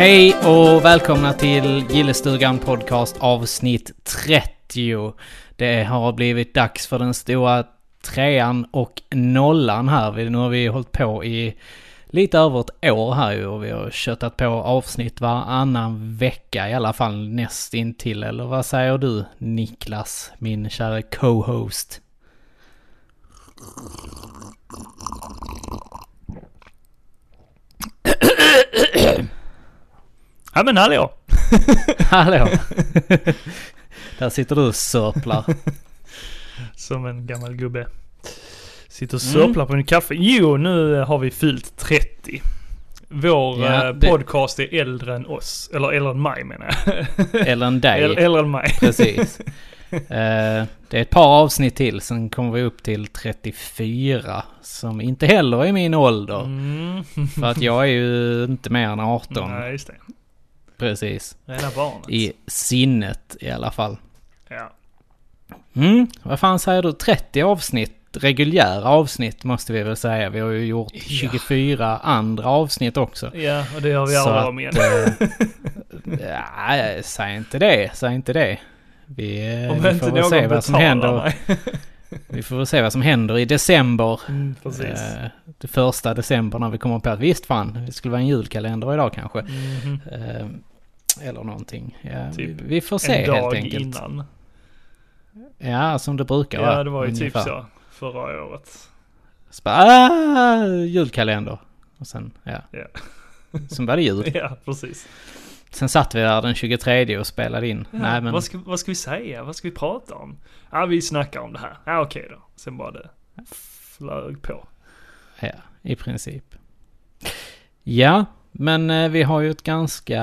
Hej och välkomna till Gillestugan podcast avsnitt 30. Det har blivit dags för den stora 3:an och 0:an här. Nu har vi hållit på i lite över ett år här ju, och vi har köttat på avsnitt varannan vecka i alla fall näst intill. Eller vad säger du, Niklas, min kära co-host? Ja men hallå! Hallå! Där sitter du och sörplar. Som en gammal gubbe. Sitter och sörplar på en kaffe. Jo, nu har vi fyllt 30. Vår podcast är äldre än oss. Eller äldre än mig menar jag. Äldre än dig. Äldre än mig. Precis. Det är ett par avsnitt till. Sen kommer vi upp till 34. Som inte heller är min ålder. För att jag är ju inte mer än 18. Nej, just det. Precis. Rena barnet. I sinnet i alla fall. Ja. Vad fan säger du? 30 avsnitt. Reguljära avsnitt måste vi väl säga. Vi har ju gjort 24 andra avsnitt också. Ja, och det har vi aldrig om igen. Ja, säg inte det. Vi får väl se vad som händer. Vi får väl se vad som händer i december. Precis. Det första december när vi kommer på att visst fan, det skulle vara en julkalender idag kanske. Eller någonting. Ja, typ vi får se helt enkelt. Innan. Ja, som det brukar vara. Ja, det var ju ungefär. typ så förra året. Julkalender. Och sen, ja. Sen var det jul. Ja, precis. Sen satt vi där den 23 och spelade in. Ja, Nej, men... vad ska vi säga? Vad ska vi prata om? Ja, vi snackar om det här. Ja, okej då. Sen bara det flög på. Ja, i princip. Ja, men vi har ju ett ganska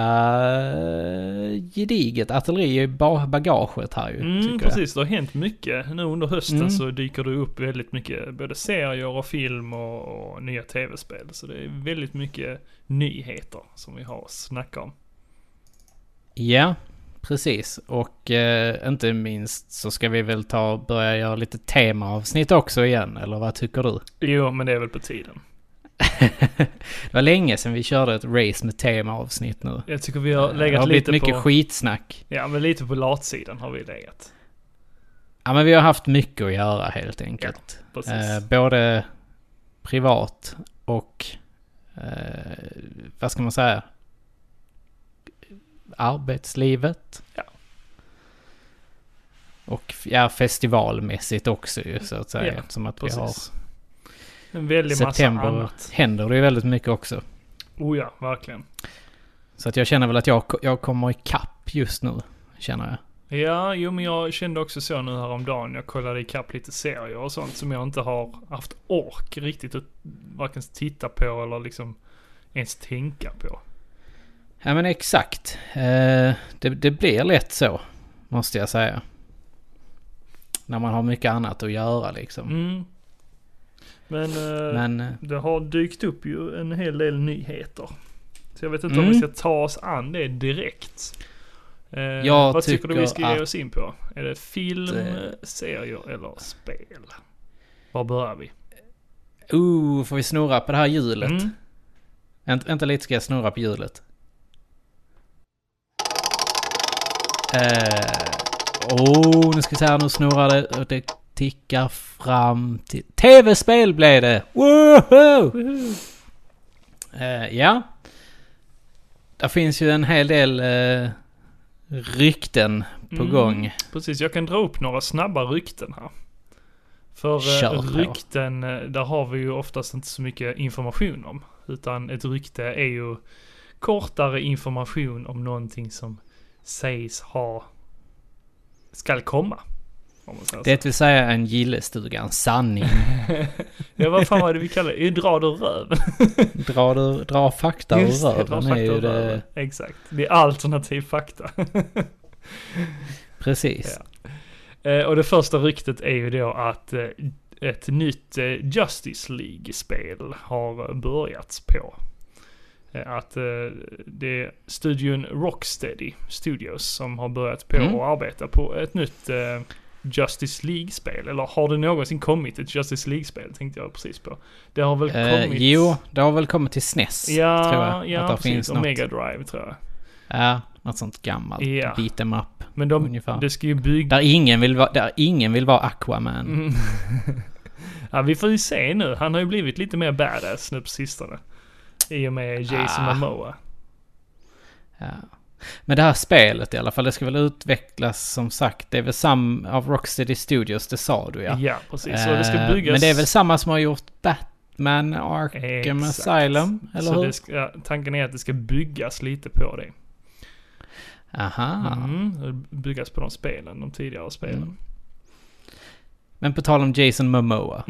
gediget artilleri i bagaget här ju, tycker precis, det har hänt mycket. Nu under hösten så dyker det upp väldigt mycket både serier och film och nya tv-spel. Så det är väldigt mycket nyheter som vi har att snacka om. Ja, precis. Och inte minst så ska vi väl börja göra lite temaavsnitt också igen, eller vad tycker du? Jo, men det är väl på tiden. Det var länge sedan vi körde ett race med temaavsnitt nu. Jag tycker vi har legat har lite mycket på... skitsnack. Ja, men lite på latsidan har vi legat. Ja, men vi har haft mycket att göra helt enkelt. Ja, precis. Både privat och vad ska man säga? Arbetslivet. Ja. Och festivalmässigt också ju, så att säga. Som att precis. Vi har en väldig september massa annat. händer det ju väldigt mycket också. Oh ja, verkligen. Så att jag känner väl att jag kommer i kapp just nu, känner jag. Ja, jo men jag kände också så nu häromdagen. Jag kollade i kapp lite serier och sånt som jag inte har haft ork riktigt att varken titta på eller liksom ens tänka på. Ja men exakt. Det blir lätt så, måste jag säga. När man har mycket annat att göra liksom. Men det har dykt upp ju en hel del nyheter. Så jag vet inte om vi ska ta oss an det direkt. Vad tycker du vi ska ge oss in på? Är det film, serier eller spel? Var börjar vi? Får vi snurra på det här hjulet? Vänta lite, ska jag snurra på hjulet? Nu ska vi se här, nu snurrar det och det tickar fram till... TV-spel blev det! Woho! Ja. Där finns ju en hel del rykten på gång. Precis, jag kan dra upp några snabba rykten här. För rykten, där har vi ju oftast inte så mycket information om. Utan ett rykte är ju kortare information om någonting som sägs skall komma. Det vill säga en gillestuga, en sanning. Ja, vad fan var det vi kallar det? Dra du röv. dra fakta ur röven är ju det. Exakt, det är alternativ fakta. Precis. Ja. Och det första ryktet är ju då att ett nytt Justice League-spel har börjats på. Att det är studion Rocksteady Studios som har börjat på att arbeta på ett nytt Justice League-spel? Eller har det någonsin kommit ett Justice League-spel, tänkte jag precis på. Det har väl kommit... Jo, det har väl kommit till SNES, tror jag. Ja, att det precis. finns Och något. Mega Drive, tror jag. Ja, något sånt gammalt. Ja. Beat 'em up. Men det ska ju bygga... Där ingen vill vara Aquaman. Mm. Ja, vi får ju se nu. Han har ju blivit lite mer badass nu på sistone. I och med Jason Momoa. Ja. Men det här spelet i alla fall, det ska väl utvecklas som sagt. Det är väl av Rocksteady Studios, det sa du ja. Ja, precis. Så det ska byggas... Men det är väl samma som har gjort Batman Arkham Asylum, eller så hur? Tanken är att det ska byggas lite på det. Aha. Byggas på de tidigare spelen. Mm. Men på tal om Jason Momoa.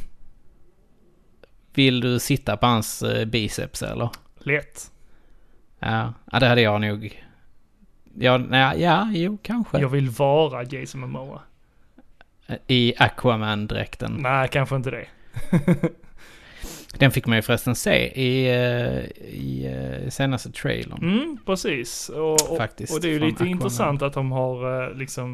Vill du sitta på hans biceps eller? Lätt. Ja, det hade jag nog. Jo, kanske. Jag vill vara Jason Momoa. I Aquaman-dräkten. Nej, kanske inte det. Den fick man ju förresten se i senaste trailern. Precis. Och det är ju lite intressant att de har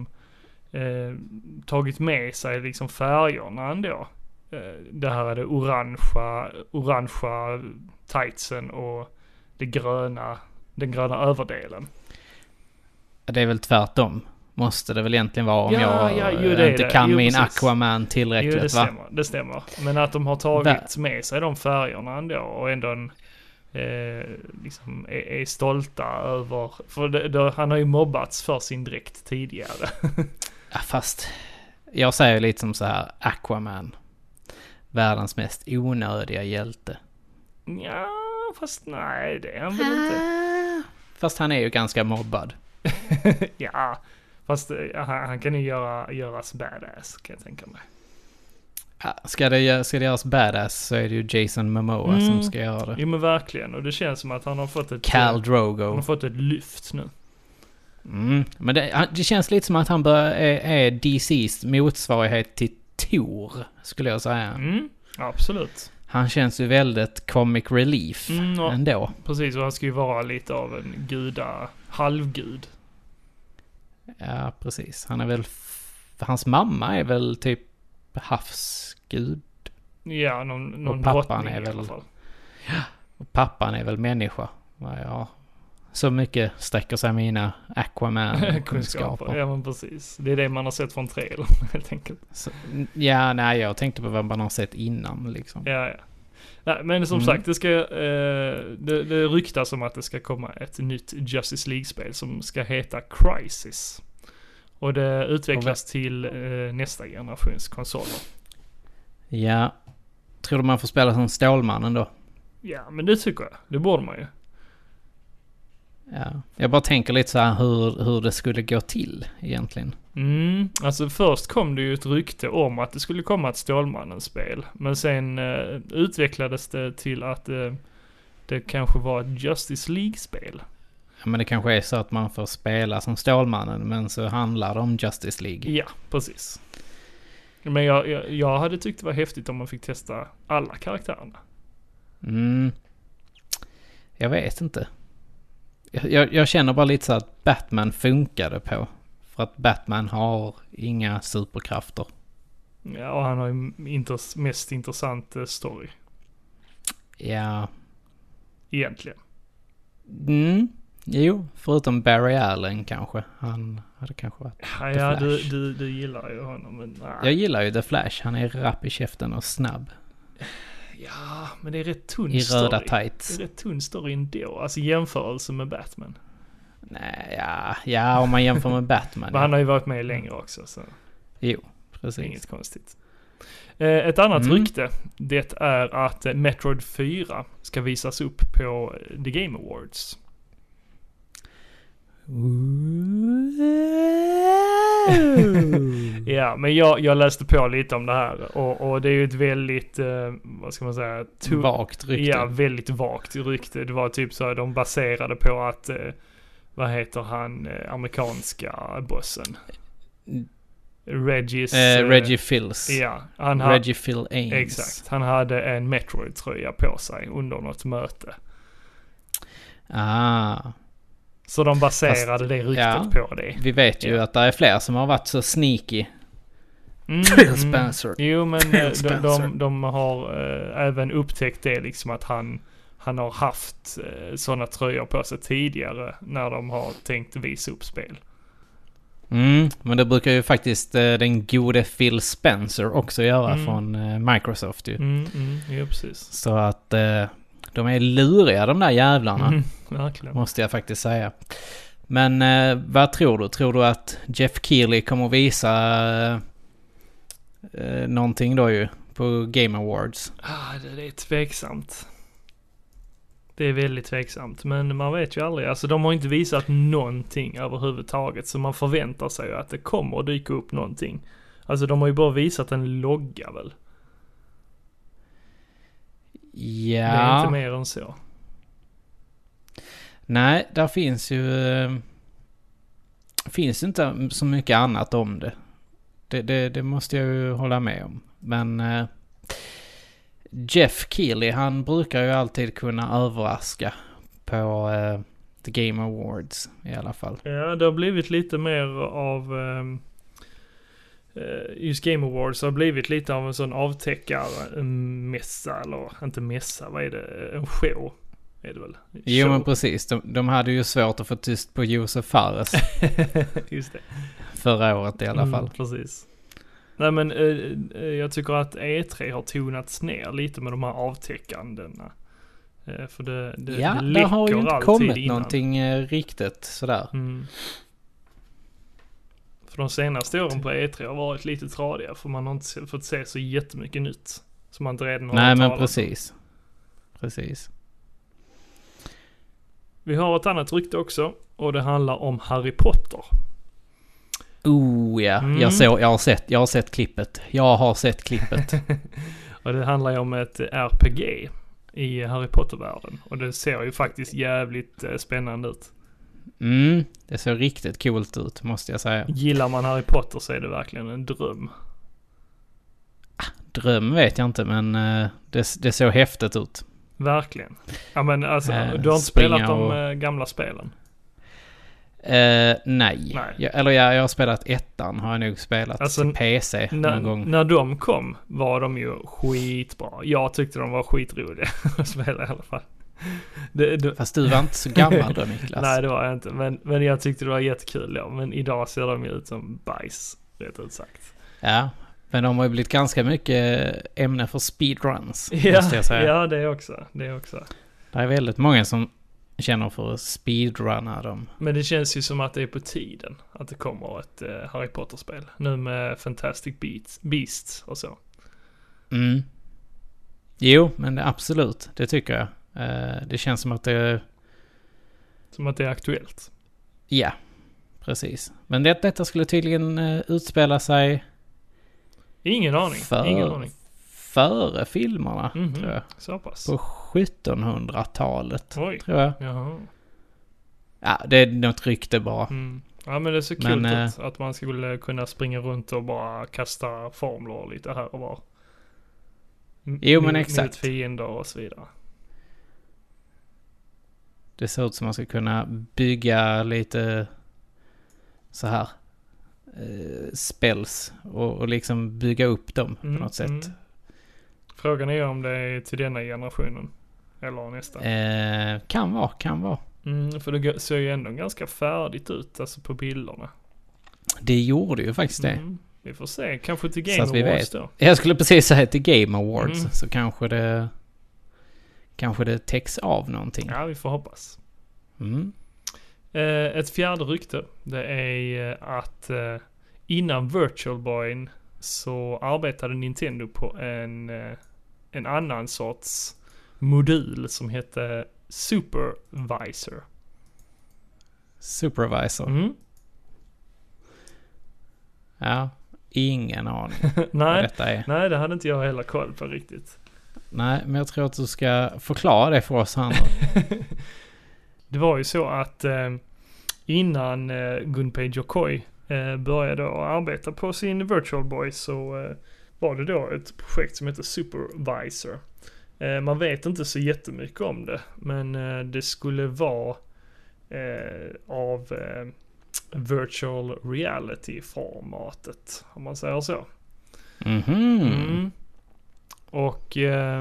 tagit med sig liksom färgerna ändå. Det här är det orangea tightsen och den gröna överdelen. Det är väl tvärtom. Måste det väl egentligen vara om jag inte kan min precis. Aquaman tillräckligt, det stämmer. Men att de har tagit med sig de färgerna ändå och ändå liksom är stolta över... För han har ju mobbats för sin dräkt tidigare. Ja, fast jag säger lite som så här: Aquaman, världens mest onödiga hjälte. Ja, fast nej, det är han väl inte. Fast han är ju ganska mobbad. Ja, fast han kan ju göras badass, kan jag tänka mig. Ja, ska det göras badass så är det ju Jason Momoa som ska göra det. Jo men verkligen, och det känns som att han har fått Khal Drogo. Han har fått ett lyft nu. Men det känns lite som att han är DCs motsvarighet till Thor, skulle jag säga. Absolut. Han känns ju väldigt comic relief ändå. Precis, och han ska ju vara lite av en halvgud. Ja, precis. Han är väl... Hans mamma är väl typ havsgud. Ja, någon pappan drottning är väl, i alla fall. Ja, och pappan är väl människa. Ja, så mycket sträcker sig mina Aquaman-kunskaper. Ja, men precis. Det är det man har sett från trailern, helt enkelt. Jag tänkte på vad man har sett innan, liksom. Ja. Nej, men som sagt, det ryktas om att det ska komma ett nytt Justice League-spel som ska heta Crisis. Och det utvecklas till nästa generations konsoler. Ja. Tror du man får spela som Stålmannen då? Ja, men det tycker jag. Det borde man ju. Ja. Jag bara tänker lite så här hur det skulle gå till egentligen. Alltså först kom det ju ett rykte om att det skulle komma ett Stålmannen-spel. Men sen utvecklades det till att det kanske var ett Justice League-spel. Ja, men det kanske är så att man får spela som Stålmannen, men så handlar det om Justice League. Ja, precis. Men jag hade tyckt det var häftigt om man fick testa alla karaktärerna. Jag vet inte. Jag känner bara lite så att Batman funkade på. För att Batman har inga superkrafter. Ja, och han har ju mest intressant story. Ja. Egentligen. Jo, förutom Barry Allen kanske. Han hade kanske varit ja, du gillar ju honom, men nej. Jag gillar ju The Flash. Han är rapp i käften och snabb. Ja, men det är rätt tunn i story. Röda tights. Det är rätt tunn story ändå. Alltså jämförelse med Batman. Nej, ja, om man jämför med Batman. Men han har ju varit med längre också, så. Jo, precis. Inget konstigt. Ett annat rykte, det är att Metroid 4 ska visas upp på The Game Awards. Ja, men jag läste på lite om det här och det är ju ett väldigt, vad ska man säga, vagt rykte. Ja, väldigt vagt rykte. Det var typ så att de baserade på att, vad heter han, amerikanska bossen? Reggie Fils. Ja, Reggie Phil Ames. Exakt. Han hade en Metroid-tröja på sig under något möte. Så de baserade det ryktet på det. Vi vet ju att det är fler som har varit så sneaky Phil Spencer. Jo, men de har även upptäckt det liksom att han har haft sådana tröjor på sig tidigare när de har tänkt visa upp spel. Men det brukar ju faktiskt den gode Phil Spencer också göra från Microsoft ju. Ja, precis. Så att de är luriga de där jävlarna. Verkligen. Måste jag faktiskt säga. Men vad tror du? Tror du att Jeff Keighley kommer att visa någonting då ju på Game Awards? Det är tveksamt. Det är väldigt tveksamt, men man vet ju aldrig. Alltså de har inte visat någonting överhuvudtaget, så man förväntar sig ju att det kommer att dyka upp någonting. Alltså de har ju bara visat en logga väl. Ja. Det är inte mer än så. Nej, där finns inte så mycket annat om det. Det måste jag ju hålla med om. Men Jeff Keighley, han brukar ju alltid kunna överraska på The Game Awards i alla fall. Ja, det har blivit lite mer av just Game Awards har blivit lite av en sån avtäckarmässa, eller inte mässa, vad är det? En show är det väl? Jo, men precis. De hade ju svårt att få tyst på Josef Fares. Just det. Förra året i alla fall. Precis. Nej, men jag tycker att E3 har tonats ner lite med de här avtäckandena. För det det har ju inte kommit någonting riktigt sådär. För de senaste åren på E3 har varit lite tradiga, för man har inte fått se så jättemycket nytt som man inte redan har Nej, men talat precis. Vi har ett annat rykte också, och det handlar om Harry Potter. Oh ja, jag har sett klippet. Och det handlar ju om ett RPG i Harry Potter-världen. Och det ser ju faktiskt jävligt spännande ut. Det ser riktigt coolt ut, måste jag säga. Gillar man Harry Potter så är det verkligen en dröm. Dröm vet jag inte, men det ser häftigt ut. Verkligen. Ja, men alltså, du har inte spelat de gamla spelen? Nej. Jag har spelat ettan, har jag nog spelat alltså, till PC någon gång. När de kom var de ju skitbra. Jag tyckte de var skitroliga att spela i alla fall. Fast du var inte så gammal då, Niklas. Nej, det var jag inte. Men jag tyckte det var jättekul. Ja. Men idag ser de ju ut som bajs, rätt ut sagt. Ja, men de har ju blivit ganska mycket ämne för speedruns, måste jag säga. Ja, det också. Det är väldigt många som känner för att speedrunna dem. Men det känns ju som att det är på tiden att det kommer ett Harry Potter-spel. Nu med Fantastic Beasts och så. Jo, men absolut. Det tycker jag. Det känns som att det... Som att det är aktuellt. Ja, precis. Men detta skulle tydligen utspela sig... Ingen aning. Före filmerna, tror jag. Så pass. På 1700-talet, tror jag. Jaha. Ja, det är något rykte bara. Ja, men det är så kul att man skulle kunna springa runt och bara kasta formler lite här och var. Jo, men exakt. Mot fiender och så vidare. Det ser ut som man ska kunna bygga lite så här spells och liksom bygga upp dem på något sätt. Frågan är om det är till denna generationen eller nästa. Kan vara. För det ser ju ändå ganska färdigt ut, alltså på bilderna. Det gjorde ju faktiskt det. Vi får se, kanske till Game Awards då. Jag skulle precis säga till Game Awards, så kanske det täcks av någonting. Ja, vi får hoppas. Ett fjärde rykte, det är att innan Virtual Boy så arbetade Nintendo på en annan sorts modul som heter Supervisor. Ja, ingen aning vad detta är. Nej, det hade inte jag heller koll på riktigt. Nej, men jag tror att du ska förklara det för oss här. Det var ju så att innan Gunpei Yokoi började arbeta på sin Virtual Boy så var det då ett projekt som heter Supervisor. Man vet inte så jättemycket om det, men det skulle vara av virtual reality-formatet, om man säger så. Och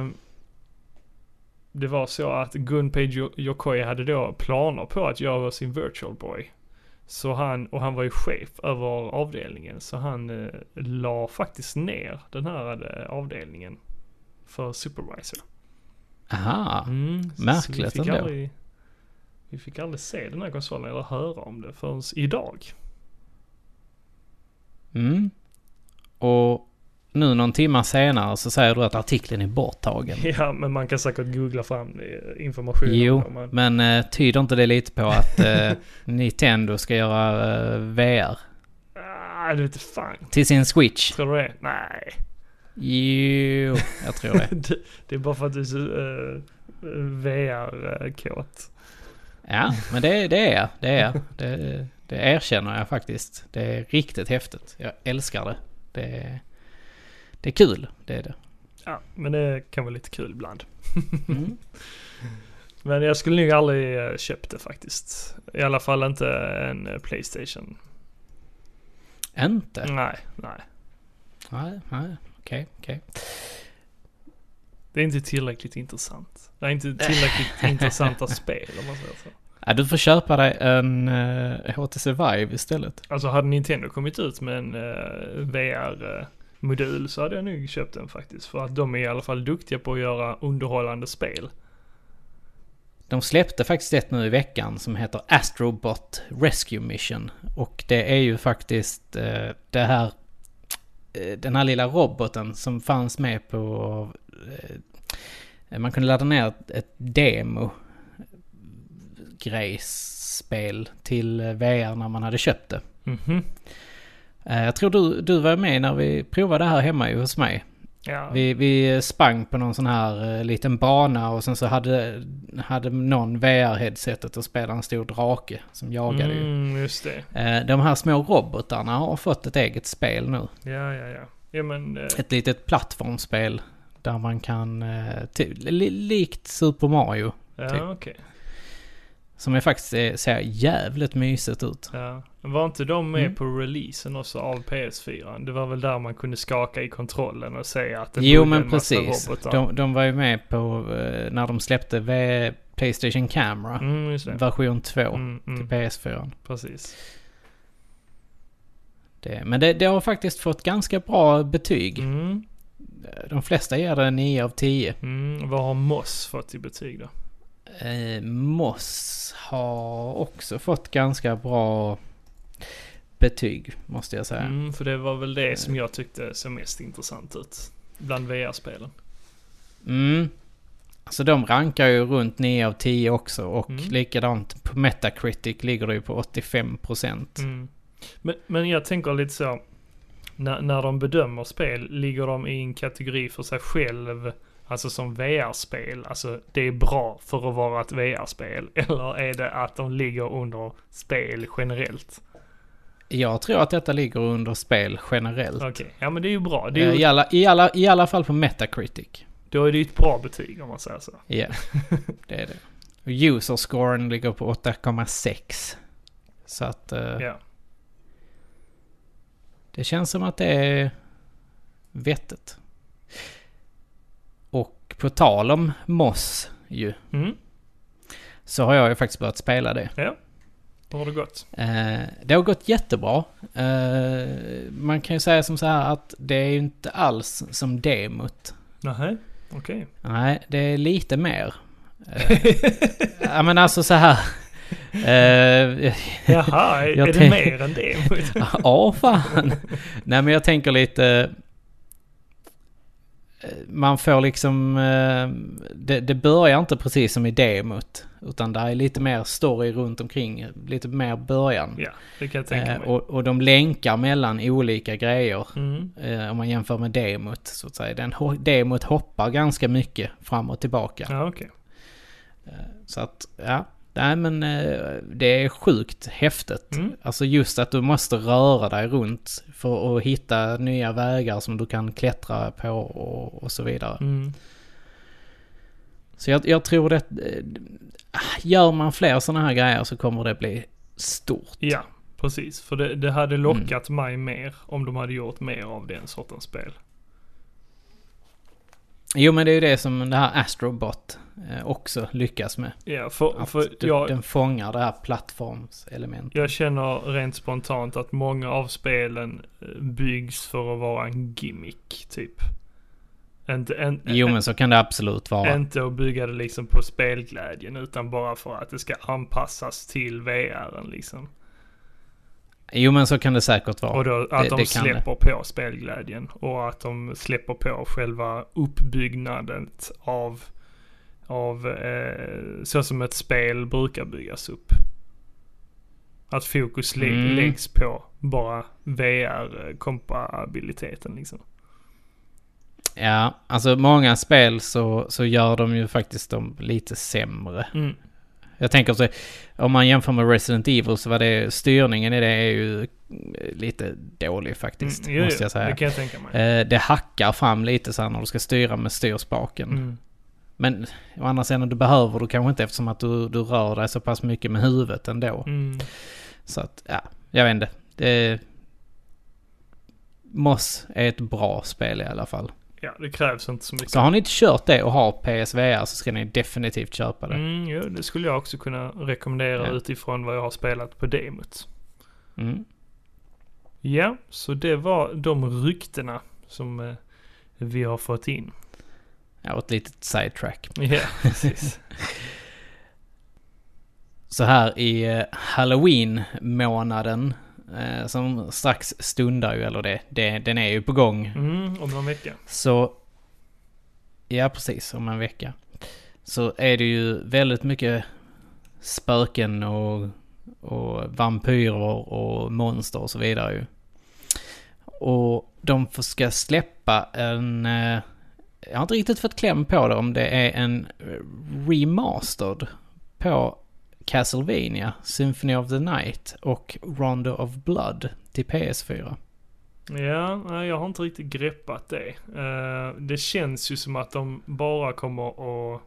det var så att Gunpei Yokoi hade då planer på att göra sin Virtual Boy. Så han var ju chef över avdelningen, så han la faktiskt ner den här avdelningen för supervisor. Aha, märkligt ändå. Vi fick aldrig se den här konsolen eller höra om det förrän idag. Och nu någon timme senare så säger du att artikeln är borttagen. Ja, men man kan säkert googla fram information. Jo, men tyder inte det lite på att Nintendo ska göra VR? Det vet fan. Till sin Switch? Tror du det? Nej. Jo, jag tror det. Det är bara för att du är så VR-kåt. Ja, men det är jag. Det erkänner jag faktiskt. Det är riktigt häftigt. Jag älskar det. Det är kul, det är det. Ja, men det kan vara lite kul ibland. Men jag skulle nog aldrig köpt det faktiskt. I alla fall inte en PlayStation. Inte? Nej, okej. Det är inte tillräckligt intressant. Det är inte tillräckligt intressanta spel om man säger så. Ja, du får köpa dig en HTC Vive istället. Alltså hade Nintendo kommit ut med en VR-modul så hade jag nog köpt den faktiskt. För att de är i alla fall duktiga på att göra underhållande spel. De släppte faktiskt ett nu i veckan som heter Astrobot Rescue Mission. Och det är ju faktiskt den här lilla roboten som fanns med på... man kunde ladda ner ett demo grejsspel till VR när man hade köpt det. Jag tror du var med när vi provade det här hemma hos mig. Ja. Vi sprang på någon sån här liten bana och sen så hade någon VR-headsetet och spelade en stor drake som jagade ju. Just det. De här små robotarna har fått ett eget spel nu. Ja, men, ett litet plattformsspel där man kan likt Super Mario. Ja, typ. okej. Som är faktiskt ser jävligt mysigt ut. Ja. Var inte de med på releasen också av PS4? Det var väl där man kunde skaka i kontrollen och säga att det jo, men en massa robotar. De var ju med på när de släppte PlayStation Camera version 2 till PS4. Precis. Men det har faktiskt fått ganska bra betyg. De flesta ger det 9 av 10. Vad har Moss fått i betyg då? Moss har också fått ganska bra betyg, måste jag säga. För det var väl det som jag tyckte så mest intressant ut bland VR-spelen. Alltså de rankar ju runt 9 av 10 också. Och likadant på Metacritic ligger det ju på 85%. Men jag tänker lite så, när de bedömer spel, ligger de i en kategori för sig själv, alltså som VR-spel, alltså det är bra för att vara ett VR-spel, eller är det att de ligger under spel generellt? Jag tror att detta ligger under spel generellt. Okej, ja men det är ju bra. Det är ju... I alla fall på Metacritic. Då är det ju ett bra betyg om man säger så. Ja, det är det. Och user-scoren ligger på 8,6. Så att... Det känns som att det är vettigt. Och på tal om Moss ju. Så har jag ju faktiskt börjat spela det. Ja, hur har det gått? Det har gått jättebra. Man kan ju säga som så här att det är ju inte alls som demot. Nej, okej. Nej, det är lite mer. Ja men alltså så här... Jaha, är det mer än det? Ja, fan. Nej, men jag tänker lite... Man får liksom... Det börjar inte precis som i demot. Utan det är lite mer story runt omkring. Lite mer början. Ja, det kan jag tänka mig. Och de länkar mellan olika grejer. Om man jämför med demot, så att säga. Demot hoppar ganska mycket fram och tillbaka. Ja, okej. Så att, ja... Nej, men det är sjukt häftigt. Alltså just att du måste röra dig runt för att hitta nya vägar som du kan klättra på och så vidare. Så jag tror att gör man fler sådana här grejer så kommer det bli stort. Ja, precis. För det hade lockat mig mer om de hade gjort mer av den sortens spel. Jo, men det är ju det som det här Astrobot också lyckas med. Ja, den fångar det här plattformselementet. Jag känner rent spontant att många av spelen byggs för att vara en gimmick, typ. Jo, men så kan det absolut vara. Inte att bygga det liksom på spelglädjen, utan bara för att det ska anpassas till VR:en liksom. Jo, men så kan det säkert vara. Och då att de släpper på spelglädjen och att de släpper på själva uppbyggnaden av så som ett spel brukar byggas upp. Att fokus läggs på bara VR-kompatibiliteten liksom. Ja, alltså många spel så gör de ju faktiskt dem lite sämre. Jag tänker så, om man jämför med Resident Evil så var det styrningen i det är ju lite dålig faktiskt, måste jag säga. Det kan jag tänka mig. Det hackar fram lite så här när du ska styra med styrspaken. Men å andra sidan, du behöver du kanske inte eftersom att du rör dig så pass mycket med huvudet ändå. Så att, ja, jag vet inte. Moss är ett bra spel i alla fall. Ja, det krävs inte så mycket. Så har ni inte kört det och har PSVR så ska ni definitivt köpa det. Jo, det skulle jag också kunna rekommendera utifrån vad jag har spelat på demot. Ja, så det var de ryktena som vi har fått in. Ja, ett litet sidetrack. Ja, precis. Så här i Halloween-månaden som strax stundar ju, eller den är ju på gång. Om någon vecka. Så, ja precis, om en vecka. Så är det ju väldigt mycket spöken och vampyrer och monster och så vidare ju. Och de ska släppa en... jag har inte riktigt fått kläm på det om det är en remastered på Castlevania, Symphony of the Night och Rondo of Blood till PS4. Ja, jag har inte riktigt greppat det. Det känns ju som att de bara kommer att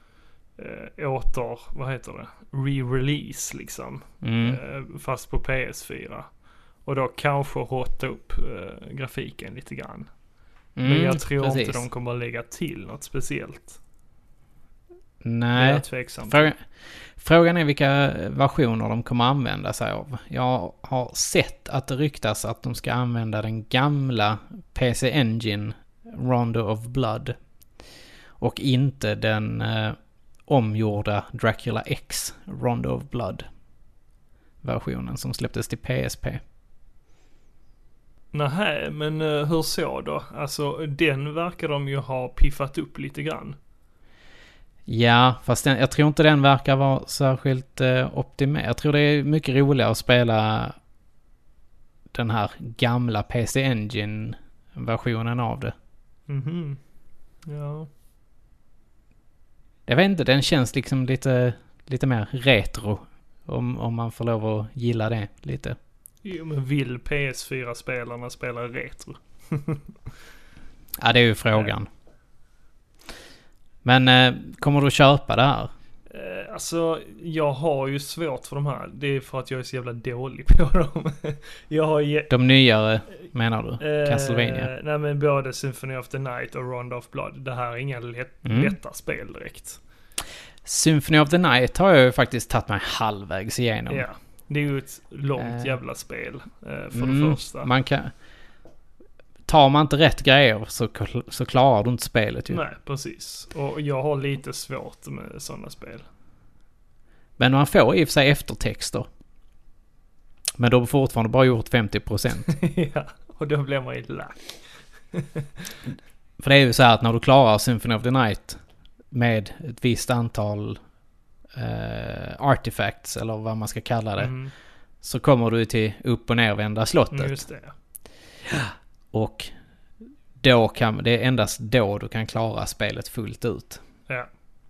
re-release liksom. Fast på PS4. Och då kanske hotta upp grafiken lite grann. Men jag tror inte de kommer att lägga till något speciellt. Nej. Jag är tveksam. Frågan är vilka versioner de kommer använda sig av. Jag har sett att det ryktas att de ska använda den gamla PC Engine Rondo of Blood. Och inte den omgjorda Dracula X Rondo of Blood versionen som släpptes till PSP. Nej, men hur så då? Alltså den verkar de ju ha piffat upp lite grann. Ja, fast jag tror inte den verkar vara särskilt optimerad. Jag tror det är mycket roligare att spela den här gamla PC Engine-versionen av det. Ja. Jag vet inte, den känns liksom lite mer retro. Om man får lov att gilla det lite. Jo, men vill PS4-spelarna spela retro? Ja, det är ju frågan. Men kommer du köpa det här? Alltså, jag har ju svårt för de här. Det är för att jag är så jävla dålig på dem. De nyare, menar du? Castlevania? Nej, men både Symphony of the Night och Rondo of Blood. Det här är inga lätta spel direkt. Symphony of the Night har jag ju faktiskt tagit mig halvvägs igenom. Ja, det är ju ett långt jävla spel för det första. Tar man inte rätt grejer så klarar du inte spelet ju. Nej, precis. Och jag har lite svårt med sådana spel. Men man får i och för sig eftertexter. Men då har fortfarande bara gjort 50%. Ja, och då blir man ju lack. För det är ju så här att när du klarar Symphony of the Night med ett visst antal artifacts, eller vad man ska kalla det, så kommer du till upp- och nervända slottet. Just det, ja. Och då det är endast då du kan klara spelet fullt ut. Ja.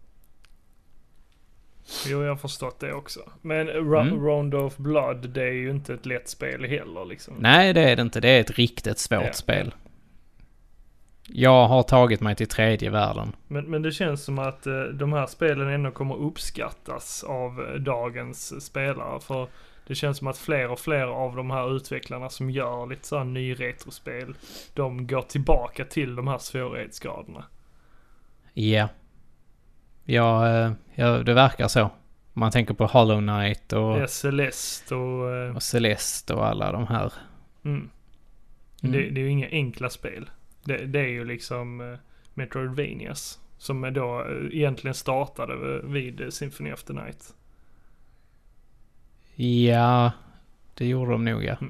Jo, jag har förstått det också. Men Rondo of Blood, det är ju inte ett lätt spel heller liksom. Nej, det är det inte. Det är ett riktigt svårt spel. Jag har tagit mig till tredje världen. Men det känns som att de här spelen ändå kommer uppskattas av dagens spelare. För det känns som att fler och fler av de här utvecklarna som gör lite så här ny retrospel, de går tillbaka till de här svårighetsgraderna. Ja. Ja, det verkar så. Man tänker på Hollow Knight och Celeste och Celeste och alla de här. Det är ju inga enkla spel. Det är ju liksom Metroidvanias som då egentligen startade vid Symphony of the Night. Ja, det gjorde de nog, ja.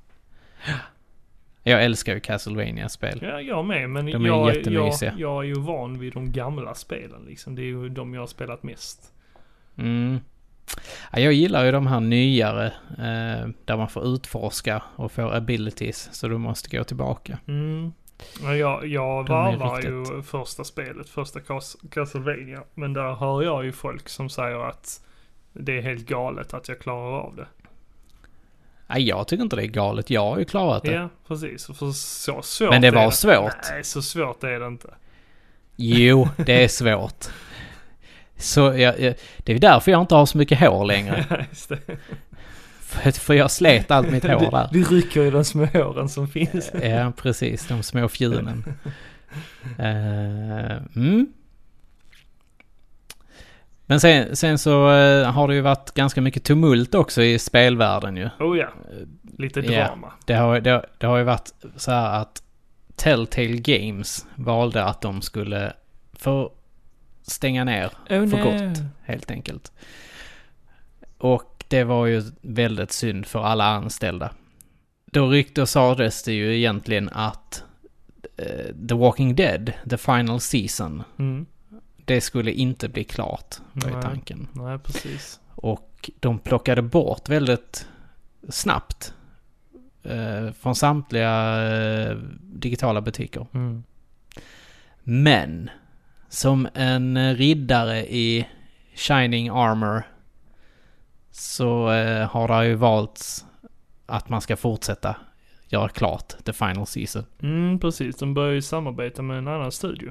Jag älskar ju Castlevania-spel. Ja, jag med, men de är jättemysiga. Jag är ju van vid de gamla spelen liksom. Det är ju de jag har spelat mest. Ja, jag gillar ju de här nyare där man får utforska och få abilities, så du måste gå tillbaka. Jag varvar ju första spelet, första Castlevania, men där hör jag ju folk som säger att det är helt galet att jag klarar av det. Nej, jag tycker inte det är galet. Jag har ju klarat det. Ja, precis. För så svårt. Men det var svårt. Nej, så svårt är det inte. Jo, det är svårt. Så det är därför jag inte har så mycket hår längre. Just det. För jag slet allt mitt hår där. Du rycker ju de små håren som finns. Ja, precis. De små fjunen. Men sen så har det ju varit ganska mycket tumult också i spelvärlden ju. Oh ja, lite drama. Ja, det har ju varit så här att Telltale Games valde att de skulle stänga ner för gott, helt enkelt. Och det var ju väldigt synd för alla anställda. Då sades det ju egentligen att The Walking Dead, the final season, det skulle inte bli klart, var tanken. Nej, precis. Och de plockade bort väldigt snabbt från samtliga digitala butiker. Men som en riddare i Shining Armor så har det ju valts att man ska fortsätta göra klart the final season. Precis. De börjar ju samarbeta med en annan studio.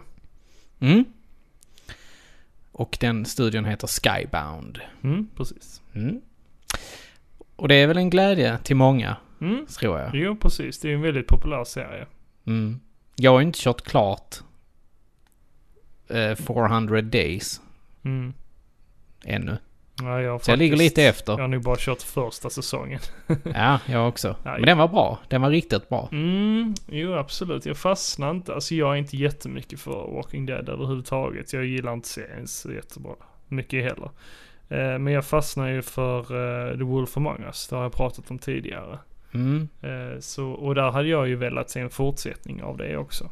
Och den studion heter Skybound. Precis. Och det är väl en glädje till många, tror jag. Jo, precis. Det är en väldigt populär serie. Jag har inte kört klart 400 Days ännu. Ja, så jag ligger lite efter. Jag har nog bara kört första säsongen. Ja, jag också. Men den var bra. Den var riktigt bra. Jo, absolut. Jag fastnar inte. Alltså jag är inte jättemycket för Walking Dead överhuvudtaget. Jag gillar inte serien så jättebra mycket heller. Men jag fastnar ju för The Wolf Among Us. Det har jag pratat om tidigare. Och där hade jag ju velat se en fortsättning av det också.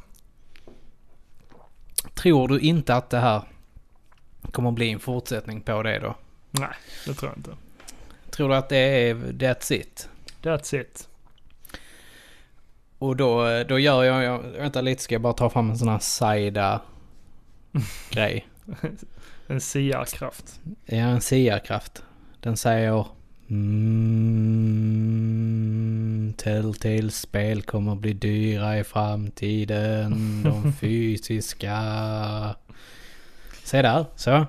Tror du inte att det här kommer att bli en fortsättning på det då? Nej, det tror jag inte. Tror du att det är that's it? That's it. Och då gör jag vänta lite, ska jag bara ta fram en sån här Saida-grej. En siarkraft. Ja, en siarkraft. Den säger Telltale-spel kommer att bli dyra i framtiden. De fysiska. Se där, så.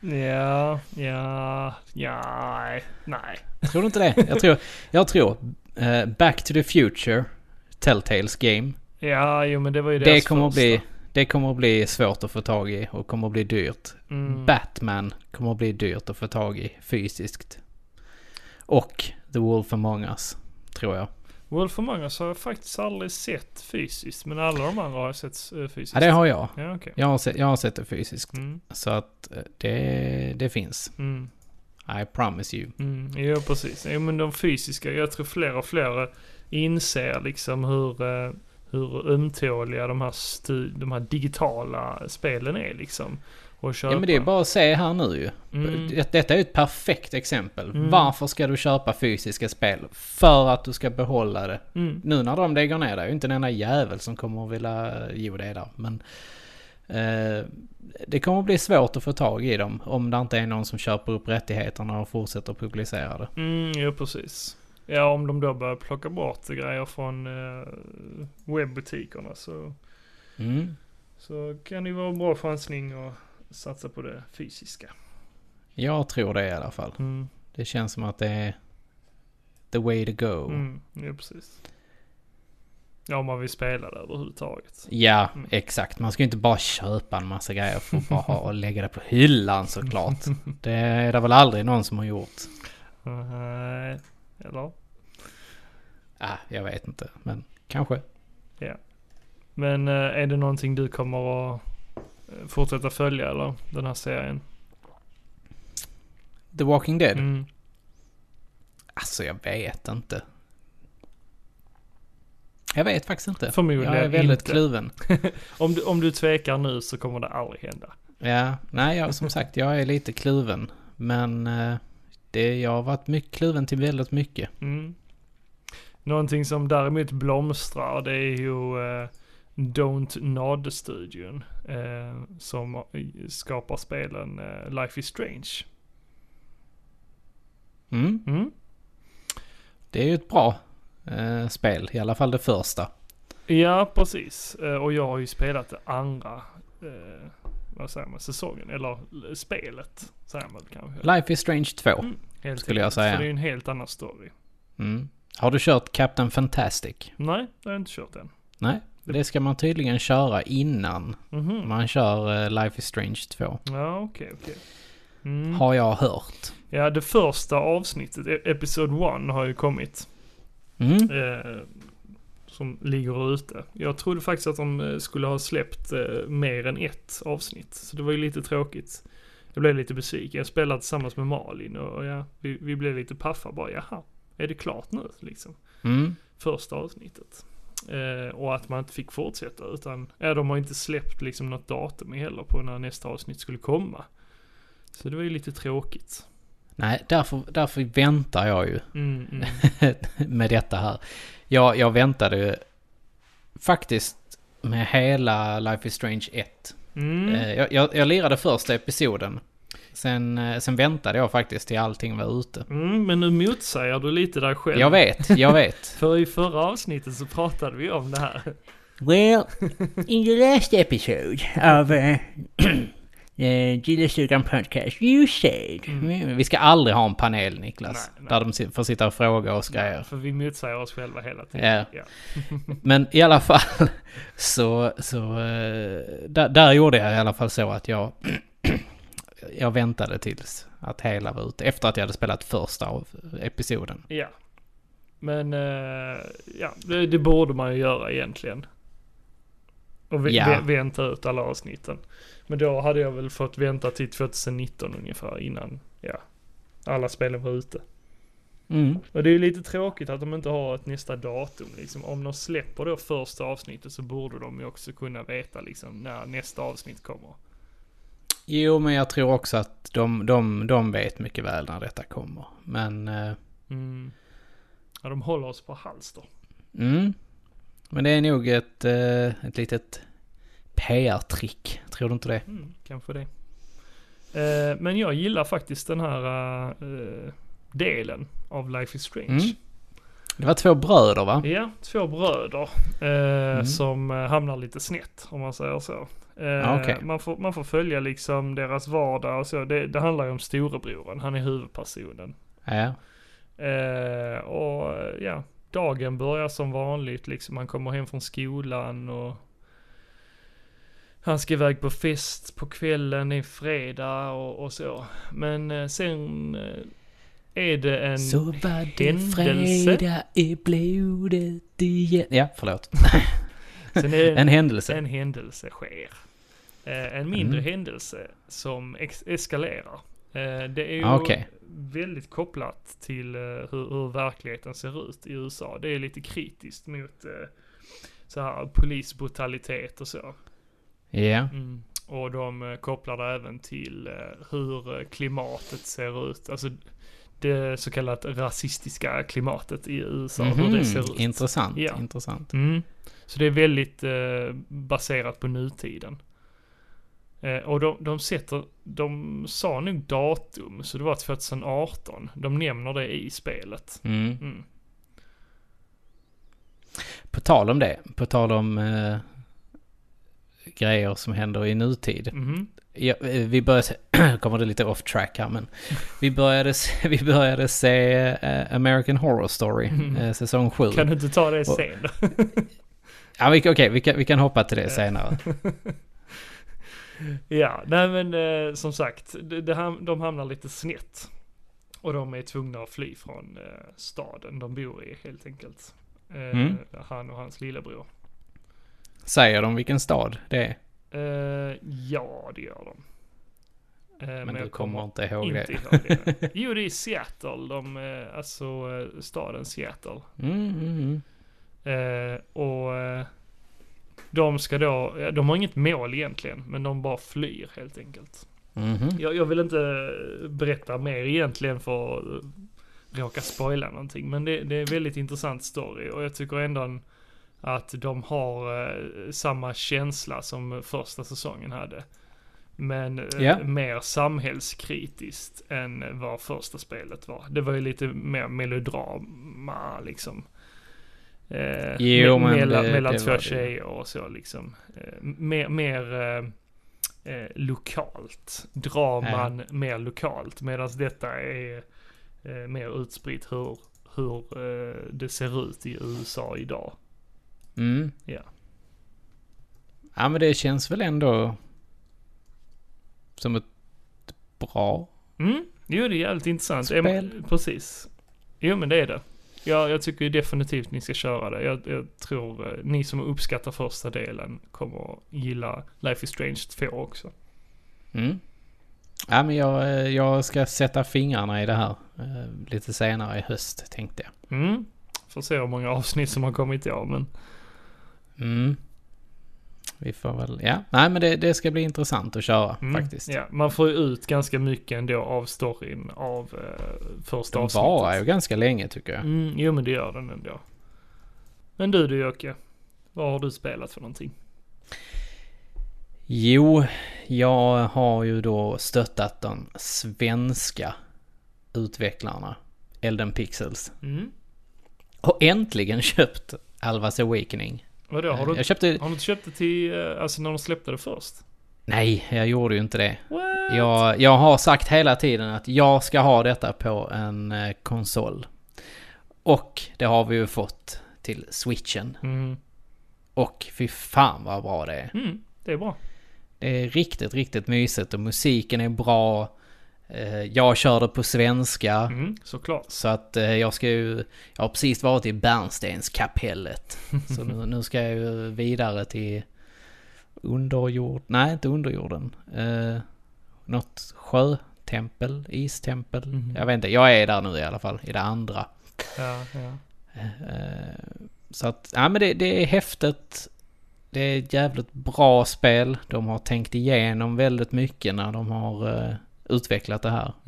Nej. Tror du inte det? Jag tror Back to the Future, Telltales game. Ja, jo, men det var ju det kommer att bli svårt att få tag i och kommer att bli dyrt. Batman kommer att bli dyrt att få tag i fysiskt. Och The Wolf Among Us, tror jag. Wolf Among Us har jag faktiskt aldrig sett fysiskt, men alla de andra har jag sett fysiskt. Ja, det har jag. Ja, okay. Jag har sett det fysiskt. Så att det finns. I promise you. Ja, precis. Ja, men de fysiska, jag tror fler och fler inser liksom hur ömtåliga de här digitala spelen är liksom. Ja, men det är bara att se här nu ju. Detta är ett perfekt exempel. Varför ska du köpa fysiska spel? För att du ska behålla det. Nu när de lägger ner det är ju inte en enda jävel som kommer att vilja ge det där. Men det kommer att bli svårt att få tag i dem om det inte är någon som köper upp rättigheterna och fortsätter att publicera det. Ja, precis. Ja, om de då börjar plocka bort grejer från webbutikerna så kan det vara en bra chansning och satsa på det fysiska. Jag tror det i alla fall. Det känns som att det är the way to go. Ja, precis. Ja, om man vill spela det överhuvudtaget. Ja, exakt. Man ska ju inte bara köpa en massa grejer för att bara ha och lägga det på hyllan såklart. Det är det väl aldrig någon som har gjort. Eller? Jag vet inte, men kanske. Ja. Men är det någonting du kommer att fortsätta följa, eller? Den här serien? The Walking Dead? Alltså, jag vet inte. Jag vet faktiskt inte. Förmodligen jag är väldigt inte. kluven. om du tvekar nu så kommer det aldrig hända. Ja, nej, som sagt, jag är lite kluven. Men jag har varit mycket kluven till väldigt mycket. Någonting som däremot blomstrar, det är ju Don't Nod-studion som skapar spelen Life is Strange. Det är ju ett bra spel, i alla fall det första. Ja, precis. Och jag har ju spelat det andra säsongen, eller spelet, säger man kanske. Life is Strange 2, skulle jag säga. För det är ju en helt annan story. Har du kört Captain Fantastic? Nej, det har jag inte kört än. Nej, det ska man tydligen köra innan man kör Life is Strange 2. Ja, okej. Har jag hört. Ja, det första avsnittet, episode 1, har ju kommit. Som ligger ute. Jag trodde faktiskt att de skulle ha släppt mer än ett avsnitt. Så det var ju lite tråkigt. Jag blev lite besviken. Jag spelade tillsammans med Malin och vi blev lite paffa bara. Jaha, är det klart nu liksom? Första avsnittet. Och att man inte fick fortsätta, utan de har inte släppt liksom något datum heller på när nästa avsnitt skulle komma. Så det var ju lite tråkigt. Nej, därför väntar jag ju med detta här. Jag väntade faktiskt med hela Life is Strange 1. Jag lirade första episoden. Sen väntade jag faktiskt till allting var ute. Men nu motsäger du lite där själv. Jag vet. För i förra avsnittet så pratade vi om det här. Well, in the last episode of Gillestugan podcast, you said. Vi ska aldrig ha en panel, Niklas. Nej. Där de får sitta och fråga oss grejer. För vi motsäger oss själva hela tiden. Ja. Men i alla fall så där gjorde jag i alla fall så att jag väntade tills att hela var ute. Efter att jag hade spelat första av episoden. Ja. Men det borde man ju göra egentligen. Och vänta ut alla avsnitten. Men då hade jag väl fått vänta till 2019 ungefär innan alla spelen var ute. Och det är ju lite tråkigt att de inte har ett nästa datum. Liksom. Om de släpper då första avsnittet så borde de ju också kunna veta liksom, när nästa avsnitt kommer. Jo, men jag tror också att de vet mycket väl när detta kommer. Men de håller oss på halster. Men det är nog ett litet PR-trick. Tror du inte det? Kanske det. Men jag gillar faktiskt den här delen av Life is Strange. Det var 2 bröder, va? Ja, 2 bröder som hamnar lite snett, om man säger så. Okay. Man får följa liksom deras vardag och så. Det handlar ju om storebroren. Han är huvudpersonen. Ja. Dagen börjar som vanligt. Liksom. Han kommer hem från skolan och han ska iväg på fest på kvällen, det är fredag och så. Men sen är det en så var det händelse. Fredag i blodet igen. Ja, förlåt. Sen är en händelse. En händelse sker. En mindre händelse som eskalerar. Det är ju väldigt kopplat till hur verkligheten ser ut i USA. Det är lite kritiskt mot så här polisbrutalitet och så. Ja. Och de kopplar det även till hur klimatet ser ut. Alltså det så kallat rasistiska klimatet i USA. Hur det ser ut. Intressant. Så det är väldigt baserat på nutiden. Och de sa nog datum, så det var 2018. De nämner det i spelet. På tal om det, på tal om grejer som händer i nutid. Vi började kommer det lite off track här, men vi började se American Horror Story säsong 7. Kan du inte ta det sen då? Ja, vi kan hoppa till det senare. Ja, nej men som sagt, de hamnar lite snett. Och de är tvungna att fly från staden de bor i helt enkelt. Han och hans lillebror. Säger de vilken stad det är? Ja, det gör de. Men du kommer inte ihåg det. Jo, det är Seattle. Staden Seattle. Och de ska då, de har inget mål egentligen, men de bara flyr helt enkelt. Jag vill inte berätta mer egentligen för att råka spoila någonting, men det är en väldigt intressant story och jag tycker ändå att de har samma känsla som första säsongen hade. Men mer samhällskritiskt än vad första spelet var. Det var ju lite mer melodrama liksom. Mellan två tjejer och så liksom. Mer lokalt. Draman mer lokalt. Medan detta är mer utspritt hur det ser ut i USA idag. Ja. Ja, men det känns väl ändå som ett bra Jo, det är jävligt intressant. Spel. Precis. Jo, men det är det. Jag tycker definitivt ni ska köra det. Jag tror ni som uppskattar första delen kommer att gilla Life is Strange 2 också. Ja, men jag ska sätta fingrarna i det här lite senare i höst, tänkte jag. Får se hur många avsnitt som har kommit i år, men... Vi får väl, nej men det ska bli intressant att köra faktiskt. Ja, man får ju ut ganska mycket ändå av storyn av första avsnittet. Den var ju ganska länge tycker jag. Jo, men det gör den ändå. Men du Jocke, vad har du spelat för någonting? Jo, jag har ju då stöttat de svenska utvecklarna, Elden Pixels. Och äntligen köpt Alvas Awakening. Vadå, har du inte köpt det till, alltså när de släppte det först? Nej, jag gjorde ju inte det. What? Jag har sagt hela tiden att jag ska ha detta på en konsol. Och det har vi ju fått till Switchen. Och fy fan vad bra det är. Det är bra. Det är riktigt, riktigt mysigt och musiken är bra. Jag körde på svenska. Såklart. Så att jag har precis varit i Bernstenskapellet. Så nu ska jag ju vidare till inte underjorden. Något sjötempel, istempel. Jag vet inte, jag är där nu i alla fall, i det andra. Ja. Så att, men det är häftigt. Det är ett jävligt bra spel. De har tänkt igenom väldigt mycket när de har utvecklat det här.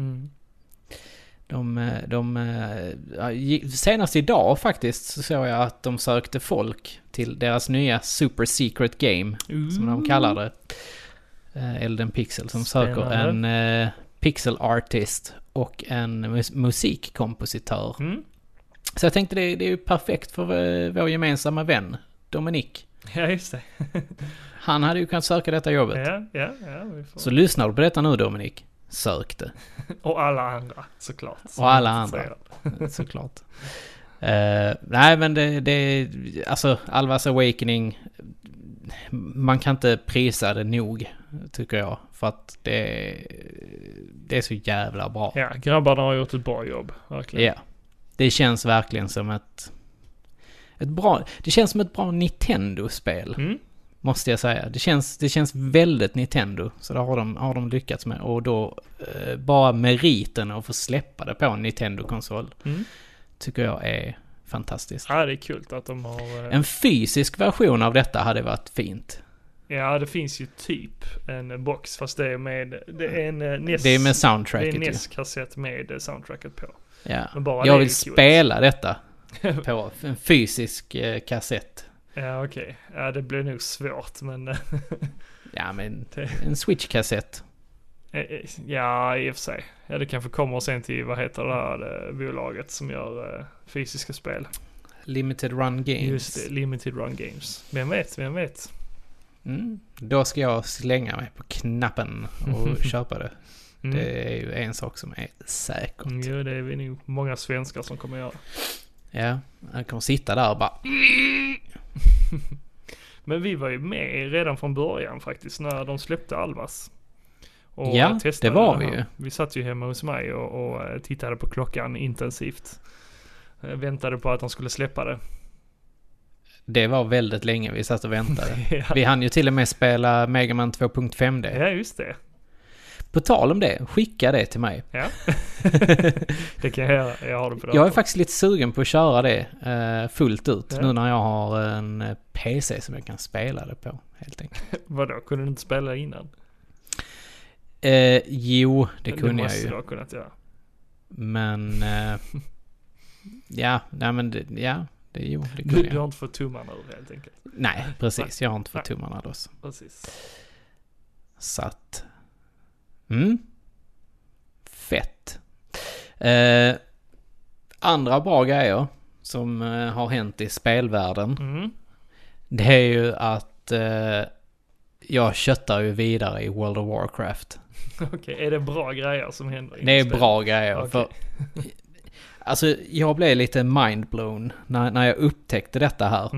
Senast idag faktiskt så såg jag att de sökte folk till deras nya Super Secret Game som de kallar det. Elden Pixel som söker en pixel artist och en musikkompositör. Så jag tänkte det är ju perfekt för vår gemensamma vän Dominik. Ja, just det. Han hade ju kunnat söka detta jobbet. Ja, så lyssnar du på detta nu, Dominik? Sök det. Och alla andra, såklart. Och alla andra, såklart. Nej, men det alltså Alvas Awakening, man kan inte prisa det nog, tycker jag. För att det är så jävla bra. Ja, grabbarna har gjort ett bra jobb, verkligen. Ja, det känns verkligen som ett bra Nintendo-spel. Måste jag säga. Det känns väldigt Nintendo. Så det har de lyckats med. Och då bara meriten att få släppa det på en Nintendo-konsol tycker jag är fantastiskt. Ja, det är kul att de har... En fysisk version av detta hade varit fint. Ja, det finns ju typ en box, fast det är med... Det är med soundtracket. Det är NES-kassett med soundtracket på. Ja. Jag vill spela detta på en fysisk kassett. Ja, okej. Ja, det blir nog svårt, men... Ja, men en Switch-kassett. Ja, i och för sig. Ja, det kanske kommer sen till, vad heter det här bolaget som gör fysiska spel? Limited Run Games. Just det, Limited Run Games. Vem vet? Då ska jag slänga mig på knappen och köpa det. Det är ju en sak som är säkert. Jo, det är vi nog många svenskar som kommer göra. Ja, jag kommer sitta där och bara... Men vi var ju med redan från början faktiskt när de släppte Alvas. Och ja, det var vi ju. Vi satt ju hemma hos mig och tittade på klockan intensivt. Väntade på att de skulle släppa det. Det var väldigt länge vi satt och väntade. Ja. Vi hann ju till och med spela Mega Man 2.5D. Ja, just det. På tal om det, skicka det till mig. Ja, det kan jag göra. Jag har det på datorn. Jag är faktiskt lite sugen på att köra det fullt ut. Nu när jag har en PC som jag kan spela det på, helt enkelt. Vadå, kunde du inte spela innan? Jo, det kunde jag ju. Det måste du ha kunnat göra. Men, ja, nej men det, ja. Det kunde du har inte fått tummarna ur helt enkelt. Nej, precis. Jag har inte fått tummarna då. Precis. Så att... Fett. Andra bra grejer som har hänt i spelvärlden. Det är ju att jag köttar ju vidare i World of Warcraft. Okej, är det bra grejer som händer? Det är bra grejer. Okay. För, alltså, jag blev lite mindblown när jag upptäckte detta här.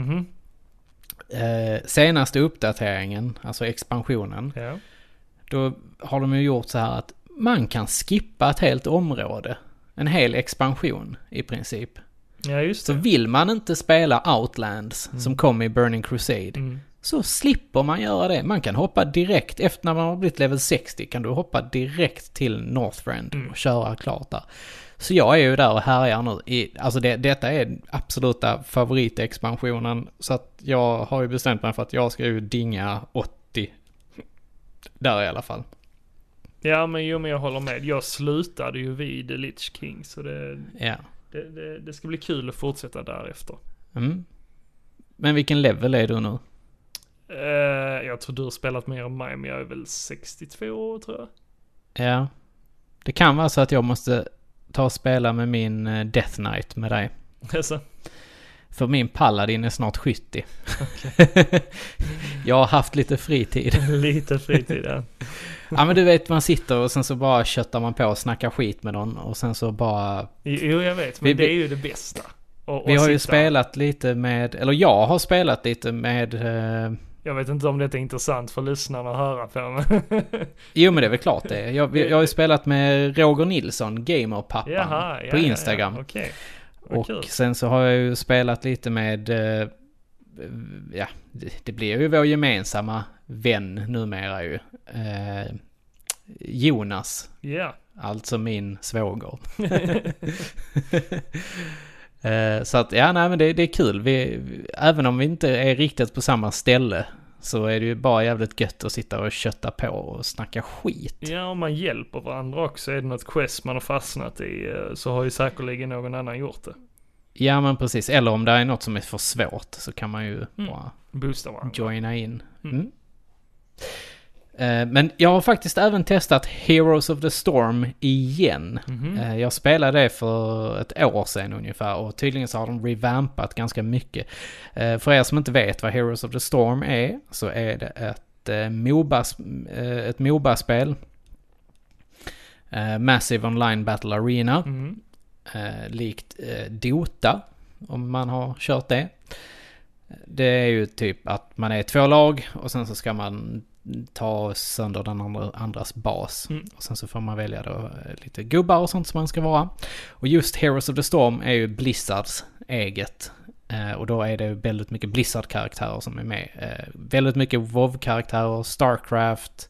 Senaste uppdateringen, alltså expansionen, då har de ju gjort så här att man kan skippa ett helt område. En hel expansion i princip. Ja, just det. Så vill man inte spela Outlands som kom i Burning Crusade, så slipper man göra det. Man kan hoppa direkt, efter när man har blivit level 60 kan du hoppa direkt till Northrend och köra klart där. Så jag är ju där och härjar nu. Alltså detta är absoluta favoritexpansionen. Så att jag har ju bestämt mig för att jag ska ju dinga 80 där i alla fall. Ja, men jag håller med. Jag slutade ju vid The Lich King, så det ska bli kul att fortsätta därefter. Men vilken level är du nu? Jag tror du har spelat mer än mig, men jag är väl 62 år, tror jag. Ja. Det kan vara så att jag måste ta och spela med min Death Knight med dig. Alltså. För min Paladin är snart 70. Okay. Jag har haft lite fritid. Lite fritid, ja. Ja, men du vet, man sitter och sen så bara köttar man på och snackar skit med någon. Och sen så bara... Jo, jag vet. Men det är ju det bästa. Vi har ju spelat lite med... Eller jag har spelat lite med... Jag vet inte om det är intressant för lyssnarna att höra på mig. Jo, men det är väl klart det. Jag har ju spelat med Roger Nilsson, gamerpappan, på Instagram. Ja. Okay. Och sen så har jag ju spelat lite med... det blir ju vår gemensamma vän numera ju. Jonas. Yeah. Alltså min svåger. Så att, men det är kul. Även om vi inte är riktigt på samma ställe, så är det ju bara jävligt gött att sitta och kötta på och snacka skit. Ja, om man hjälper varandra också. Är det något quest man har fastnat i, så har ju säkerligen någon annan gjort det. Ja, men precis. Eller om det är något som är för svårt, så kan man ju bara boosta varandra. Joina in. Men jag har faktiskt även testat Heroes of the Storm igen. Jag spelade det för ett år sedan ungefär, och tydligen så har de revampat ganska mycket. För er som inte vet vad Heroes of the Storm är, så är det ett MOBA-spel. Massive Online Battle Arena. Likt Dota, om man har kört det. Det är ju typ att man är 2 lag och sen så ska man ta sönder den andras bas. Och sen så får man välja då lite gubbar och sånt som man ska vara. Och just Heroes of the Storm är ju Blizzards eget. Och då är det väldigt mycket Blizzard-karaktärer som är med. Väldigt mycket WoW-karaktärer, Starcraft,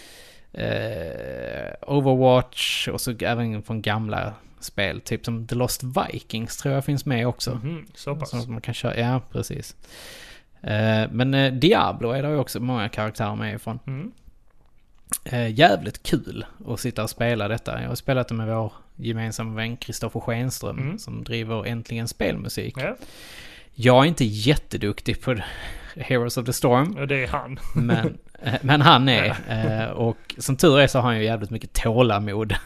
Overwatch, och så även från gamla spel, typ som The Lost Vikings tror jag finns med också. Så pass. Så att man kan köra, ja precis. Men Diablo är det ju också många karaktärer med ifrån. Jävligt kul att sitta och spela detta. Jag har spelat det med vår gemensamma vän Kristoffer Schenström som driver Äntligen Spelmusik. Ja. Jag är inte jätteduktig på Heroes of the Storm. Och det är han. Men han är. Och som tur är så har han ju jävligt mycket tålamod.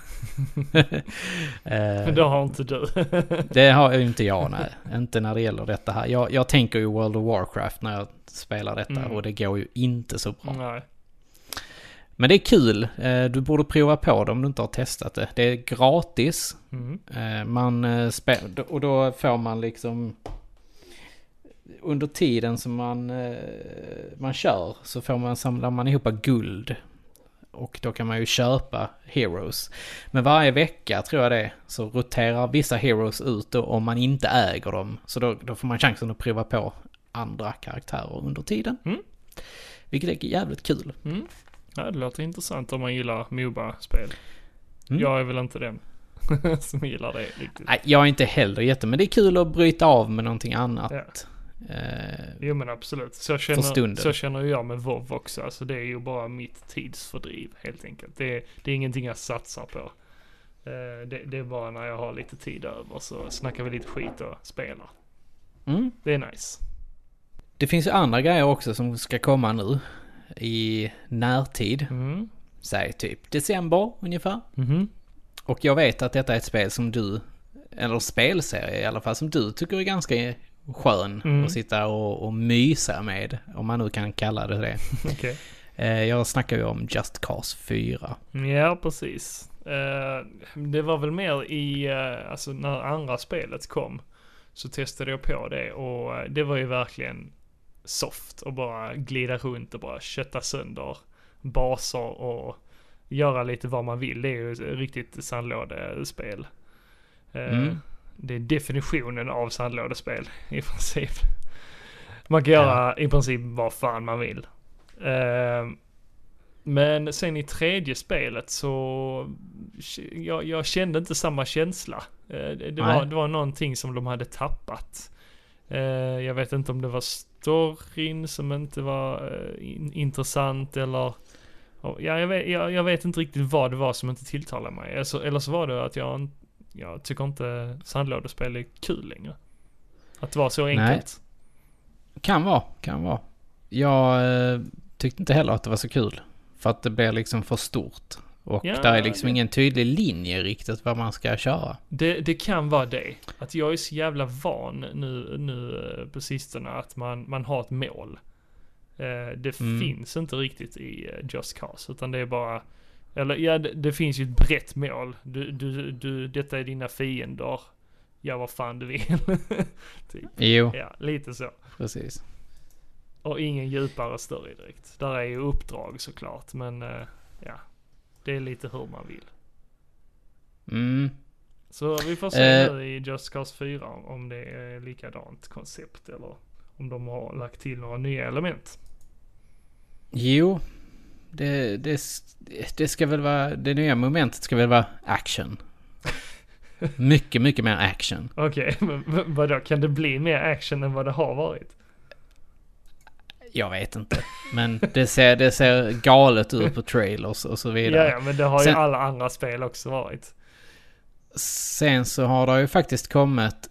Men det har inte du. Det har ju inte jag, nej. Inte när det gäller detta här. Jag tänker ju World of Warcraft när jag spelar detta. Och det går ju inte så bra. Nej. Men det är kul. Du borde prova på det om du inte har testat det. Det är gratis. Och då får man liksom... under tiden som man kör så samlar man ihop guld. Och då kan man ju köpa heroes. Men varje vecka tror jag det så roterar vissa heroes ut då, om man inte äger dem. Så då får man chansen att prova på andra karaktärer under tiden. Vilket är jävligt kul. Ja, det låter intressant om man gillar MOBA-spel. Jag är väl inte den som gillar det riktigt. Nej, jag är inte heller men det är kul att bryta av med någonting annat. Ja. Jo men absolut. Så känner jag med WoW också. Alltså det är ju bara mitt tidsfördriv helt enkelt. Det är ingenting jag satsar på. Det är bara när jag har lite tid över så snackar vi lite skit och spelar. Det är nice. Det finns ju andra grejer också som ska komma nu i närtid. Säg typ december ungefär. Och jag vet att detta är ett spel som du, eller spelserie i alla fall, som du tycker är ganska skön att sitta och mysa med, om man nu kan kalla det. Okay. Jag snackar ju om Just Cause 4. Ja, precis. Det var väl mer i, alltså när andra spelet kom så testade jag på det och det var ju verkligen soft och bara glida runt och bara kötta sönder baser och göra lite vad man vill. Det är ju ett riktigt sandlådespel. Det är definitionen av sandlådespel i princip. Man kan göra i princip vad fan man vill. Men sen i tredje spelet så jag kände inte samma känsla. Det var någonting som de hade tappat. Jag vet inte om det var storyn som inte var intressant eller jag vet inte riktigt vad det var som inte tilltalade mig. Eller så var det att jag tycker inte sandlådespel är kul längre. Att det var så enkelt. Nej. Kan vara. Jag tyckte inte heller att det var så kul. För att det blir liksom för stort. Och där är liksom ingen tydlig linje riktigt vad man ska köra. Det kan vara det. Att jag är så jävla van nu på sistone att man har ett mål. Det finns inte riktigt i Just Cause. Utan det är bara... Eller det finns ju ett brett mål. Detta är dina fiender. Ja, vad fan du vill. Typ. Jo. Ja, lite så. Precis. Och ingen djupare story direkt. Där är ju uppdrag såklart. Men det är lite hur man vill. Så vi får se nu i Just Cause 4 om det är likadant koncept. Eller om de har lagt till några nya element. Jo. Det ska väl vara, det nya momentet ska väl vara action. Mycket, mycket mer action. Okej, men vadå? Kan det bli mer action än vad det har varit? Jag vet inte. Men det ser galet ut på trailers och så vidare. Ja, men det har ju alla andra spel också varit. Sen så har det ju faktiskt kommit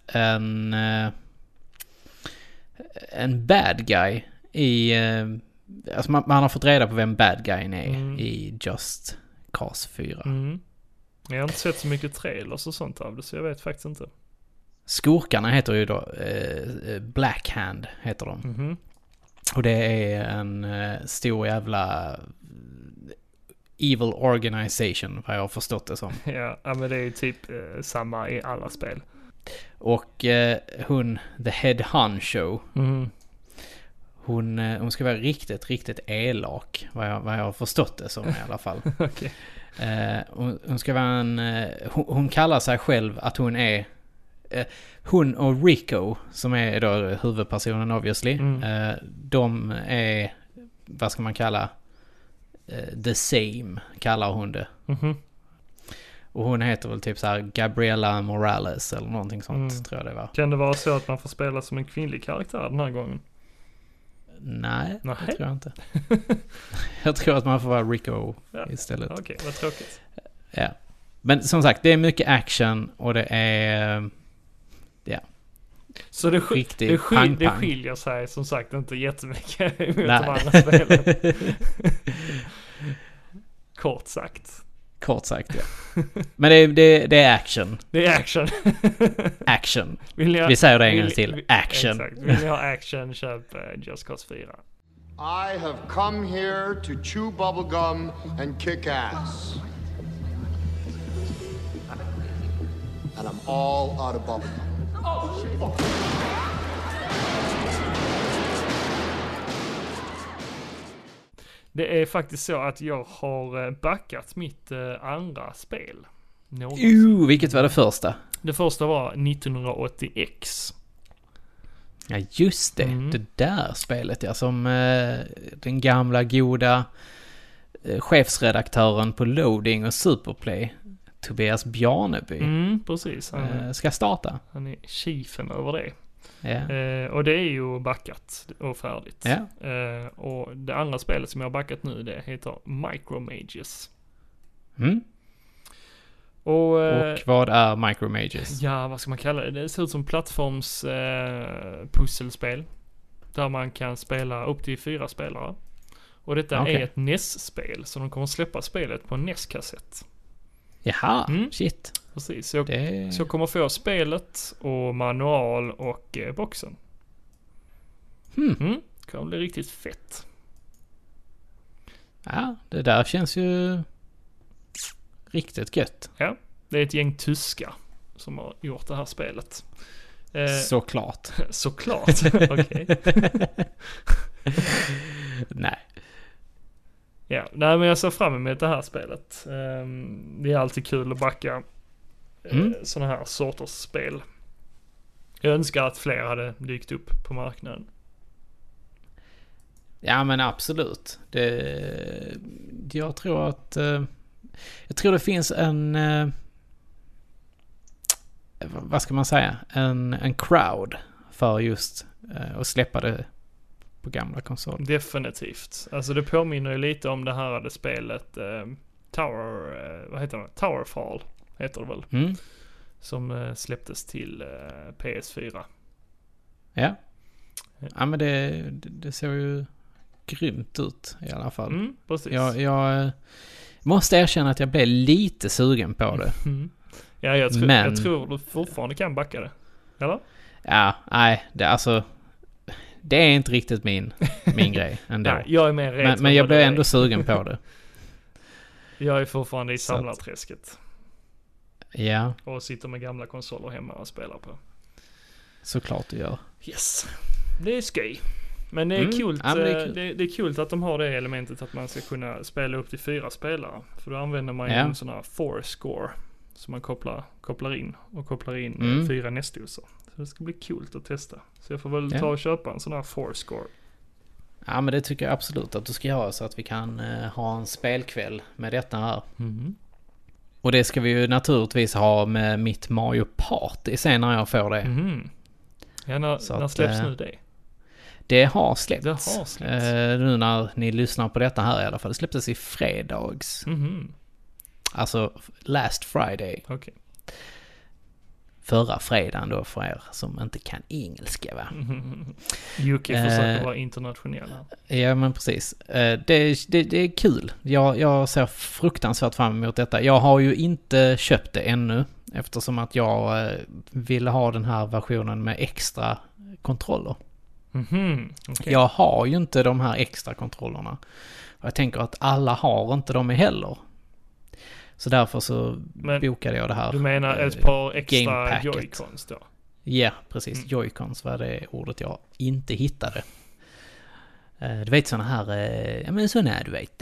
en bad guy i... Alltså man har fått reda på vem bad guyen är i Just Cause 4. Jag har inte sett så mycket trailers och sånt av det, så jag vet faktiskt inte. Skurkarna heter ju då Black Hand heter de. Och det är en stor jävla evil organization, vad jag har förstått det som. Ja, men det är ju typ samma i alla spel. Och hon, the head honcho, hon ska vara riktigt, riktigt elak, vad jag har förstått det som i alla fall. Okay. Hon ska vara hon kallar sig själv att hon är hon och Rico, som är då huvudpersonen obviously, de är, vad ska man kalla, the same kallar hon det. Och hon heter väl typ så här Gabriella Morales eller någonting sånt, tror jag det var. Kan det vara så att man får spela som en kvinnlig karaktär den här gången? Nej, det tror jag inte. Jag tror att man får vara Rico istället. Okej, vad tråkigt. Ja. Men som sagt, det är mycket action och det är så det skiljer sig som sagt inte jättemycket mot de andra spelen. Kort sagt, ja. Men det är action. Det är action. Action. Vi säger det en gång till. Action. Exakt. Vill ni ha action, köp Just Cause 4. I have come here to chew bubblegum and kick ass. And I'm all out of bubblegum. Oh, shit. Det är faktiskt så att jag har backat mitt andra spel. Vilket var det första? Det första var 1980X. Ja, just det. Det där spelet, ja. Som den gamla goda chefsredaktören på Loading och Superplay, Tobias Bjarneby, precis. ska starta. Han är chiefen över det. Ja. Och det är ju backat och färdigt. Ja. Och det andra spelet som jag har backat nu, det heter Micromages. Och vad är Micromages? Ja, vad ska man kalla det? Det ser ut som plattforms pusselspel. Där man kan spela upp till 4 spelare. Och detta är ett NES-spel. Så de kommer släppa spelet på NES-kassett. Jaha, shit. Precis, så jag kommer få spelet och manual och boxen. Kommer bli riktigt fett. Ja, det där känns ju riktigt gött. Ja, det är ett gäng tyskar som har gjort det här spelet. Såklart. Såklart, okej. Nej. Ja, nej, men jag ser fram emot det här spelet. Det är alltid kul att backa sådana här sorters spel. Jag önskar att fler hade dykt upp på marknaden. Ja, men absolut. Jag tror att det finns en vad ska man säga, en crowd för just att släppa det på gamla konsoler. Definitivt. Alltså det påminner ju lite om det här spelet vad heter det? Towerfall heter det väl? Som släpptes till PS4. Ja. Ja, men det ser ju grymt ut i alla fall. Precis. Jag måste erkänna att jag blev lite sugen på det. Ja, jag tror du fortfarande kan backa det. Eller? Ja, nej, det är inte riktigt min grej ändå. Nej, jag är mer rädd. Men jag blev ändå sugen på det. Jag är fortfarande i samlarträsket. Ja. Och sitter med gamla konsoler hemma och spelar på. Såklart du gör. Yes. Det är skoj. Men det är kul. Det är kul att de har det elementet att man ska kunna spela upp till 4 spelare. För då använder man ju en sån här Fourscore som man kopplar in 4 nästdosor. Så det ska bli kul att testa. Så jag får väl ta och köpa en sån här Fourscore. Ja, men det tycker jag absolut att du ska göra, så att vi kan ha en spelkväll med detta här. Och det ska vi ju naturligtvis ha med mitt Mario Party sen när jag får det. Ja, när släpps nu det? Det har släppts. Nu när ni lyssnar på detta här i alla fall. Det släpptes i fredags. Alltså last Friday. Okay. Förra fredagen då, för er som inte kan engelska, va? Jocke försöker vara internationell här. Ja, men precis. Det är kul. Jag ser fruktansvärt fram emot detta. Jag har ju inte köpt det ännu, eftersom att jag ville ha den här versionen med extra kontroller. Okay. Jag har ju inte de här extra kontrollerna. Och jag tänker att alla har inte dem heller. Så därför så bokade jag det här. Du menar ett par extra Joy-Cons då? Ja, precis. Joy-Cons var det ordet jag inte hittade. Du vet såna här, du vet,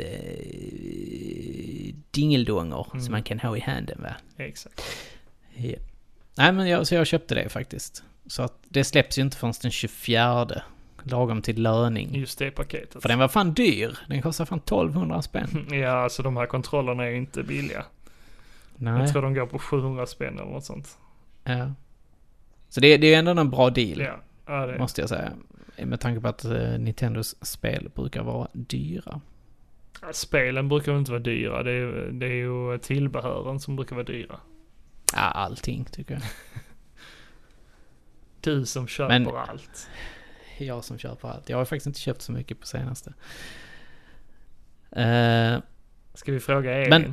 dingeldånger som man kan ha i handen, va? Exakt. Ja. Nej, men jag köpte det faktiskt. Så att det släpps ju inte förrän den 24, lagom till löning. Just det paketet. För den var fan dyr. Den kostar fan 1200 spänn. Ja, alltså de här kontrollerna är ju inte billiga. Nej. Jag tror de går på 700 spänn eller något sånt. Ja. Så det är ju ändå en bra deal. Ja, det måste jag säga. Med tanke på att Nintendos spel brukar vara dyra. Ja, spelen brukar inte vara dyra. Det är ju tillbehören som brukar vara dyra. Ja, allting tycker jag. Du som köper allt. Jag som köper allt. Jag har faktiskt inte köpt så mycket på senaste. Ska vi fråga Elin?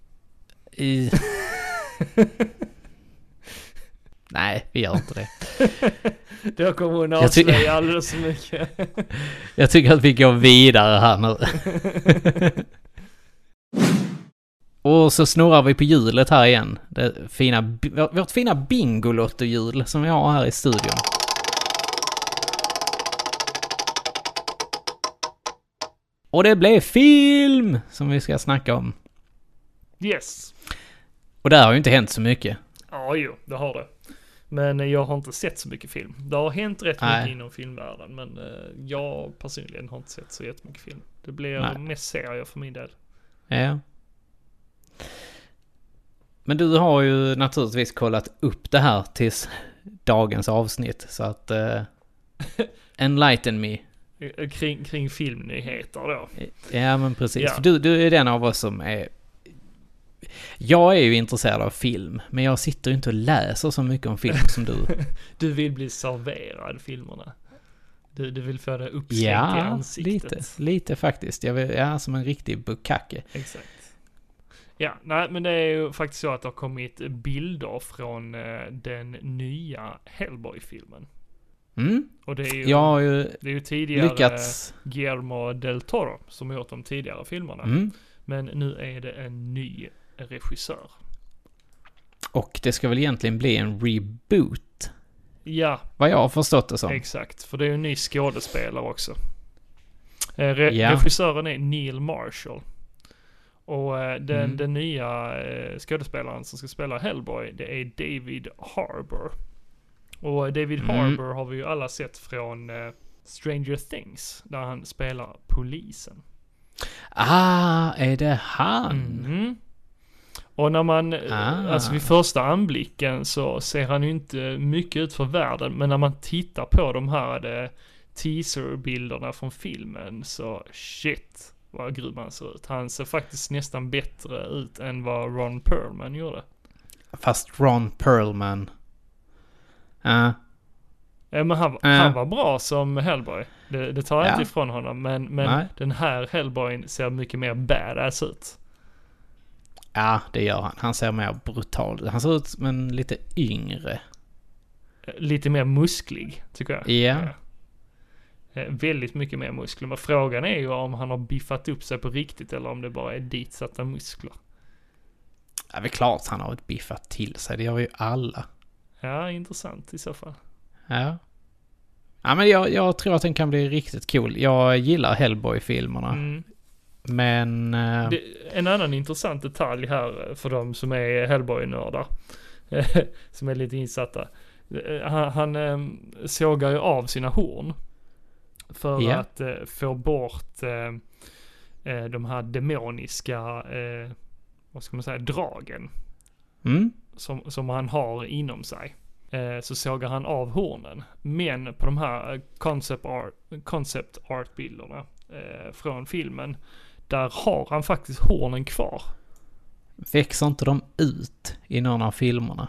Nej, vi gör inte det. Då kommer hon avslöja alldeles för mycket. Jag tycker att vi går vidare här nu. Och så snurrar vi på hjulet här igen. Vårt fina Bingolotto-hjul som vi har här i studion. Och det blev film som vi ska snacka om. Yes. Och där har ju inte hänt så mycket. Ja, jo, det har det. Men jag har inte sett så mycket film. Det har hänt rätt mycket inom filmvärlden, men jag personligen har inte sett så jättemycket film. Det blir mest serier för min del. Ja. Men du har ju naturligtvis kollat upp det här tills dagens avsnitt, så att enlighten me. Kring filmnyheter då. Ja, men precis. Ja. För du är den av oss som är... Jag är ju intresserad av film, men jag sitter ju inte och läser så mycket om film som du. Du vill bli serverad filmerna. Du vill få det uppsläckt i ansiktet. Lite faktiskt. Jag vill, som en riktig bukake. Exakt. Ja, nej, men det är ju faktiskt så att det har kommit bilder från den nya Hellboy-filmen. Mm. Och det är ju, det är ju tidigare lyckats. Guillermo del Toro som har gjort de tidigare filmerna. Mm. Men nu är det en ny regissör. Och det ska väl egentligen bli en reboot? Ja. Vad jag har förstått det som. Exakt, för det är ju en ny skådespelare också. Regissören är Neil Marshall. Och den nya skådespelaren som ska spela Hellboy, det är David Harbour. Och David Harbour har vi ju alla sett från Stranger Things, där han spelar polisen. Är det han? Mm. Och när man, alltså vid första anblicken så ser han ju inte mycket ut för världen, men när man tittar på de här teaserbilderna från filmen så shit vad grym han ser ut. Han ser faktiskt nästan bättre ut än vad Ron Perlman gjorde. Fast Ron Perlman... Men han var bra som Hellboy. Det tar jag inte ifrån honom. Men den här Hellboyn ser mycket mer badass ut. Ja, det gör han. Han ser mer brutal. Han ser ut som en lite yngre. Lite mer musklig, tycker jag. Ja. Väldigt mycket mer muskler. Men frågan är ju om han har biffat upp sig på riktigt eller om det bara är ditsatta muskler. Ja, det är klart han har ett biffat till sig. Det gör ju alla. Ja, intressant i så fall. Ja. Ja, men jag tror att den kan bli riktigt cool. Jag gillar Hellboy-filmerna. Men... en annan intressant detalj här för de som är Hellboy-nördar. Som är lite insatta. Han sågar ju av sina horn. För att få bort de här demoniska, vad ska man säga, dragen. Som han har inom sig. Så sågar han av hornen. Men på de här concept art-bilderna från filmen, där har han faktiskt hornen kvar. Växer inte de ut i någon av filmerna?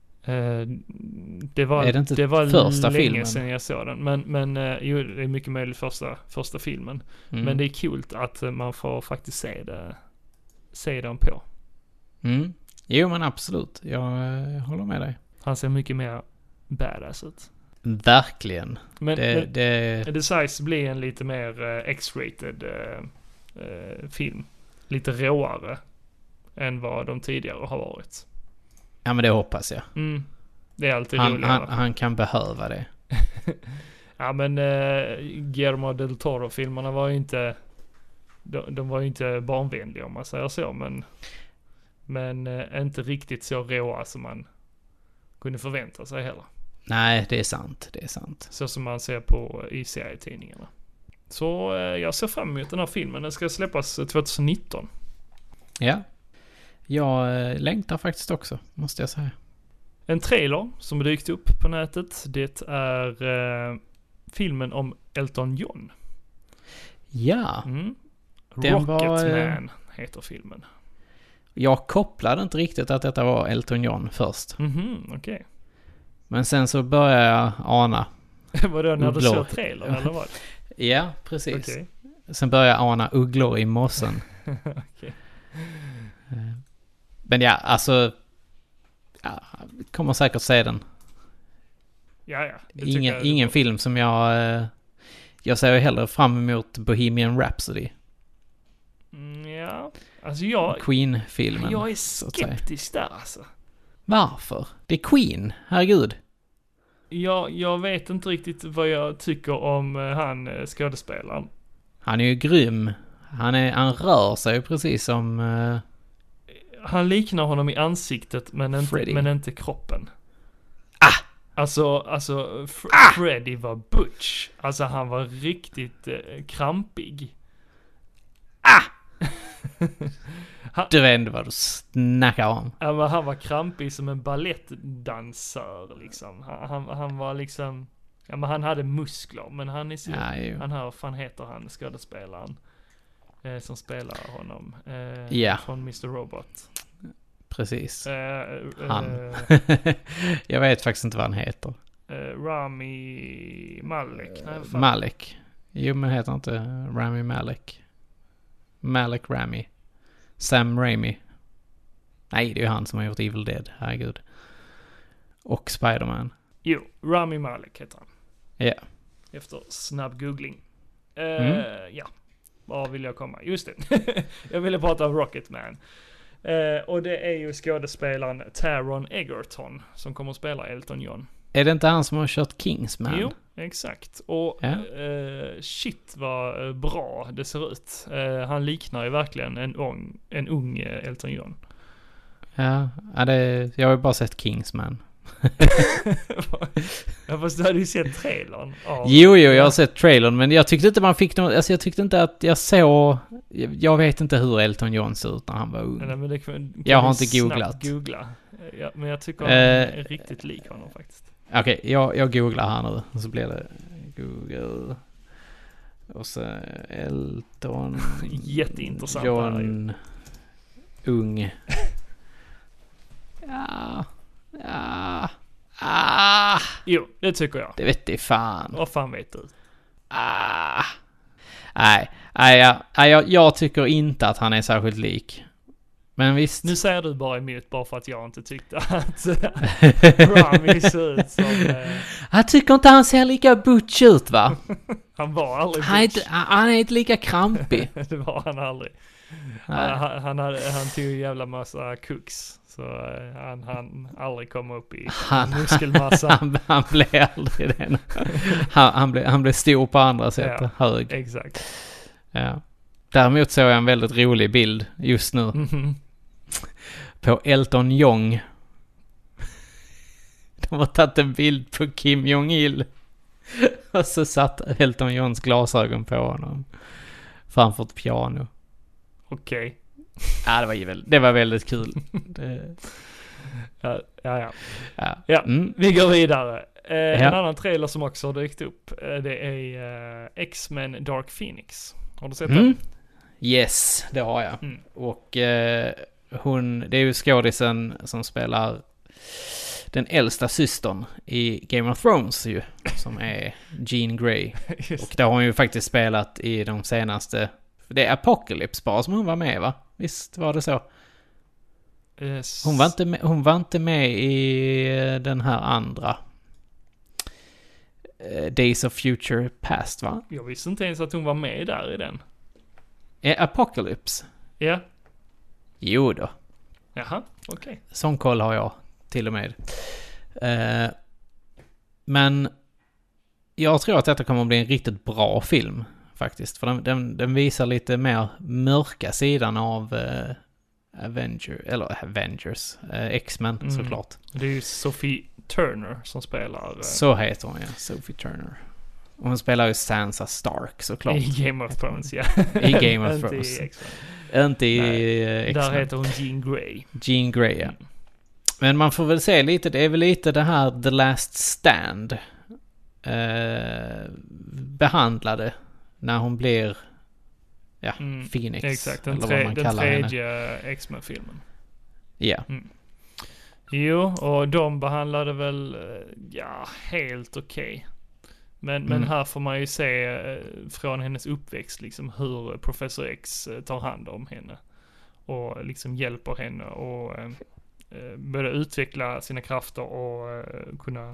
Det var, är det inte det var första länge filmen? sedan jag såg den. Men jo, det är mycket möjligt första filmen. Men det är kul att man får faktiskt se den på. Jo, men absolut. Jag håller med dig. Han ser mycket mer badass ut. Verkligen. Men det sägs bli en lite mer X-rated film. Lite råare än vad de tidigare har varit. Ja, men det hoppas jag. Det är alltid roligare. Han kan behöva det. Ja, men Guillermo del Toro-filmerna var ju inte... De var ju inte barnvänliga om man säger så, men inte riktigt så råa som man kunde förvänta sig heller. Nej, det är sant. Så som man ser på i serietidningarna. Så jag ser fram emot den här filmen. Den ska släppas 2019. Ja. Jag längtar faktiskt också, måste jag säga. En trailer som dykt upp på nätet, det är filmen om Elton John. Ja. Rocketman heter filmen. Jag kopplade inte riktigt att detta var Elton John först. Okej. Men sen så började jag ana. Vadå, när du såg trailern eller vad? Ja, precis. Okay. Sen började jag ana ugglor i mossen. Okay. Men ja, alltså... Ja, kommer säkert se den. Ja. Ingen film som jag... Jag ser ju hellre fram emot Bohemian Rhapsody. Ja, alltså jag... Queen-filmen. Jag är skeptisk där alltså. Varför? Det är Queen, herregud. Jag vet inte riktigt vad jag tycker om han skådespelaren. Han är ju grym. Han rör sig precis som... Han liknar honom i ansiktet men inte kroppen. Alltså Freddy var butch. Alltså han var riktigt krampig. Du vet inte vad du snackar om. Ja, men han var krampig som en ballettdansör liksom. Han var liksom... Ja, men han hade muskler, men han är så... han här, vad fan heter han, skådespelaren som spelar honom från Mr. Robot. Precis. Han. Jag vet faktiskt inte vad han heter. Rami Malek. Malek. Jo, men heter inte Rami Malek. Malek Rami. Sam Raimi. Nej, det är ju han som har gjort Evil Dead. Herregud. Och Spider-Man. Jo, Rami Malek heter han. Ja. Efter snabb googling. Ja, var vill jag komma? Just det. Jag ville prata om Rocketman. Och det är ju skådespelaren Taron Egerton som kommer att spela Elton John. Är det inte han som har kört Kingsman? Jo, exakt. Och shit vad bra det ser ut. Han liknar ju verkligen en ung Elton John. Ja, jag har ju bara sett Kingsman. Ja, fast du hade ju sett trailern. Jo, jag har sett trailern, men jag tyckte inte man fick något, alltså jag tyckte inte att jag vet inte hur Elton John ser ut när han var ung. Nej, men jag har inte googlat. Googla. Ja, men jag tycker han är riktigt lik honom faktiskt. Okej, jag googlar här nu, och så blir det Google och så Elton jätteintressant John ung. Jo, det tycker jag. Det vet det fan. Vad fan vet du? Jag tycker inte att han är särskilt lik. Men visst. Nu säger du bara emot bara för att jag inte tyckte att Rami ser ut som... Jag tycker inte han ser lika butch ut, va? Han var aldrig butch. Han är inte lika krampig. Det var han aldrig. Han tog ju jävla massa cooks. Så han aldrig kom upp i muskelmassa. Han blev aldrig den. Han blev stor på andra sätt. Ja, hög. Exakt. Ja. Däremot såg jag en väldigt rolig bild just nu. Mm-hmm. På Elton John. De har tagit en bild på Kim Jong-il. Och så satt Elton Johns glasögon på honom. Framför ett piano. Okej. Ja, det var väldigt kul. Ja. Vi går vidare. En annan trailer som också har dykt upp, det är X-Men Dark Phoenix. Har du sett den? Yes, det har jag. Och det är ju skådisen som spelar den äldsta systern i Game of Thrones ju, som är Jean Grey. Och det har hon ju faktiskt spelat i de senaste... Det är Apocalypse bara som hon var med, va? Visst var det så? Yes. Hon var inte med i den här andra Days of Future Past, va? Jag visste inte ens att hon var med där i den. Apocalypse? Ja. Jo då. Jaha, okej. Sån koll har jag till och med. Men jag tror att detta kommer att bli en riktigt bra film faktiskt. För den visar lite mer mörka sidan av Avengers. X-Men såklart. Det är ju Sophie Turner som spelar. Så heter hon, ja. Sophie Turner. Och hon spelar ju Sansa Stark såklart. I Game of Thrones, ja. I Game of Thrones. Inte i X-Men. Inte i X-Men. Där heter hon Jean Grey. Jean Grey, ja. Men man får väl se lite, det är väl lite det här The Last Stand behandlade när hon blir Phoenix. Exakt, den tredje X-Men-filmen. Ja. Jo, och de behandlade väl helt okej. Men här får man ju se från hennes uppväxt liksom hur Professor X tar hand om henne och liksom hjälper henne och börja utveckla sina krafter och kunna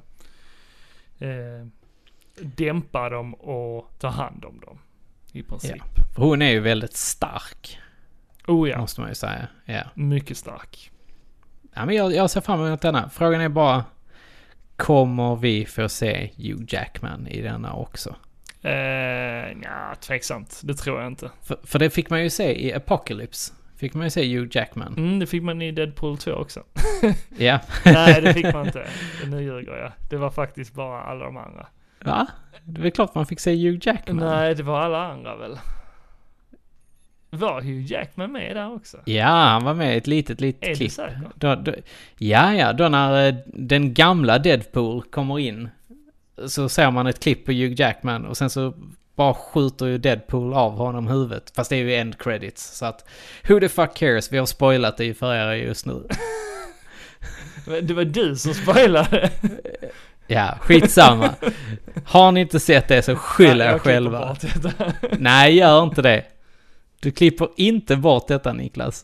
dämpa dem och ta hand om dem i princip. Ja. För hon är ju väldigt stark. Oh ja. Måste man ju säga. Ja. Mycket stark. Ja, men jag ser fram emot denna. Frågan är bara, kommer vi få se Hugh Jackman i denna också? Ja, tveksamt. Det tror jag inte. För det fick man ju se i Apocalypse. Fick man ju se Hugh Jackman. Det fick man i Deadpool 2 också. Ja. Nej, det fick man inte. Nu ljuger jag. Det var faktiskt bara alla de andra. Va? Det var klart man fick se Hugh Jackman. Nej, det var alla andra väl. Var Hugh Jackman med där också? Ja, han var med i ett litet klipp. Är det säkert? Då när den gamla Deadpool kommer in så ser man ett klipp på Hugh Jackman och sen så bara skjuter ju Deadpool av honom huvudet. Fast det är ju end credits. Så att, who the fuck cares? Vi har spoilat det för er just nu. Det var du som spoilade. Ja, skitsamma. Har ni inte sett det så skyll er själva. Nej, gör inte det. Du klipper inte bort detta, Niklas.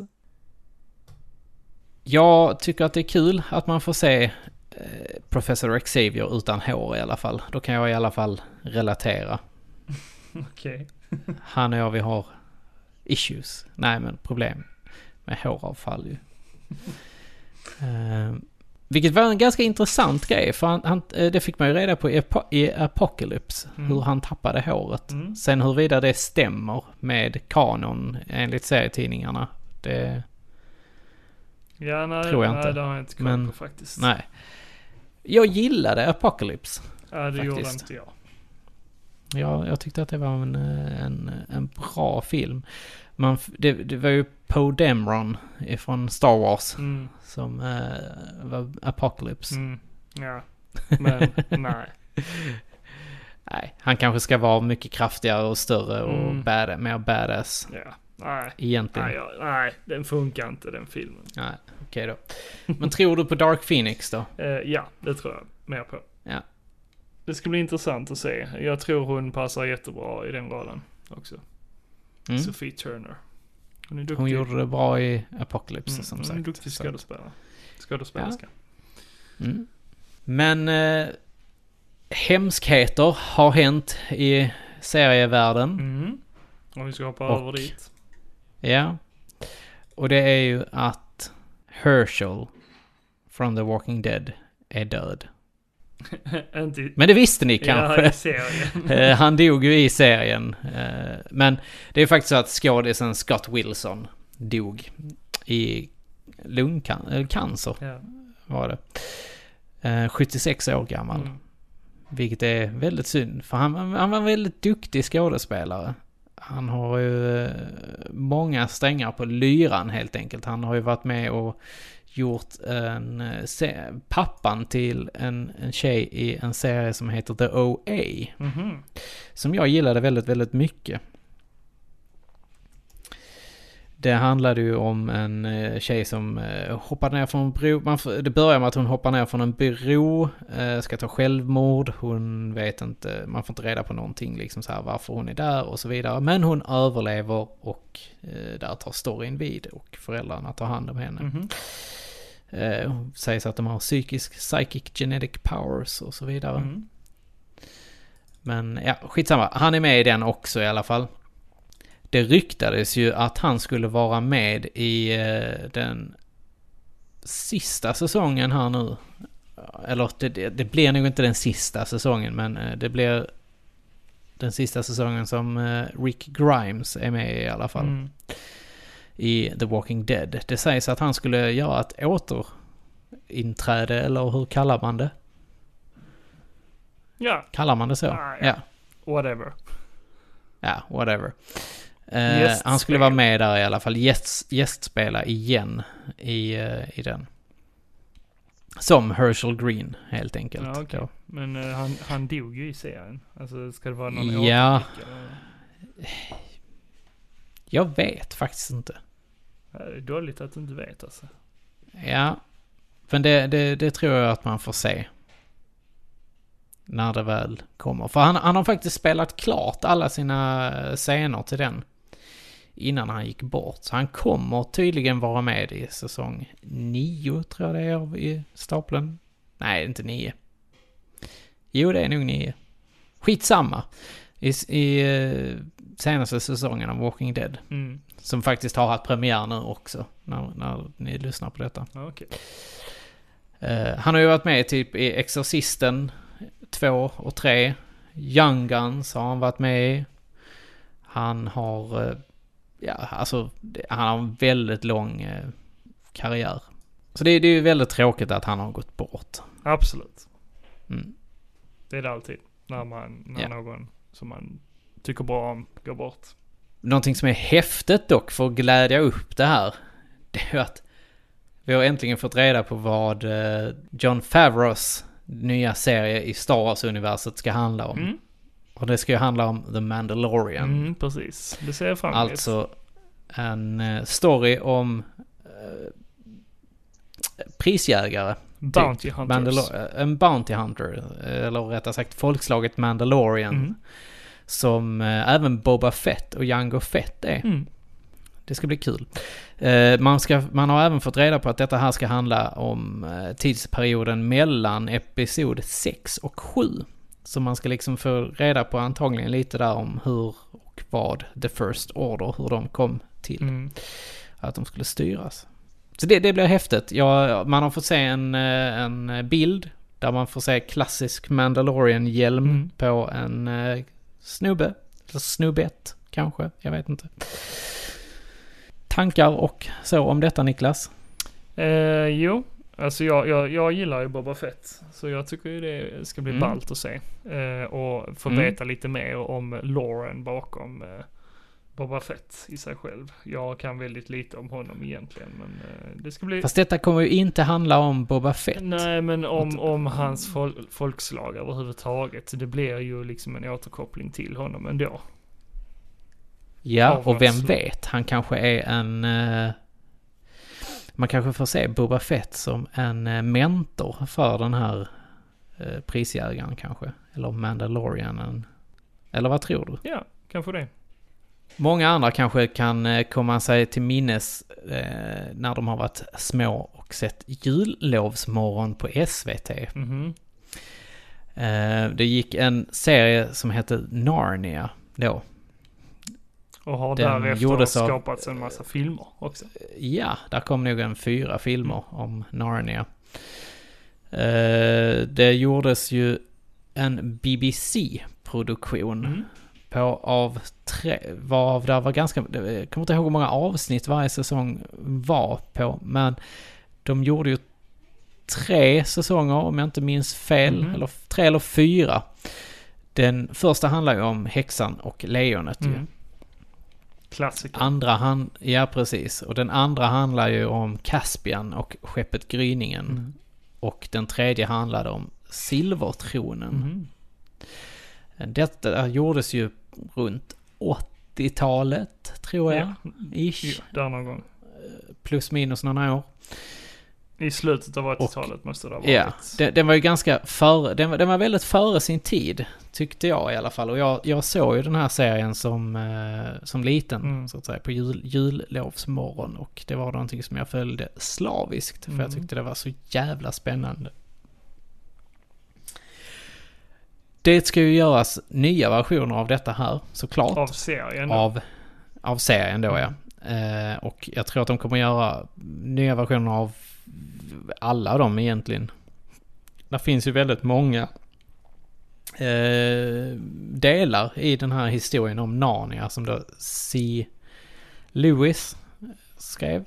Jag tycker att det är kul att man får se Professor Xavier utan hår i alla fall. Då kan jag i alla fall relatera. Okej. Han och jag, vi har issues. Nej, men problem med håravfall ju. Vilket var en ganska intressant grej. För det fick man ju reda på i Apocalypse. Hur han tappade håret. Sen huruvida det stämmer med kanon enligt serietidningarna. Det tror jag inte. Nej, det har jag inte koll på faktiskt. Nej. Jag gillade Apocalypse. Ja, det faktiskt. gjorde inte jag. Ja, jag tyckte att det var en bra film. Det var ju Poe Dameron från Star Wars som var Apocalypse. Ja, men nej. Nej, han kanske ska vara mycket kraftigare och större och mer badass. Ja, nej. Egentligen. Nej, den funkar inte, den filmen. Nej, okej då. Men tror du på Dark Phoenix då? Ja, det tror jag mer på. Ja. Det ska bli intressant att se. Jag tror hon passar jättebra i den rollen också. Sophie Turner. Hon är duktig. Hon gjorde det bra i Apocalypse som sagt. Hon är duktig skådespelerska. Ja. Men hemskheter har hänt i serievärlden. Om vi ska hoppa över dit. Ja. Och det är ju att Herschel från The Walking Dead är död. Men det visste ni kanske. Ja, i serien. Han dog ju i serien. Men det är faktiskt så att skådisen Scott Wilson dog i lungcancer. Ja. Var det. 76 år gammal. Vilket är väldigt synd. För han var en väldigt duktig skådespelare. Han har ju många strängar på lyran helt enkelt. Han har ju varit med och gjort pappan till en tjej i en serie som heter The OA. Som jag gillade väldigt, väldigt mycket. Det handlade ju om en tjej som hoppade ner från en bro. Det börjar med att hon hoppar ner från en bro, ska ta självmord. Hon vet inte, man får inte reda på någonting liksom så här, varför hon är där och så vidare. Men hon överlever och där tar storyn vid och föräldrarna tar hand om henne. Sägs att de har psychic genetic powers och så vidare. Men ja, skitsamma. Han är med i den också i alla fall. Det ryktades ju att han skulle vara med i den sista säsongen här nu. Eller det blir nog inte den sista säsongen, men det blir den sista säsongen som Rick Grimes är med i alla fall. I The Walking Dead. Det sägs att han skulle göra ett återinträde, eller hur kallar man det? Ja. Kallar man det så? Ja. Whatever. Ja, whatever. Han skulle vara med där i alla fall. Gästspela igen i den. Som Herschel Green helt enkelt. Ja, okay. Men han dog ju i serien. Alltså ska det vara någon återblick? Jag vet faktiskt inte. Det är dåligt att du inte vet alltså. Ja. Men det tror jag att man får se. När det väl kommer. För han har faktiskt spelat klart alla sina scener till den. Innan han gick bort. Så han kommer tydligen vara med i säsong 9 tror jag det är i stapeln. Nej, inte 9. Jo, det är nog 9. Skitsamma. I senaste säsongen av Walking Dead. Som faktiskt har haft premiär nu också. När ni lyssnar på detta. Okay. Han har ju varit med typ i Exorcisten 2 och 3. Young Guns har han varit med i. Han har, han har en väldigt lång karriär. Så det är ju väldigt tråkigt att han har gått bort. Absolut. Mm. Det är det alltid. När någon som man tycker bra om går bort. Någonting som är häftigt dock för att glädja upp det här, det är att vi har äntligen fått reda på vad Jon Favreaus nya serie i Star Wars-universet ska handla om. Mm. Och det ska ju handla om The Mandalorian. Precis. Det ser jag fram emot. Alltså en story om prisjägare. Bounty Hunters. En Bounty Hunter. Eller rättare sagt folkslaget Mandalorian. Som även Boba Fett och Jango Fett är. Det ska bli kul. Man har även fått reda på att detta här ska handla om tidsperioden mellan episod 6 och 7. Så man ska liksom få reda på antagligen lite där om hur och vad The First Order, hur de kom till. Att de skulle styras. Så det blir häftigt. Man har fått se en bild där man får se klassisk Mandalorian-hjälm på en snubbe. Eller snubbett kanske, jag vet inte. Tankar och så om detta, Niklas? Jo, alltså jag gillar ju Boba Fett. Så jag tycker ju det ska bli ballt att se. Och få veta lite mer om loren bakom Boba Fett i sig själv. Jag kan väldigt lite om honom egentligen, men det ska bli... Fast detta kommer ju inte handla om Boba Fett. Nej, men om hans folkslag överhuvudtaget. Det blir ju liksom en återkoppling till honom ändå. Ja, och vem vet, han kanske är man kanske får se Boba Fett som en mentor för den här prisjägaren kanske. Eller Mandalorianen. Eller vad tror du? Ja, kanske det. Många andra kanske kan komma sig till minnes när de har varit små och sett Jullovsmorgon på SVT. Det gick en serie som hette Narnia då. Och har därefter skapats en massa filmer också. Ja, där kom nog 4 filmer om Narnia. Det gjordes ju en BBC-produktion varav det var ganska... Jag kommer inte ihåg hur många avsnitt varje säsong var på, men de gjorde ju 3 säsonger om jag inte minns fel, eller 3 eller 4. Den första handlar ju om häxan och lejonet ju. Klassiker. Ja, precis. Och den andra handlar ju om Caspian och skeppet Gryningen. Och den tredje handlade om Silvertronen. Detta gjordes ju runt 80-talet, tror jag. Ish. Ja, där någon gång. Plus minus några år. I slutet av 80-talet måste det ha varit. Ja, den var ju ganska den var väldigt före sin tid, tyckte jag i alla fall. Och jag såg ju den här serien som liten, så att säga, på jullovsmorgon. Och det var någonting som jag följde slaviskt, för jag tyckte det var så jävla spännande. Det ska ju göras nya versioner av detta här, såklart. Av serien då? Av serien då, ja. Och jag tror att de kommer göra nya versioner av alla dem egentligen. Det finns ju väldigt många delar i den här historien om Narnia som då C. Lewis skrev.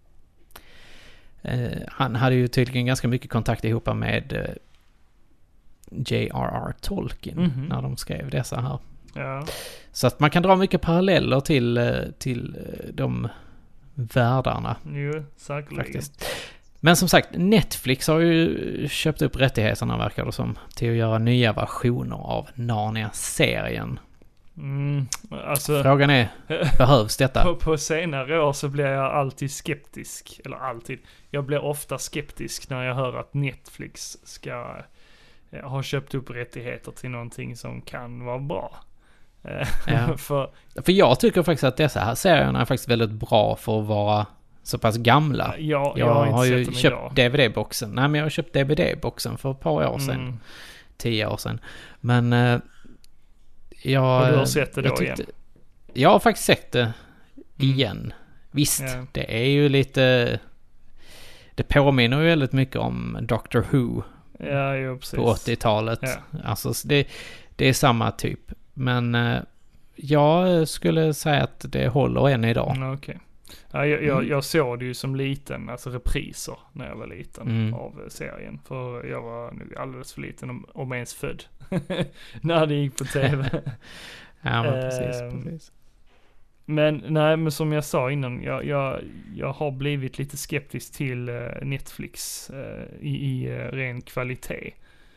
Han hade ju tydligen ganska mycket kontakt ihop med J.R.R. Tolkien när de skrev dessa här. Ja. Så att man kan dra mycket paralleller till de världarna. Jo, säkerligen. Faktiskt. Men som sagt, Netflix har ju köpt upp rättigheterna, verkar det som, till att göra nya versioner av Narnia-serien. Alltså, frågan är, behövs detta? På senare år så blir jag alltid skeptisk. Eller alltid. Jag blir ofta skeptisk när jag hör att Netflix ska ha köpt upp rättigheter till någonting som kan vara bra. Ja. För jag tycker faktiskt att dessa här serierna är faktiskt väldigt bra för att vara så pass gamla. Jag har ju köpt DVD-boxen. Nej, men jag har köpt DVD-boxen för ett par år sedan. 10 år sedan. Men och du har sett det då igen? Jag har faktiskt sett det igen. Visst, det är ju lite... Det påminner ju väldigt mycket om Doctor Who. Ja, jo, precis. På 80-talet. Ja. Alltså, det är samma typ. Men jag skulle säga att det håller än idag. Okej. Ja, jag såg det ju som liten, alltså repriser när jag var liten av serien. För jag var nog alldeles för liten om ens född när det gick på tv. Ja, men precis. Men som jag sa innan, jag har blivit lite skeptisk till Netflix i ren kvalitet.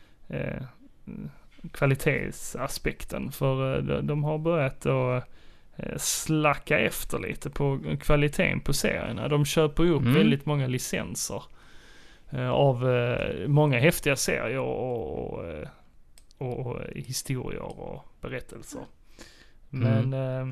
Kvalitetsaspekten. För de har börjat att slacka efter lite på kvaliteten på serierna. De köper upp väldigt många licenser av många häftiga serier och historier och berättelser. Men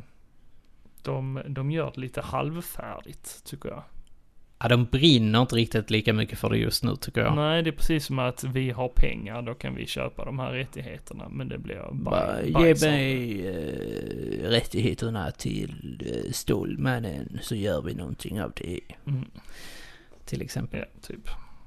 de gör det lite halvfärdigt, tycker jag. Ja, de brinner inte riktigt lika mycket för det just nu, tycker jag. Nej, det är precis som att vi har pengar, då kan vi köpa de här rättigheterna. Men det blir bara ge mig rättigheterna till Stålmannen, så gör vi någonting av det. Till exempel. Ja, typ.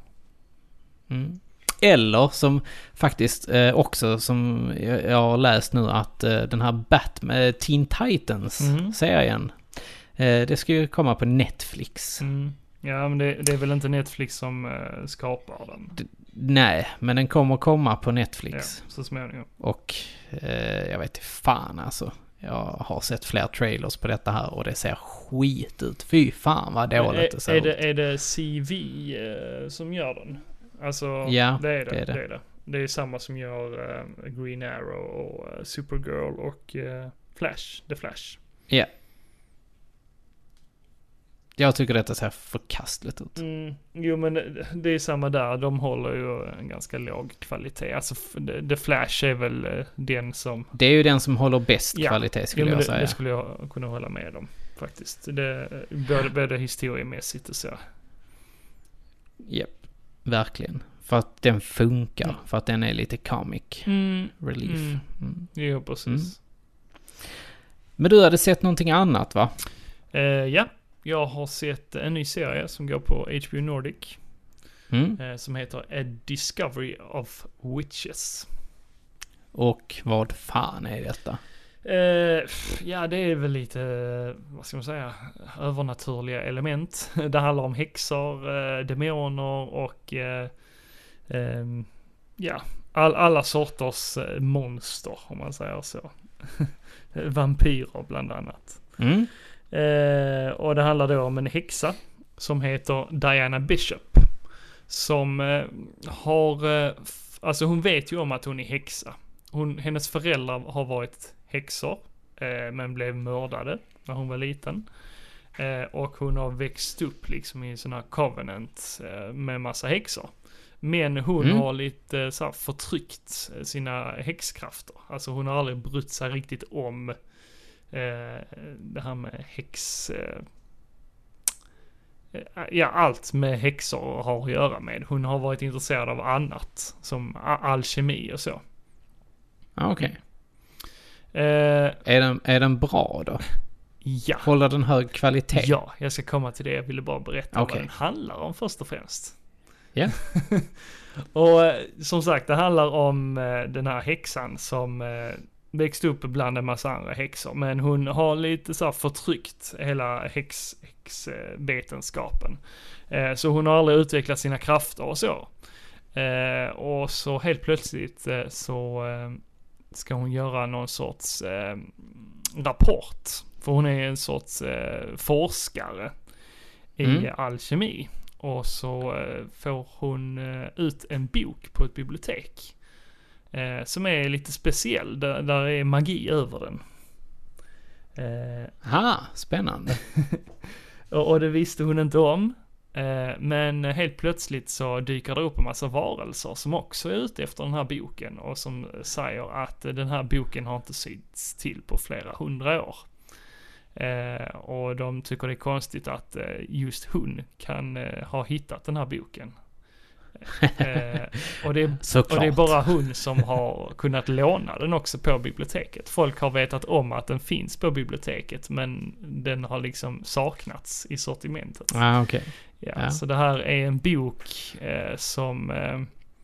Eller som faktiskt också, som jag har läst nu, att den här Batman Teen Titans-serien, det ska ju komma på Netflix. Ja, men det är väl inte Netflix som skapar den? Nej, men den kommer komma på Netflix. Ja, så småningom. Och jag vet inte fan alltså. Jag har sett fler trailers på detta här och det ser skit ut. Fy fan vad dåligt det ser ut. Är det CV som gör den? Alltså, ja, det är det. Det är samma som gör Green Arrow och Supergirl och The Flash. Ja. Jag tycker detta ser förkastligt ut. Jo, men det är samma där. De håller ju en ganska låg kvalitet. Alltså, The Flash är väl den som... Det är ju den som håller bäst kvalitet, skulle jag säga. Det skulle jag kunna hålla med om, faktiskt. Både historiemässigt och så. Japp, verkligen. För att den funkar. För att den är lite comic relief. Ja, precis. Men du hade sett någonting annat, va? Ja. Jag har sett en ny serie som går på HBO Nordic. Som heter A Discovery of Witches. Och vad fan är detta? Ja, det är väl lite, vad ska man säga, övernaturliga element. Det handlar om häxor, demoner och alla sorters monster, om man säger så. Vampyrer bland annat. Och det handlar då om en häxa som heter Diana Bishop. Som alltså hon vet ju om att hon är häxa. Hennes föräldrar har varit häxor, men blev mördade när hon var liten. Och hon har växt upp liksom i en sån här covenant med massa häxor. Men hon har lite så här förtryckt sina häxkrafter. Alltså hon har aldrig brytt sig riktigt om det här med allt med häxor har att göra med. Hon har varit intresserad av annat, som alkemi och så. Okej. Är den bra då? Ja. Håller den hög kvalitet? Ja, jag ska komma till det. Jag ville bara berätta vad den handlar om först och främst. Ja. Och som sagt, det handlar om den här häxan som växte upp bland en massa andra häxor. Men hon har lite så här förtryckt hela häxvetenskapen. Så hon har aldrig utvecklat sina krafter och så. Och så helt plötsligt så ska hon göra någon sorts rapport. För hon är en sorts forskare i alkemi. Och så får hon ut en bok på ett bibliotek. Som är lite speciell. Där är magi över den. Spännande. och det visste hon inte om. Men helt plötsligt så dyker det upp en massa varelser som också är ute efter den här boken. Och som säger att den här boken har inte synts till på flera 100 år. Och de tycker det är konstigt att just hon kan ha hittat den här boken. Och det är bara hon som har kunnat låna den också på biblioteket. Folk har vetat om att den finns på biblioteket, men den har liksom saknats i sortimentet. Okay. Så det här är en bok som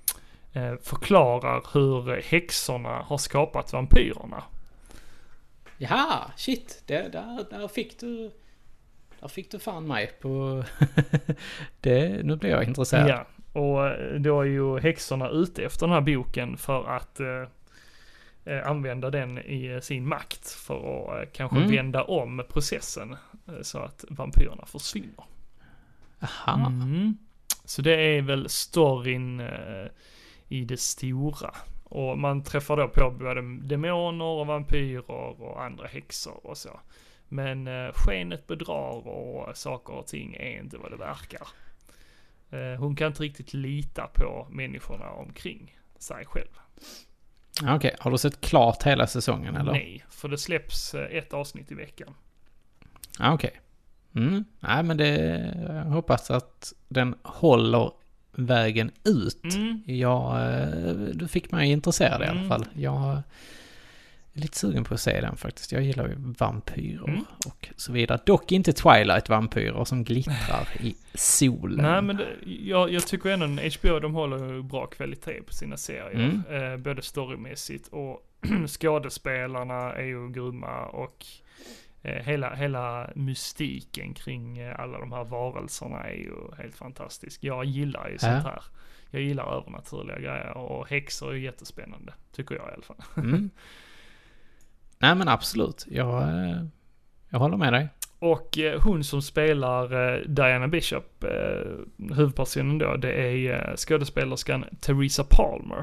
förklarar hur häxorna har skapat vampyrerna. Jaha, shit. Där fick du fan mig på... Nu blir jag intresserad. Ja, och då är ju häxorna ute efter den här boken för att använda den i sin makt för att kanske vända om processen så att vampyrerna försvinner. Aha. Så det är väl storyn i det stora. Och man träffar då på både demoner och vampyrer och andra häxor och så. Men skenet bedrar och saker och ting är inte vad det verkar. Hon kan inte riktigt lita på människorna omkring sig själv. Okej, har du sett klart hela säsongen eller? Nej, för det släpps ett avsnitt i veckan. Okej. Nej, men jag hoppas att den håller vägen ut. Du fick mig intresserad i alla fall. Jag är lite sugen på att se den faktiskt. Jag gillar ju vampyrer och så vidare. Dock inte Twilight-vampyrer som glittrar i solen. Nej, men jag tycker ändå att HBO, de håller bra kvalitet på sina serier. Både storymässigt och skådespelarna är ju grymma och hela mystiken kring alla de här varelserna är ju helt fantastisk. Jag gillar ju sånt här. Jag gillar övernaturliga grejer och häxor är jättespännande, tycker jag i alla fall. Nej, men absolut. Jag håller med dig. Och hon som spelar Diana Bishop, huvudpersonen då, det är skådespelerskan Teresa Palmer.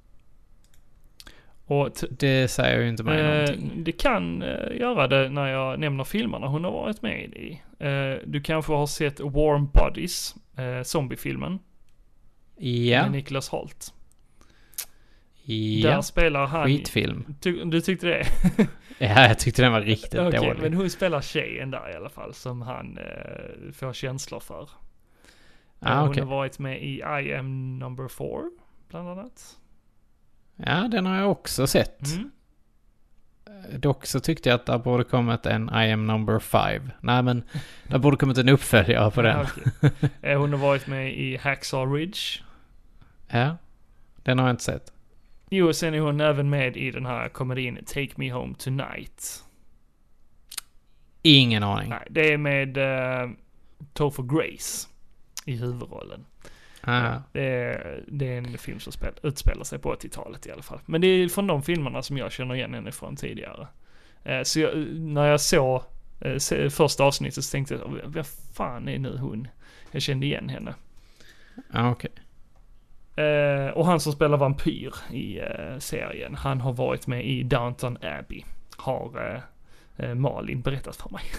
Och det säger ju inte mig någonting. Det kan göra det när jag nämner filmerna hon har varit med i. Du kanske har sett Warm Bodies, zombiefilmen. Ja. Med Nicholas Hoult. Ja. Där spelar han... Skitfilm. Du tyckte det? Ja, jag tyckte den var riktigt dålig. Men hon spelar tjejen där i alla fall, som han får känslor för. Hon har varit med i I Am Number 4, bland annat. Ja, den har jag också sett. Dock så tyckte jag att det borde kommit en I Am Number 5. Nej, men det borde kommit en uppföljare på den. Okay. Hon har varit med i Hacksaw Ridge. Ja, den har jag inte sett. Jo, sen är hon även med i den här komedin Take Me Home Tonight. Ingen aning. Nej, det är med Topher Grace i huvudrollen. Det är en film som utspelar sig på 80-talet i alla fall. Men det är från de filmerna som jag känner igen henne från tidigare. Så när jag såg första avsnittet så tänkte jag, vad fan är nu hon? Jag kände igen henne. Okej. Och han som spelar vampyr i serien, han har varit med i Downton Abbey. Har Malin berättat för mig.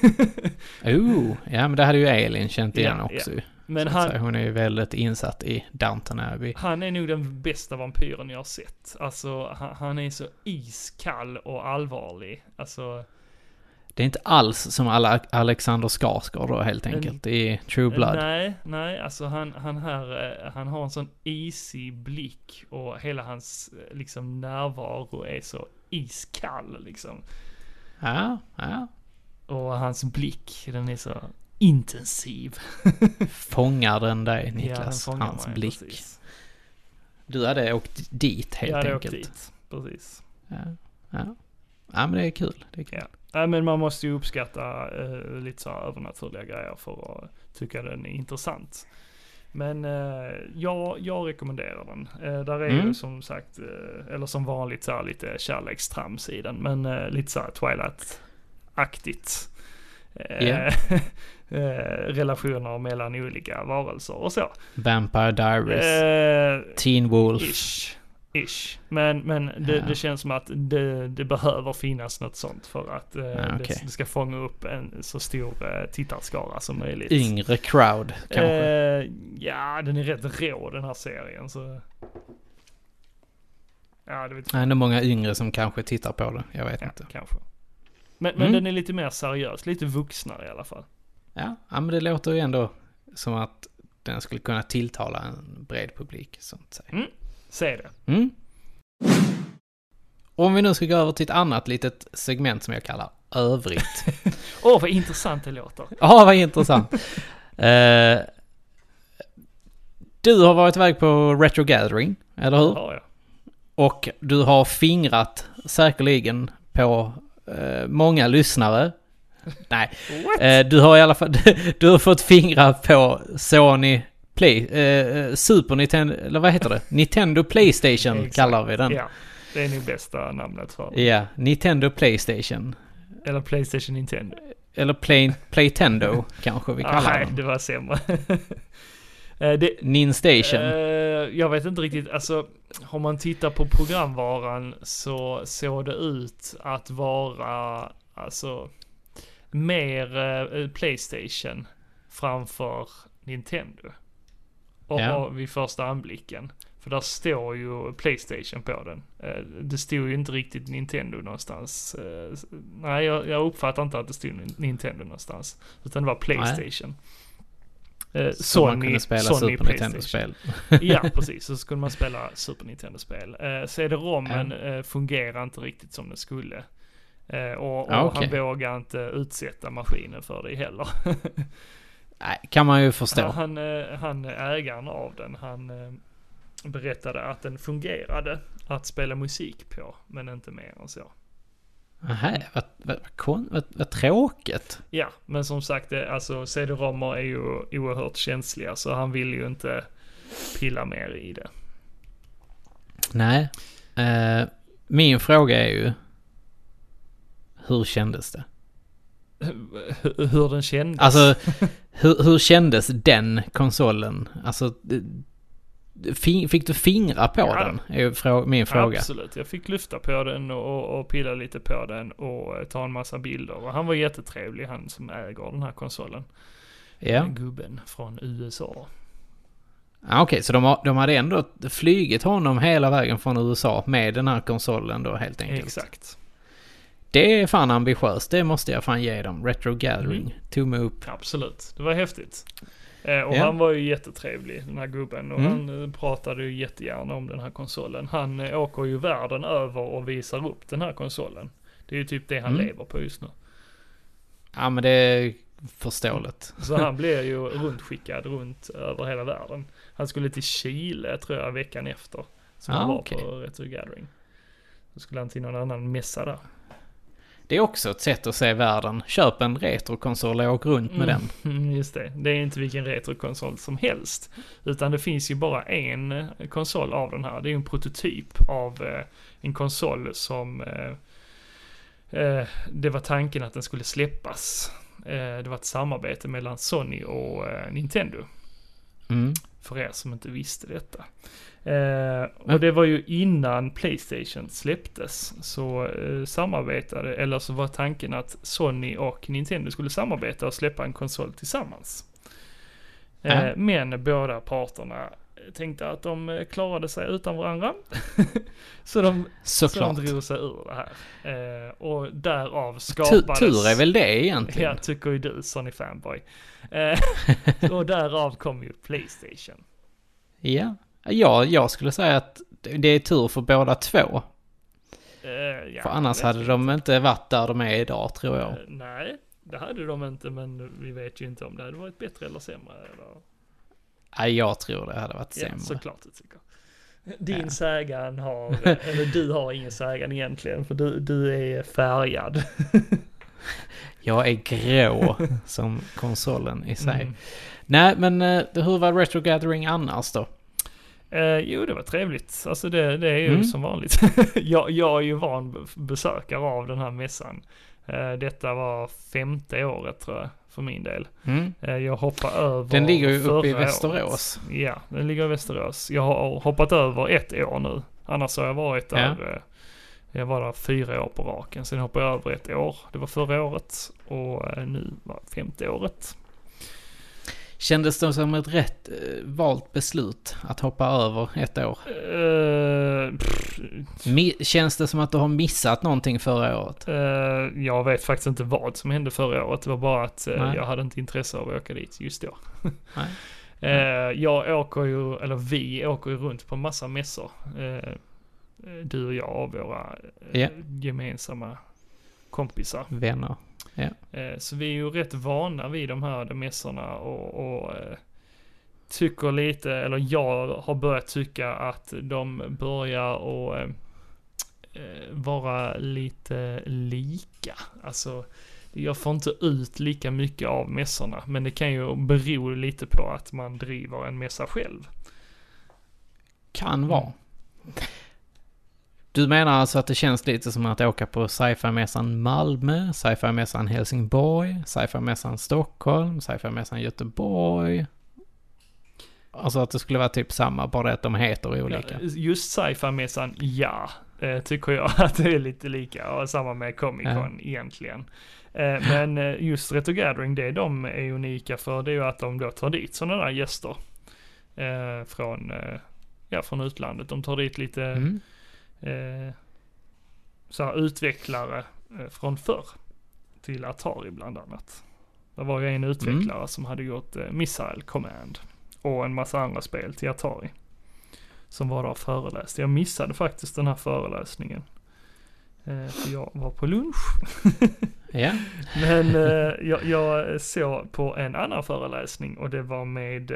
Ja, men det hade ju Elin känt igen också. Ja. Men hon är ju väldigt insatt i Downton Abbey. Han är nog den bästa vampyren jag har sett. Alltså, han är så iskall och allvarlig. Alltså... Det är inte alls som Alexander Skarsgård då, helt enkelt, i True Blood. Nej, alltså han har en sån easy blick och hela hans liksom närvaro är så iskall liksom. Ja. Och hans blick, den är så intensiv. Fångar den dig, Niklas? Ja, hans mig, blick. Precis. Du hade åkt dit helt enkelt. Jag hade åkt dit, precis. Ja, men det är kul. Ja, men man måste ju uppskatta lite så här övernaturliga grejer för att tycka den är intressant. Men jag rekommenderar den. Där är ju som sagt, eller som vanligt så här lite kärlekstrams i den, men lite så här Twilight-aktigt. Relationer mellan olika varelser och så. Vampire Diaries. Teen Wolf. Ish. Men det känns som att det behöver finnas något sånt för att det ska fånga upp en så stor tittarskara som möjligt. Yngre crowd kanske. Ja, den är rätt rå den här serien så. Ja, det vet jag. Det är ändå många yngre som kanske tittar på det. Jag vet inte. Kanske. Men den är lite mer seriös, lite vuxnare i alla fall. Ja, men det låter ju ändå som att den skulle kunna tilltala en bred publik, sånt säger. Se det. Om vi nu ska gå över till ett annat litet segment som jag kallar övrigt. Vad intressant det låter. Ja, vad intressant. Du har varit iväg på Retro Gathering, eller hur? Ja, ja. Och du har fingrat säkerligen på många lyssnare. Nej, du har i alla fall du har fått fingra på Sony Super Nintendo, eller vad heter det? Nintendo PlayStation kallar vi den. Ja, det är nog bästa namnet för det. Ja, Nintendo PlayStation. Eller PlayStation Nintendo. Eller Playtendo kanske vi kallar den. Nej, det var sämre. Ninstation. Jag vet inte riktigt, alltså om man tittar på programvaran så såg det ut att vara alltså mer PlayStation framför Nintendo. Och vid första anblicken. För där står ju PlayStation på den. Det stod ju inte riktigt Nintendo någonstans. Nej, jag uppfattar inte att det stod Nintendo någonstans. Utan det var PlayStation. Så man kunde spela Super Nintendo-spel. Ja, precis. Så skulle man spela Super Nintendo-spel. CD-ROMen fungerar inte riktigt som det skulle. Och han vågar inte utsätta maskinen för det heller. Nej, kan man ju förstå. Han ägaren av den, han berättade att den fungerade att spela musik på, men inte mer än så. Nähä, vad tråkigt. Ja, men som sagt, alltså CD-ROMer är ju oerhört känsliga, så han vill ju inte pilla mer i det. Nej. Min fråga är ju, hur kändes det? Hur den kändes? Alltså, hur kändes den konsolen? Alltså, fick du fingra på den? Är min fråga. Absolut, jag fick lyfta på den och pilla lite på den och ta en massa bilder. Och han var jättetrevlig, han som äger den här konsolen. Ja. Gubben från USA. Okej, så de hade ändå flygit honom hela vägen från USA med den här konsolen då, helt enkelt. Exakt. Det är fan ambitiöst, det måste jag fan ge dem. Retro Gathering, tumme upp. Absolut, det var häftigt. Och han var ju jättetrevlig, den här gubben. Och han pratade ju jättegärna om den här konsolen. Han åker ju världen över och visar upp den här konsolen. Det är ju typ det han lever på just nu. Ja, men det är förståeligt. Så han blir ju runtskickad runt över hela världen. Han skulle till Chile, tror jag, veckan efter. Som han var på Retro Gathering. Så skulle han till någon annan mässa där. Det är också ett sätt att se världen. Köp en retrokonsol och åk runt med den. Just det. Det är inte vilken retrokonsol som helst. Utan det finns ju bara en konsol av den här. Det är ju en prototyp av en konsol som det var tanken att den skulle släppas. Det var ett samarbete mellan Sony och Nintendo. För er som inte visste detta. Och det var ju innan PlayStation släpptes, så samarbetade, eller så var tanken att Sony och Nintendo skulle samarbeta och släppa en konsol tillsammans. Men båda parterna tänkte att de klarade sig utan varandra. så de drog sig ur det här. Och därav skapades... Tur är väl det egentligen? Ja, tycker ju du, Sony fanboy. Och därav kom ju PlayStation. Ja, jag skulle säga att det är tur för båda två. För annars hade de inte varit där de är idag, tror jag. Nej, det hade de inte, men vi vet ju inte om det hade varit bättre eller sämre. Eller... Nej, jag tror det hade varit sämre. Ja, såklart jag tycker. Din sägan har, eller du har ingen sägan egentligen, för du är färgad. Jag är grå som konsolen i sig. Nej, men hur var Retro Gathering annars då? Jo, det var trevligt. Alltså det är ju som vanligt. jag är ju van besökare av den här mässan. Detta var 5:e året, tror jag, för min del. Jag hoppade över. Den ligger ju uppe i Västerås. Året. Ja, den ligger i Västerås. Jag har hoppat över 1 år nu. Annars har jag varit där. Jag var där 4 år på raken. Sen hoppade jag över 1 år. Det var förra året. Och nu var 5:e året. Kändes det som ett rätt valt beslut att hoppa över 1 år? Känns det som att du har missat någonting förra året? Jag vet faktiskt inte vad som hände förra året. Det var bara att jag hade inte intresse av att åka dit just då. Jag åker ju, eller vi åker ju runt på massa mässor. Du och jag och våra gemensamma kompisar. Vänner. Ja. Så vi är ju rätt vana vid de här mässorna och tycker lite, eller jag har börjat tycka att de börjar att vara lite lika. Alltså, jag får inte ut lika mycket av mässorna, men det kan ju bero lite på att man driver en mässa själv. Kan vara. Du menar alltså att det känns lite som att åka på sci-fi-mässan Malmö, sci-fi-mässan Helsingborg, sci-fi-mässan Stockholm, sci-fi-mässan Göteborg. Alltså att det skulle vara typ samma, bara att de heter olika. Ja, just sci-fi-mässan, tycker jag att det är lite lika. Och samma med Comic-Con egentligen. Men just Retro Gathering, det de är unika för, det är ju att de då tar dit sådana där gäster från utlandet. De tar dit lite så här utvecklare från förr till Atari bland annat. Det var ju en utvecklare som hade gjort Missile Command och en massa andra spel till Atari som var där föreläst. Jag missade faktiskt den här föreläsningen för jag var på lunch. Ja. Men jag såg på en annan föreläsning och det var med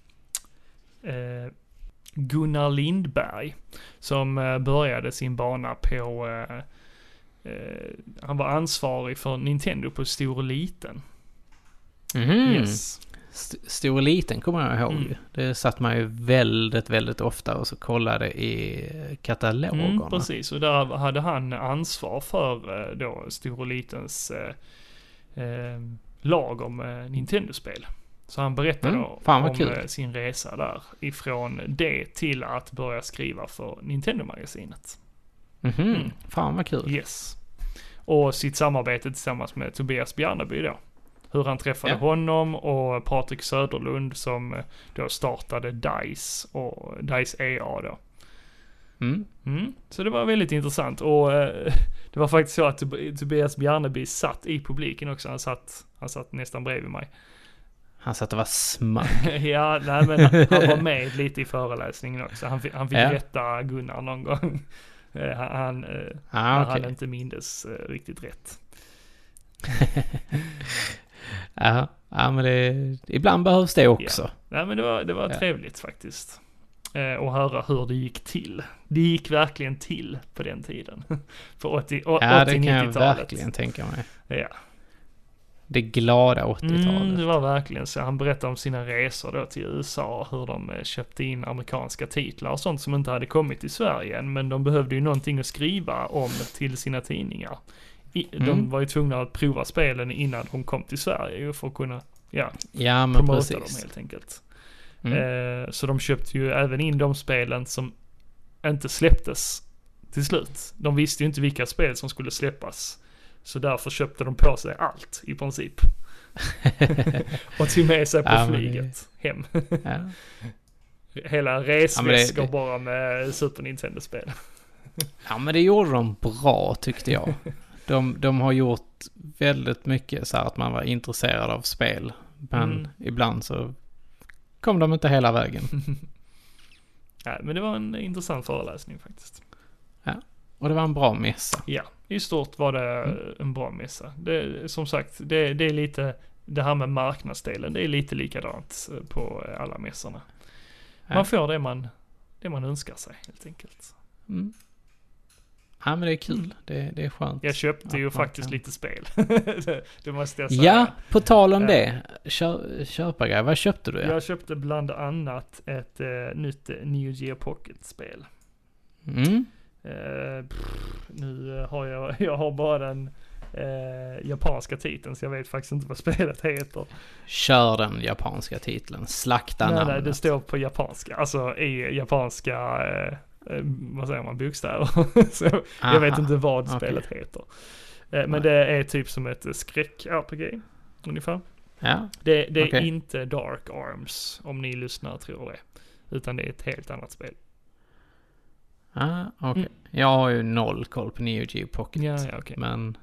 Gunnar Lindberg som började sin bana på han var ansvarig för Nintendo på Stor och Liten. Yes. Stor och Liten kommer jag ihåg. Det satt man ju väldigt, väldigt ofta och så kollade i katalogerna. Precis, och där hade han ansvar för då Stor och Litens lag om Nintendo-spel. Så han berättade om sin resa där, ifrån det till att börja skriva för Nintendo-magasinet. Fan vad kul. Yes. Och sitt samarbete tillsammans med Tobias Bjarneby då. Hur han träffade honom och Patrik Söderlund som då startade DICE och DICE EA då. Så det var väldigt intressant och det var faktiskt så att Tobias Bjarneby satt i publiken också. Han satt nästan bredvid mig. Han satt och var smack. Ja, nej men han var med lite i föreläsningen också. Han fick rätta Gunnar någon gång. Han hade inte mindes riktigt rätt. Ja, men ibland behövs det också. Ja, men det var trevligt faktiskt. Och höra hur det gick till. Det gick verkligen till på den tiden. På 80-90-talet. Det kan jag verkligen tänka mig. Ja. Det glada 80-talet. Det var verkligen så. Han berättade om sina resor då till USA. Hur de köpte in amerikanska titlar och sånt som inte hade kommit till Sverige än. Men de behövde ju någonting att skriva om till sina tidningar. De var ju tvungna att prova spelen innan de kom till Sverige för att kunna promota dem helt enkelt. Så de köpte ju även in de spelen som inte släpptes till slut. De visste ju inte vilka spel som skulle släppas. Så därför köpte de på sig allt i princip. Och tog med sig på flyget hem. Hela resväskor bara med Super Nintendo-spel. Ja, men det gjorde de bra tyckte jag. De har gjort väldigt mycket så att man var intresserad av spel. Men ibland så kom de inte hela vägen. Ja, men det var en intressant föreläsning faktiskt. Ja, och det var en bra mässa. Ja, i stort var det en bra mässa. Som sagt, det är lite det här med marknadsdelen. Det är lite likadant på alla mässorna. Ja. Man får det man önskar sig helt enkelt. Ja, men det är kul. Det är skönt. Jag köpte ju faktiskt lite spel. det måste jag säga. Ja, på tal om det. Köpargrej. Vad köpte du? Jag köpte bland annat ett nytt Neo Geo Pocket-spel. Nu har jag har bara den japanska titeln så jag vet faktiskt inte vad spelet heter. Kör den japanska titeln. Slakta namnet. Nej, det står på japanska. Alltså i japanska... vad säger man, bokstäver. Så jag vet inte vad spelet heter. Men det är typ som ett skräck-RPG ungefär. Ja. Det är inte Dark Arms om ni lyssnar tror det. Utan det är ett helt annat spel. Jag har ju noll koll på Neo Geo Pocket. Ja, okay. Men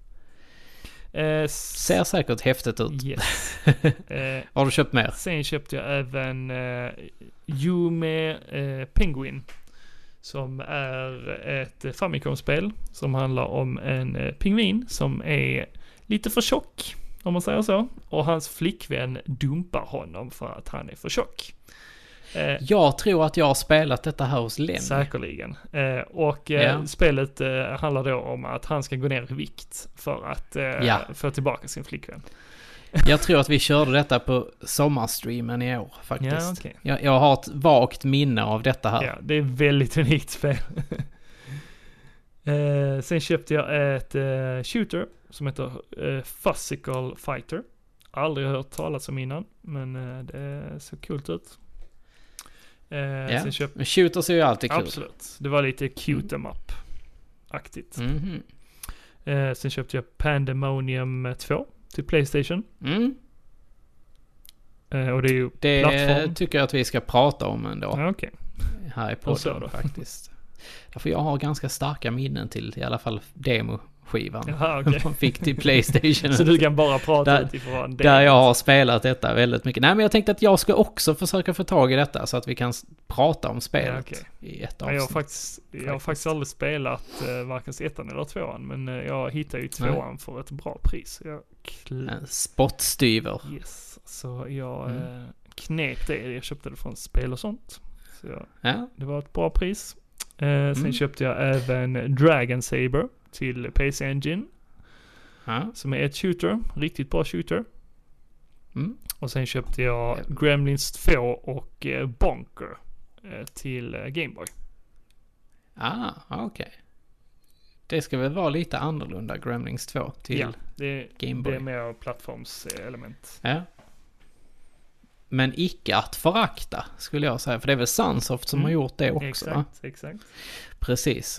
ser säkert häftigt ut. Yes. Har du köpt mer? Sen köpte jag även Yume Penguin. Som är ett Famicom-spel som handlar om en pingvin som är lite för tjock om man säger så. Och hans flickvän dumpar honom för att han är för tjock. Jag tror att jag har spelat detta här hos Lenny. Säkerligen. Spelet handlar då om att han ska gå ner i vikt för att få tillbaka sin flickvän. Jag tror att vi körde detta på sommarstreamen i år faktiskt. Ja, okay. Jag har ett vagt minne av detta här. Ja, det är väldigt unikt spel. Sen köpte jag ett shooter som heter Physical Fighter. Aldrig hört talas om innan, men det ser coolt ut. Men shooters är ju alltid kul. Absolut. Det var lite cute em up-aktigt. Mm-hmm. Sen köpte jag Pandemonium 2 till PlayStation. Och det är ju plattform. Det tycker jag att vi ska prata om ändå. Ja, okay. Här i podden faktiskt. För jag har ganska starka minnen till i alla fall demo-skivan. Jaha, okay. Man fick till PlayStation. Så du kan bara prata utifrån det. Där jag har spelat detta väldigt mycket. Nej, men jag tänkte att jag ska också försöka få tag i detta så att vi kan prata om spelet i ett avsnitt. Jag har faktiskt aldrig spelat varken ettan eller tvåan, men jag hittade ju tvåan för ett bra pris. En spottstyver. Yes, så jag knep det. Jag köpte det från Spel och sånt. Så det var ett bra pris. Sen köpte jag även Dragon Saber till PC Engine. Som är ett shooter. Riktigt bra shooter. Och sen köpte jag Gremlins 2 och Bonker till Game Boy. Okej. Det ska väl vara lite annorlunda, Gremlins 2 till Game Boy. Det är mer plattformselement. Ja. Men icke att förakta, skulle jag säga. För det är väl Sunsoft som har gjort det också. Exakt. Precis.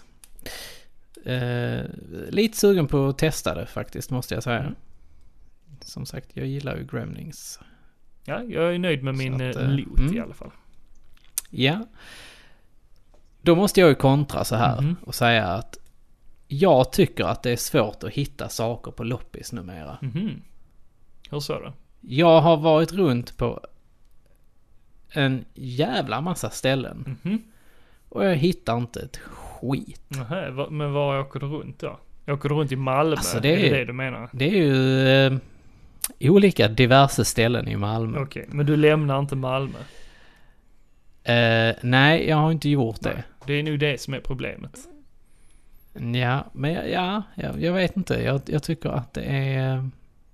Lite sugen på att testa det faktiskt, måste jag säga. Som sagt, jag gillar ju Gremlins. Ja, jag är nöjd med min loot i alla fall. Ja. Då måste jag ju kontra så här och säga att jag tycker att det är svårt att hitta saker på loppis numera. Hur så då? Jag har varit runt på en jävla massa ställen. Och jag hittar inte ett skit. Men var åker du runt då? Jag åker runt i Malmö, alltså är det du menar? Det är ju olika diverse ställen i Malmö. Okej, men du lämnar inte Malmö? Nej, jag har inte gjort det. Det är nog det som är problemet. Ja, men jag vet inte. Jag tycker att det är...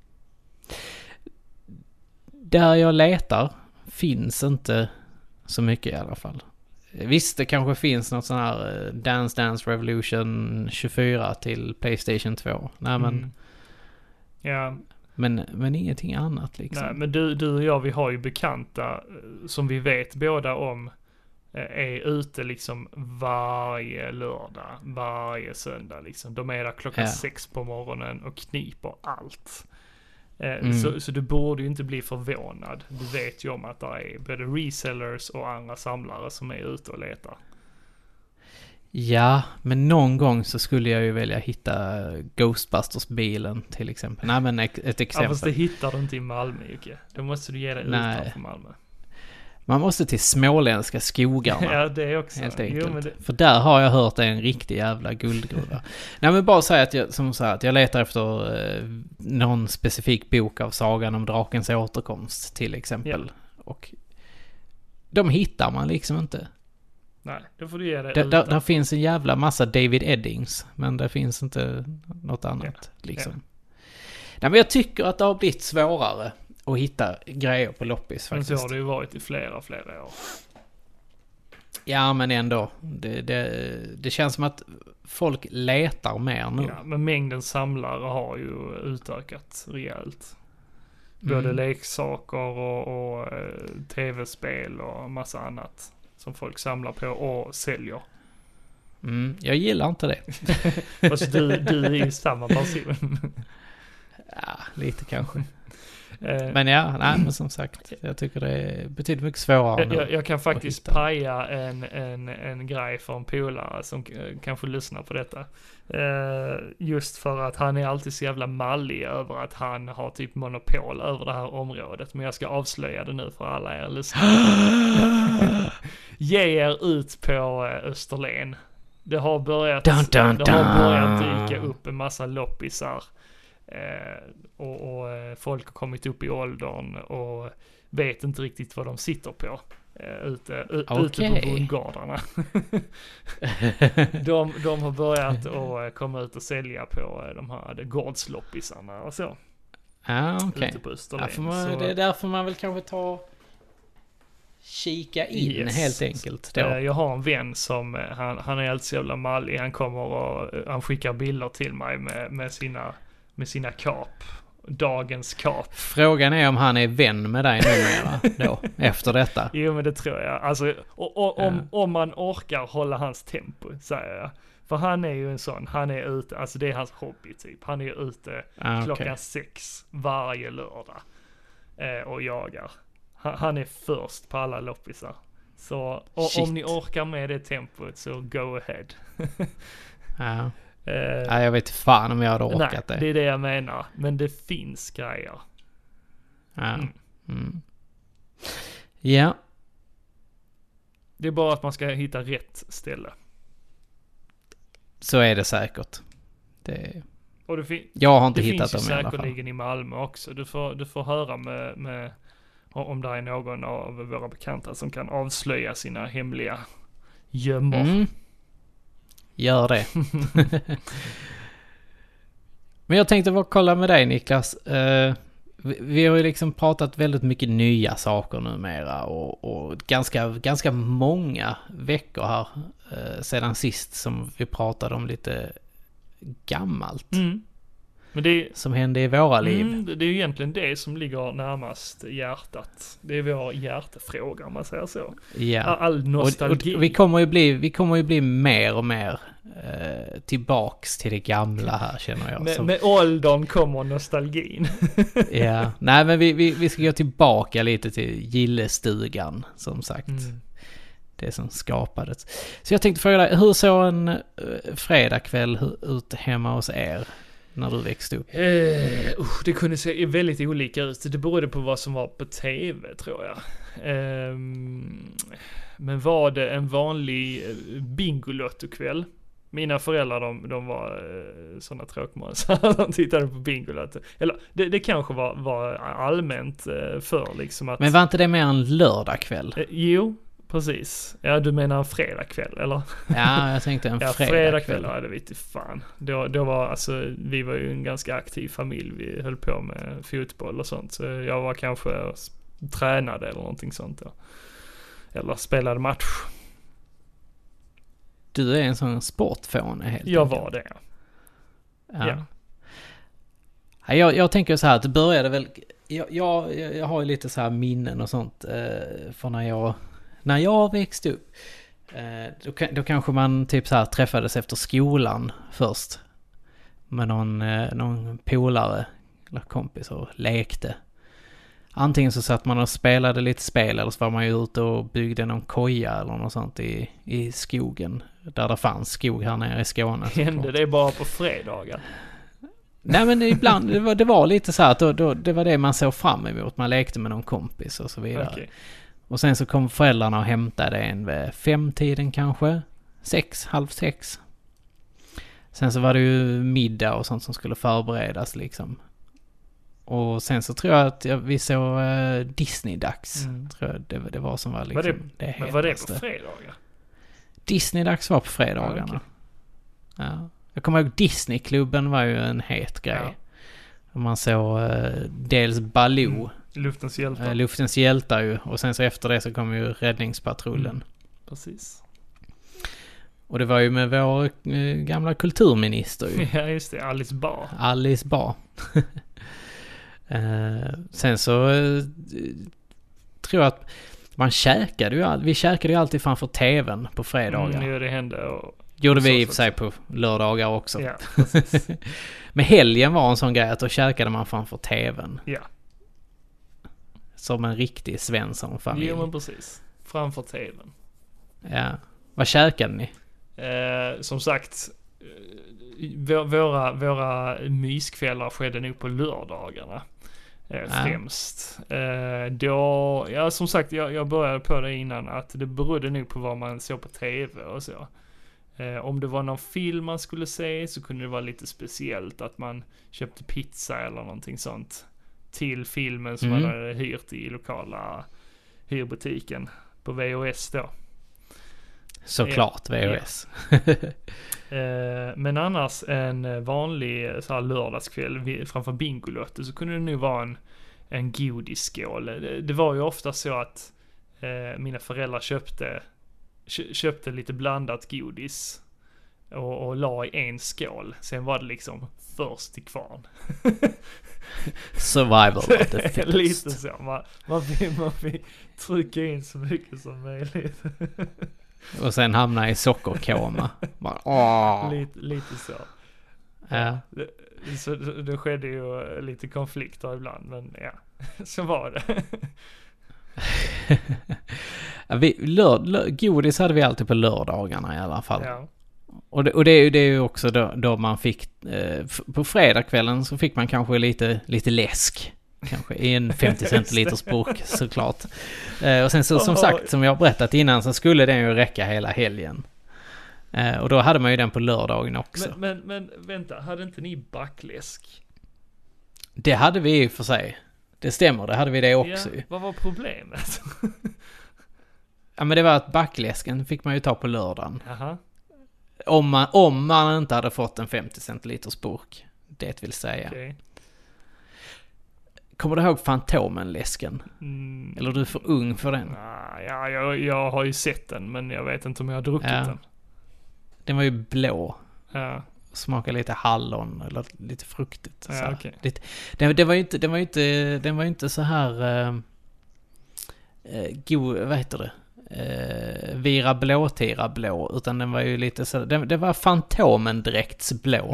Där jag letar finns inte så mycket i alla fall. Visst, det kanske finns något sån här Dance Revolution 24 till PlayStation 2. Nej, men... Ja. Men ingenting annat liksom. Nej, men du och jag, vi har ju bekanta som vi vet båda om är ute liksom varje lördag, varje söndag liksom. De är där klockan 6 på morgonen och kniper allt. Så du borde ju inte bli förvånad. Du vet ju om att det är både resellers och andra samlare som är ute och letar. Ja, men någon gång så skulle jag ju välja hitta Ghostbusters-bilen till exempel. Nej, men ett exempel. Ja, fast det hittar du inte i Malmö, Jocke. Då måste du ge dig utanför Malmö. Man måste till småländska skogarna. Ja, det är också. Helt enkelt. För där har jag hört en riktig jävla guldgruva. Nej, men bara säga att jag letar efter någon specifik bok av Sagan om drakens återkomst till exempel. Och de hittar man liksom inte. Nej, då får du ge det. Där finns en jävla massa David Eddings, men det finns inte något annat liksom. Nej, men jag tycker att det har blivit svårare att hitta grejer på loppis faktiskt. Men så har det ju varit i flera år. Ja, men ändå. Det känns som att folk letar mer nu. Ja, men mängden samlare har ju utökat rejält. Både leksaker och tv-spel och massa annat som folk samlar på och säljer. Jag gillar inte det. Fast du är ju samma person. Ja, lite kanske. Men men som sagt, jag tycker det är betydligt mycket svårare. Jag kan faktiskt paja en grej för en polare som kanske lyssnar på detta. Just för att han är alltid så jävla mallig över att han har typ monopol över det här området. Men jag ska avslöja det nu för alla er lyssnare. Ge er ut på Österlen. Det har börjat dyka upp en massa loppisar Och folk har kommit upp i åldern och vet inte riktigt vad de sitter på ute på bondgårdarna. de har börjat att komma ut och sälja på de här gårdsloppisarna och så. Ja, okej. Ute på Österlen. Det är därför man väl kanske kika in helt enkelt. Då. Jag har en vän som, han är helt så jävla mallig. Han kommer och han skickar bilder till mig med sina kap. Dagens kap. Frågan är om han är vän med dig numera då, efter detta. Jo, men det tror jag. Alltså, om man orkar hålla hans tempo, säger jag. För han är ju en sån, han är ute, alltså det är hans hobby typ. Han är ute klockan 6 varje lördag och jagar. Han är först på alla loppisar. Så om ni orkar med det tempot så go ahead. Ja. Nej, jag vet fan om jag hade orkat det. Det är det jag menar. Men det finns grejer. Ja. Ja. Det är bara att man ska hitta rätt ställe. Så är det säkert. Och jag har inte hittat dem i alla fall. Det finns ju säkerligen i Malmö också. Du får höra med om det är någon av våra bekanta som kan avslöja sina hemliga gömmor. Gör det. Men jag tänkte bara kolla med dig, Niklas. Vi har ju liksom pratat väldigt mycket nya saker numera och ganska många veckor här sedan sist som vi pratade om lite gammalt. Men som hände i våra liv. Det är ju egentligen det som ligger närmast hjärtat. Det är vår hjärtefråga, om man säger så. Ja. All nostalgi. Och vi kommer ju bli mer och mer tillbaks till det gamla här, känner jag. Med åldern kommer nostalgin. Ja. Nej, men vi ska gå tillbaka lite till gillestugan, som sagt. Det som skapades. Så jag tänkte fråga dig, hur såg en fredagkväll ut hemma hos er när du växte upp? Det kunde se väldigt olika ut. Det berodde på vad som var på tv, tror jag. Men var det en vanlig Bingolotto-kväll? Mina föräldrar, de var sådana tråkmånsar. De tittade på Bingolotto. Eller det kanske var allmänt för liksom att... Men var inte det mer en lördagkväll? Jo, precis. Ja, du menar en fredagkväll, eller? Ja, jag tänkte en fredagkväll. Ja, det vet jag fan. Då var, alltså, vi var ju en ganska aktiv familj. Vi höll på med fotboll och sånt. Så jag var kanske tränade eller någonting sånt då. Eller spelade match. Du är en sån sportfåne helt enkelt. Jag var det. Ja. Jag tänker så här att det började väl... Jag har ju lite så här minnen och sånt från när jag växte upp. Då kanske man typ så här träffades efter skolan först. Med någon polare eller kompis och lekte. Antingen så satt man och spelade lite spel, eller så var man ju ute och byggde någon koja eller något sånt i skogen. Där det fanns skog här nere i Skåne. Hände det bara på fredagar? Nej, men ibland, det var lite så här att det var det man såg fram emot. Man lekte med någon kompis och så vidare. Okay. Och sen så kom föräldrarna och hämtade en vid 5-tiden kanske. 5:30. Sen så var det ju middag och sånt som skulle förberedas liksom. Och sen så tror jag att vi såg Disney-dags. Tror jag det var som var liksom det hetaste. Men var det på fredagar? Disney-dags var på fredagarna. Okay. Ja. Jag kommer ihåg Disney-klubben var ju en het grej. Ja. Man såg dels Baloo. Luftens hjältar ju. Och sen så efter det så kom ju Räddningspatrullen. Precis. Och det var ju med vår gamla kulturminister ju. Ja, just det. Alice Bah. Sen så tror jag att vi käkade ju alltid framför tvn på fredagar. Ja, det hände. Gjorde vi i och för sig på lördagar också. Ja, precis. Men helgen var en sån grej att då käkade man framför tvn. Ja. Som en riktig Svensson-familj. Jo, men precis. Framför tvn. Ja. Vad käkade ni? Som sagt, våra myskvällar skedde nog på lördagarna. Främst. Som sagt, jag började på det innan att det berodde nog på vad man såg på tv och så. Om det var någon film man skulle se så kunde det vara lite speciellt att man köpte pizza eller någonting sånt till filmen som man hade hyrt i lokala hyrbutiken på VHS då. Såklart VHS. Men annars en vanlig så här lördagskväll framför Bingolotto så kunde det nu vara en godisskål. Det var ju ofta så att mina föräldrar köpte lite blandat godis och la i en skål. Sen var det liksom först till kvarn. Survival of the fittest. Lite så. Man vill trycka in så mycket som möjligt. Och sen hamna i sockerkoma. Lite så. Ja. Så det skedde ju lite konflikter ibland, men ja, så var det. Godis hade vi alltid på lördagarna i alla fall. Ja. Och det är ju också då man fick, på fredagskvällen så fick man kanske lite läsk. Kanske i en 50 centiliters burk såklart. Och sen så, som sagt, som jag har berättat innan, så skulle den ju räcka hela helgen. Och då hade man ju den på lördagen också. Men vänta, hade inte ni backläsk? Det hade vi ju för sig. Det stämmer, det hade vi det också. Ja, vad var problemet? Ja, men det var att backläsken fick man ju ta på lördagen. Jaha. Om man inte hade fått en 50 centiliters burk. Det vill säga. Okay. Kommer du ihåg Fantomen-läsken? Eller är du för ung för den? Ja, jag har ju sett den, men jag vet inte om jag har druckit den. Den var ju blå. Ja. Smakade lite hallon eller lite fruktigt. Ja, okay. Den var ju inte så här god, vad heter det? Vira blå, tira blå, utan den var ju lite så, det var Fantomen-dräkts blå.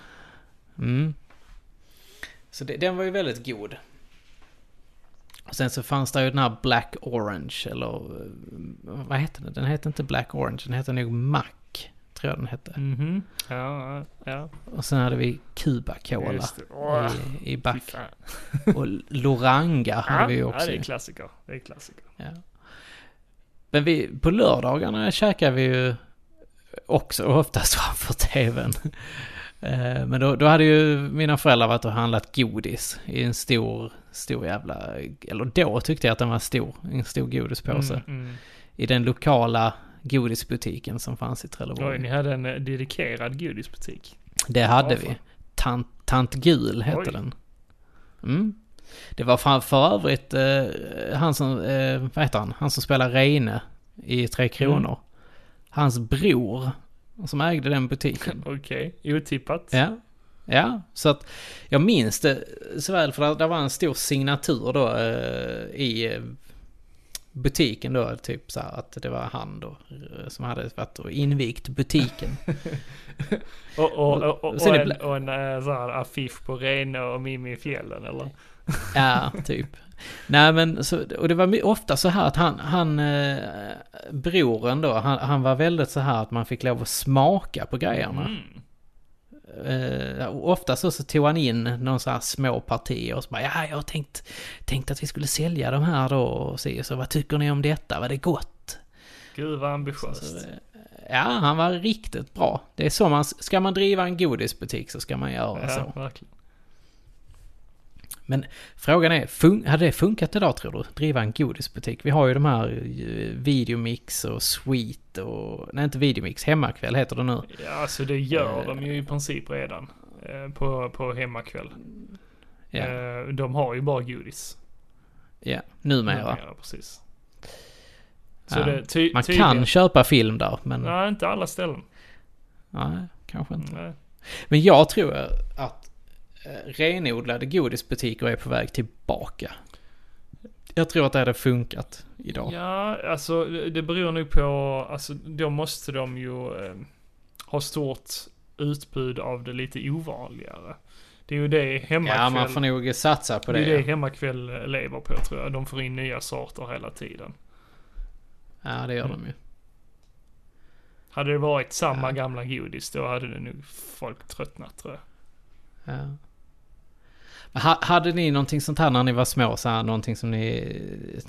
Så den var ju väldigt god. Och sen så fanns det ju den här Black Orange, eller vad heter den? Den heter inte Black Orange, den heter nog Mac, tror jag den hette. Ja. Och sen hade vi Cuba Cola i back. Och Loranga hade vi ju också. Ja, det är klassiker. Ja. Men på lördagarna käkade vi ju också oftast framför tvn. Men då hade ju mina föräldrar varit och handlat godis i en stor jävla, eller då tyckte jag att den var stor, en stor godispåse. I den lokala godisbutiken som fanns i Trelleborg. Oj, ni hade en dedikerad godisbutik. Det hade vi. Tant Gul hette den. Det var för övrigt han som, vad heter han? Han som spelar Reine i 3 Kronor. Hans bror som ägde den butiken. Okej, otippat. Ja, så att jag minns det så väl, för det var en stor signatur då i butiken då, typ så här, att det var han då som hade varit och invigt butiken. och en så här affisch på Reine och Mimmi i fjällen, eller? Ja, typ. Nej, men så, och det var ofta så här att han broren då, han var väldigt så här att man fick lov att smaka på grejerna. Ofta så tog han in någon så här små partier och så bara, jag har tänkt att vi skulle sälja de här då och se, så vad tycker ni om detta? Var det gott? Gud, vad ambitiöst. Ja, han var riktigt bra. Det är så ska man driva en godisbutik så ska man göra så. Ja, verkligen. Men frågan är, hade det funkat idag tror du? Driva en godisbutik? Vi har ju de här Videomix och Sweet och... Nej, inte Videomix, Hemmakväll heter det nu. Ja, så det gör de ju i princip redan på Hemmakväll. Ja. De har ju bara godis. Ja, numera. Precis. Så det man kan köpa film där, men... Nej, inte alla ställen. Nej, kanske inte. Nej. Men jag tror att renodlade godisbutiker är på väg tillbaka. Jag tror att det hade funkat idag. Ja, alltså det beror nog på, alltså då måste de ju ha stort utbud av det lite ovanligare. Det är ju det Hemmakväll... Ja, man får nog satsa på det. Det är det Hemmakväll lever på, tror jag. De får in nya sorter hela tiden. Ja, det gör de ju. Hade det varit samma gamla godis, då hade det nog folk tröttnat, tror jag. Ja. Hade ni någonting sånt här när ni var små, så här, någonting som ni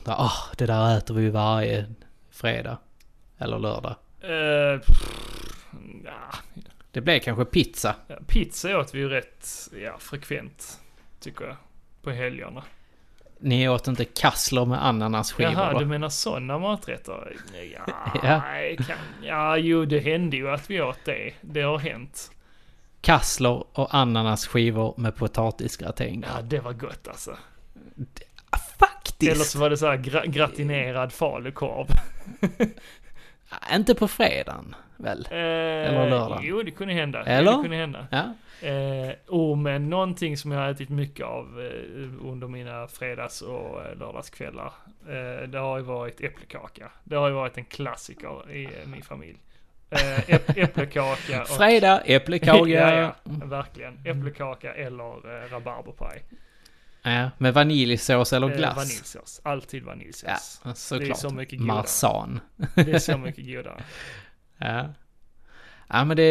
det där äter vi varje fredag eller lördag? Ja. Det blev kanske pizza. Ja, pizza åt vi ju rätt frekvent, tycker jag, på helgerna. Ni åt inte kassler med ananasskivor? Jaha, då? du menar sådana maträtter? Ja. Jo, det hände ju att vi åt det. Det har hänt. Kassler och ananasskivor med potatisgratäng. Ja, det var gott alltså. Faktiskt! Eller så var det så här gratinerad falukorv. Inte på fredagen, väl? Eller lördag? Jo, det kunde hända. Eller? Det kunde hända. Ja. Men någonting som jag har ätit mycket av under mina fredags- och lördagskvällar, det har ju varit äpplekaka. Det har ju varit en klassiker i min familj. Äpplekaka och... Fredag, äpplekaka. ja, verkligen. Äpplekaka eller rabarberpaj. Ja, med vaniljsås eller glass? Vaniljsås. Alltid vaniljsås. Ja, såklart. Det är så mycket godare. Marsan. Det är så mycket godare. Ja. Ja, men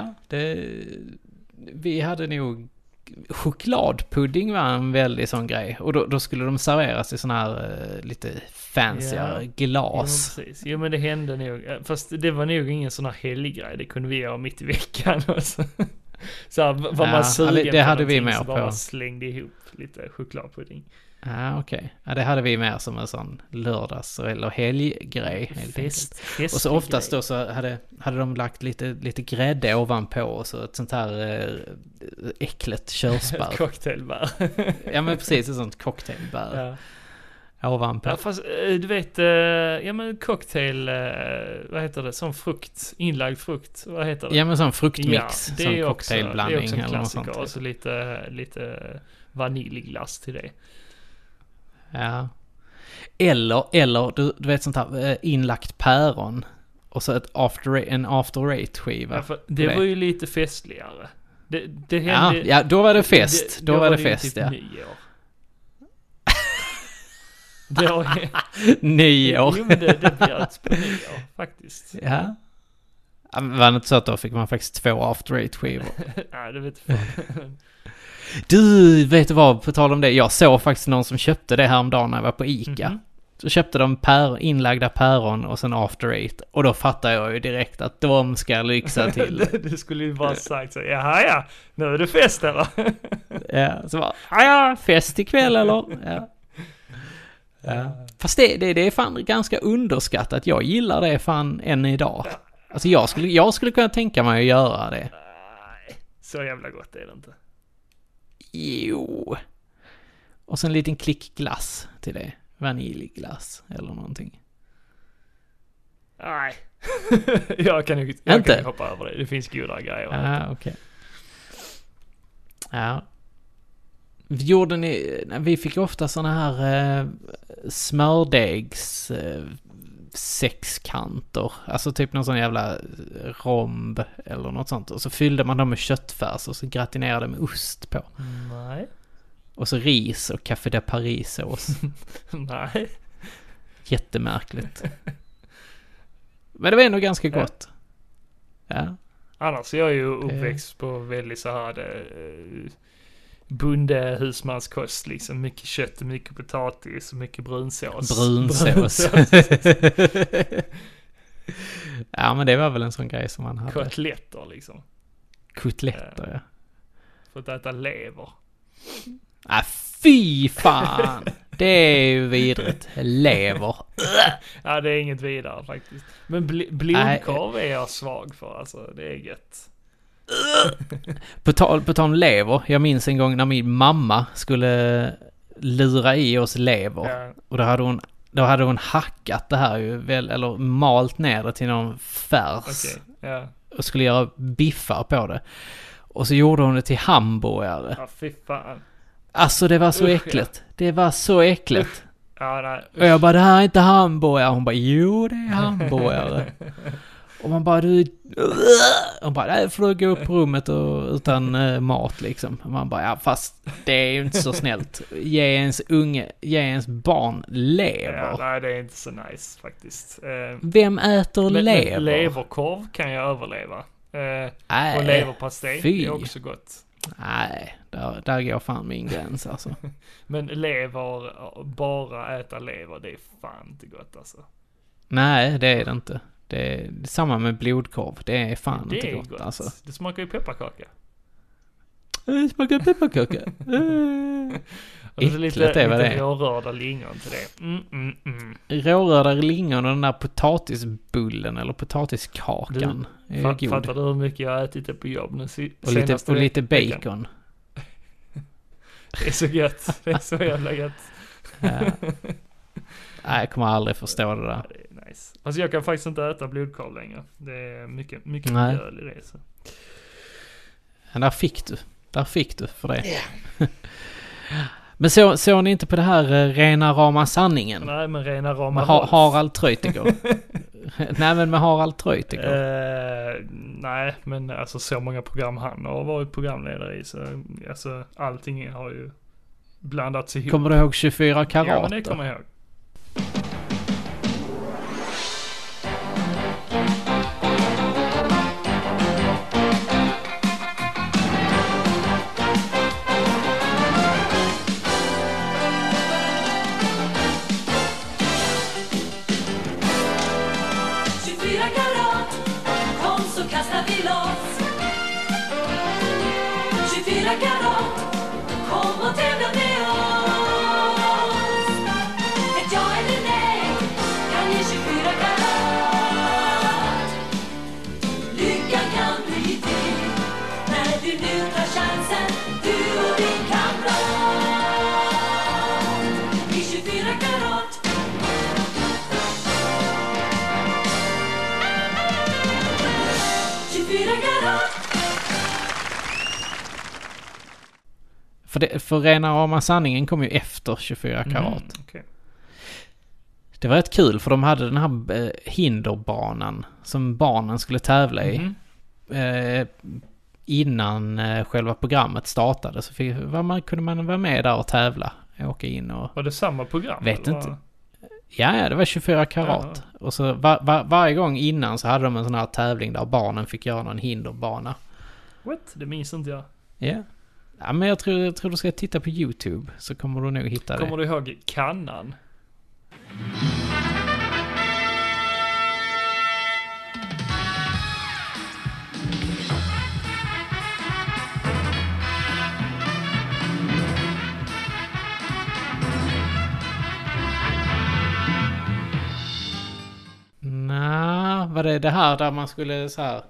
vi hade nog chokladpudding var en väldigt sån grej. Och då skulle de serveras i sån här lite fancier glas. Ja, precis. Jo, men det hände nog. Fast det var nog ingen sån här helggrej. Det kunde vi göra mitt i veckan också. Så här, var man sugen det på hade vi med så på. bara slängde ihop lite chokladpudding. Ja, okej. Ja, det hade vi mer som en sån lördags- eller helggrej. Fest och så oftast då så hade de lagt lite grädde ovanpå och så ett sånt här äckligt körsbär. Cocktailbär. Ja, men precis, ett sånt cocktailbär. Ja. Ovanpå. Ja, fast du vet, cocktail, vad heter det, som frukt, inlagd frukt, vad heter det? Ja, men sån fruktmix, det sån är cocktailblandning också en eller något sånt. klassiker, och så lite vaniljglass till det. Ja. Eller du vet sånt här inlagt päron och så en after eight skiva. Ja, det var ju lite festligare. Det hände, ja, då var det fest. Då var det fest, typ ja. Nyår. Nyår. Jo, men det bjöds på nyår, faktiskt. Ja. Var det inte så att då fick man faktiskt 2 after eight skivor? Nej, det vet jag inte. Du, vet du vad, på tal om det, jag såg faktiskt någon som köpte det här om dagen när jag var på Ica. Mm-hmm. Så köpte de inlagda päron och sen after eight. Och då fattar jag ju direkt att de ska lyxa till. Du skulle ju bara sagt så, ja, nu är det fest eller? Ja, så bara, ja, fest ikväll eller? Ja. Ja. Fast det är fan ganska underskattat. Jag gillar det fan än idag. Alltså jag skulle kunna tänka mig att göra det. Nej, så jävla gott är det inte. Jo. Och så en liten klick glass till det. Vaniljglass eller någonting. Nej. jag kan ju hoppa över det. Det finns goda grejer. Ja, okej. Ja. Vi fick ofta såna här smördegs sexkanter. Alltså typ någon sån jävla romb eller något sånt. Och så fyllde man dem med köttfärs och så gratinerade med ost på. Nej. Och så ris och café de Paris-sås. Nej. Jättemärkligt. Men det var ändå ganska gott. Ja. Annars är jag ju uppväxt på väldigt så här bondehusmanskost, liksom mycket kött, mycket potatis och mycket brunsås. Brunsås. Ja, men det var väl en sån grej som man hade. Kotletter liksom. Kotletter, ja. För att äta lever. Fy fan! Det är ju vidrigt. Lever. Ja, det är inget vidare faktiskt. Men blodkorv är jag svag för, alltså. Det är gött. På tal om lever. Jag minns en gång när min mamma skulle lura i oss lever. Ja. Och då hade hon hackat det här ju väl, eller malt ner det till någon färs. Okay. Ja. Och skulle göra biffar på det. Och så gjorde hon det till hamburgare. Ja, fy fan. Alltså det var så äckligt. Ja. Det var så äckligt. Ja, nej. Och jag bara, det här är inte hamburgare. Hon bara, jo det är hamburgare. Och man bara, hon bara, nej får du gå upp på rummet och, utan mat liksom. Och man bara, ja fast det är ju inte så snällt. Ge ens barn lever. Ja, nej det är inte så nice faktiskt. Vem äter lever? Men leverkorv kan jag överleva. Och leverpastej, det är också gott. Nej, där går fan min gräns alltså. Men bara äta lever, det är fan inte gott alltså. Nej, det är det inte. Det är samma med blodkorv. Det är fan det inte är gott alltså. Det smakar ju pepparkaka. Det smakar pepparkaka. Och det är Äckligt lite rårörda lingon till det. Rårörda lingon och den där potatisbullen eller potatiskakan. Det är god. Fattar du hur mycket jag har ätit det på jobb nu och lite bacon. Det är så gött. Det är så jävla gött. Nej, jag kommer aldrig förstå det där. Ja, det är nice. Alltså jag kan faktiskt inte äta blodkorv längre. Det är mycket mjöl i det. Så. Men där fick du för det. Yeah. Men såg ni inte på det här rena rama sanningen? Nej, men rena rama Harald Treutiger. Nej, men med Harald Treutiger. Nej, men alltså så många program han har varit programledare i, så alltså allting har ju blandats ihop. Kommer du ihåg 24 karat? Ja, men det kommer jag ihåg. För rena rama sanningen kom ju efter 24 karat. Okay. Det var rätt kul för de hade den här hinderbanan som barnen skulle tävla i. Innan själva programmet startade så kunde man vara med där och tävla. Åka in och... Var det samma program? Vet inte. Ja, det var 24 karat. Ja. Och så varje gång innan så hade de en sån här tävling där barnen fick göra någon hinderbana. What? Det minns inte jag. Ja. Yeah. Ja, men jag tror du ska titta på YouTube så kommer du nog hitta det. Kommer du ihåg kannan? Nej, var det här där man skulle så här...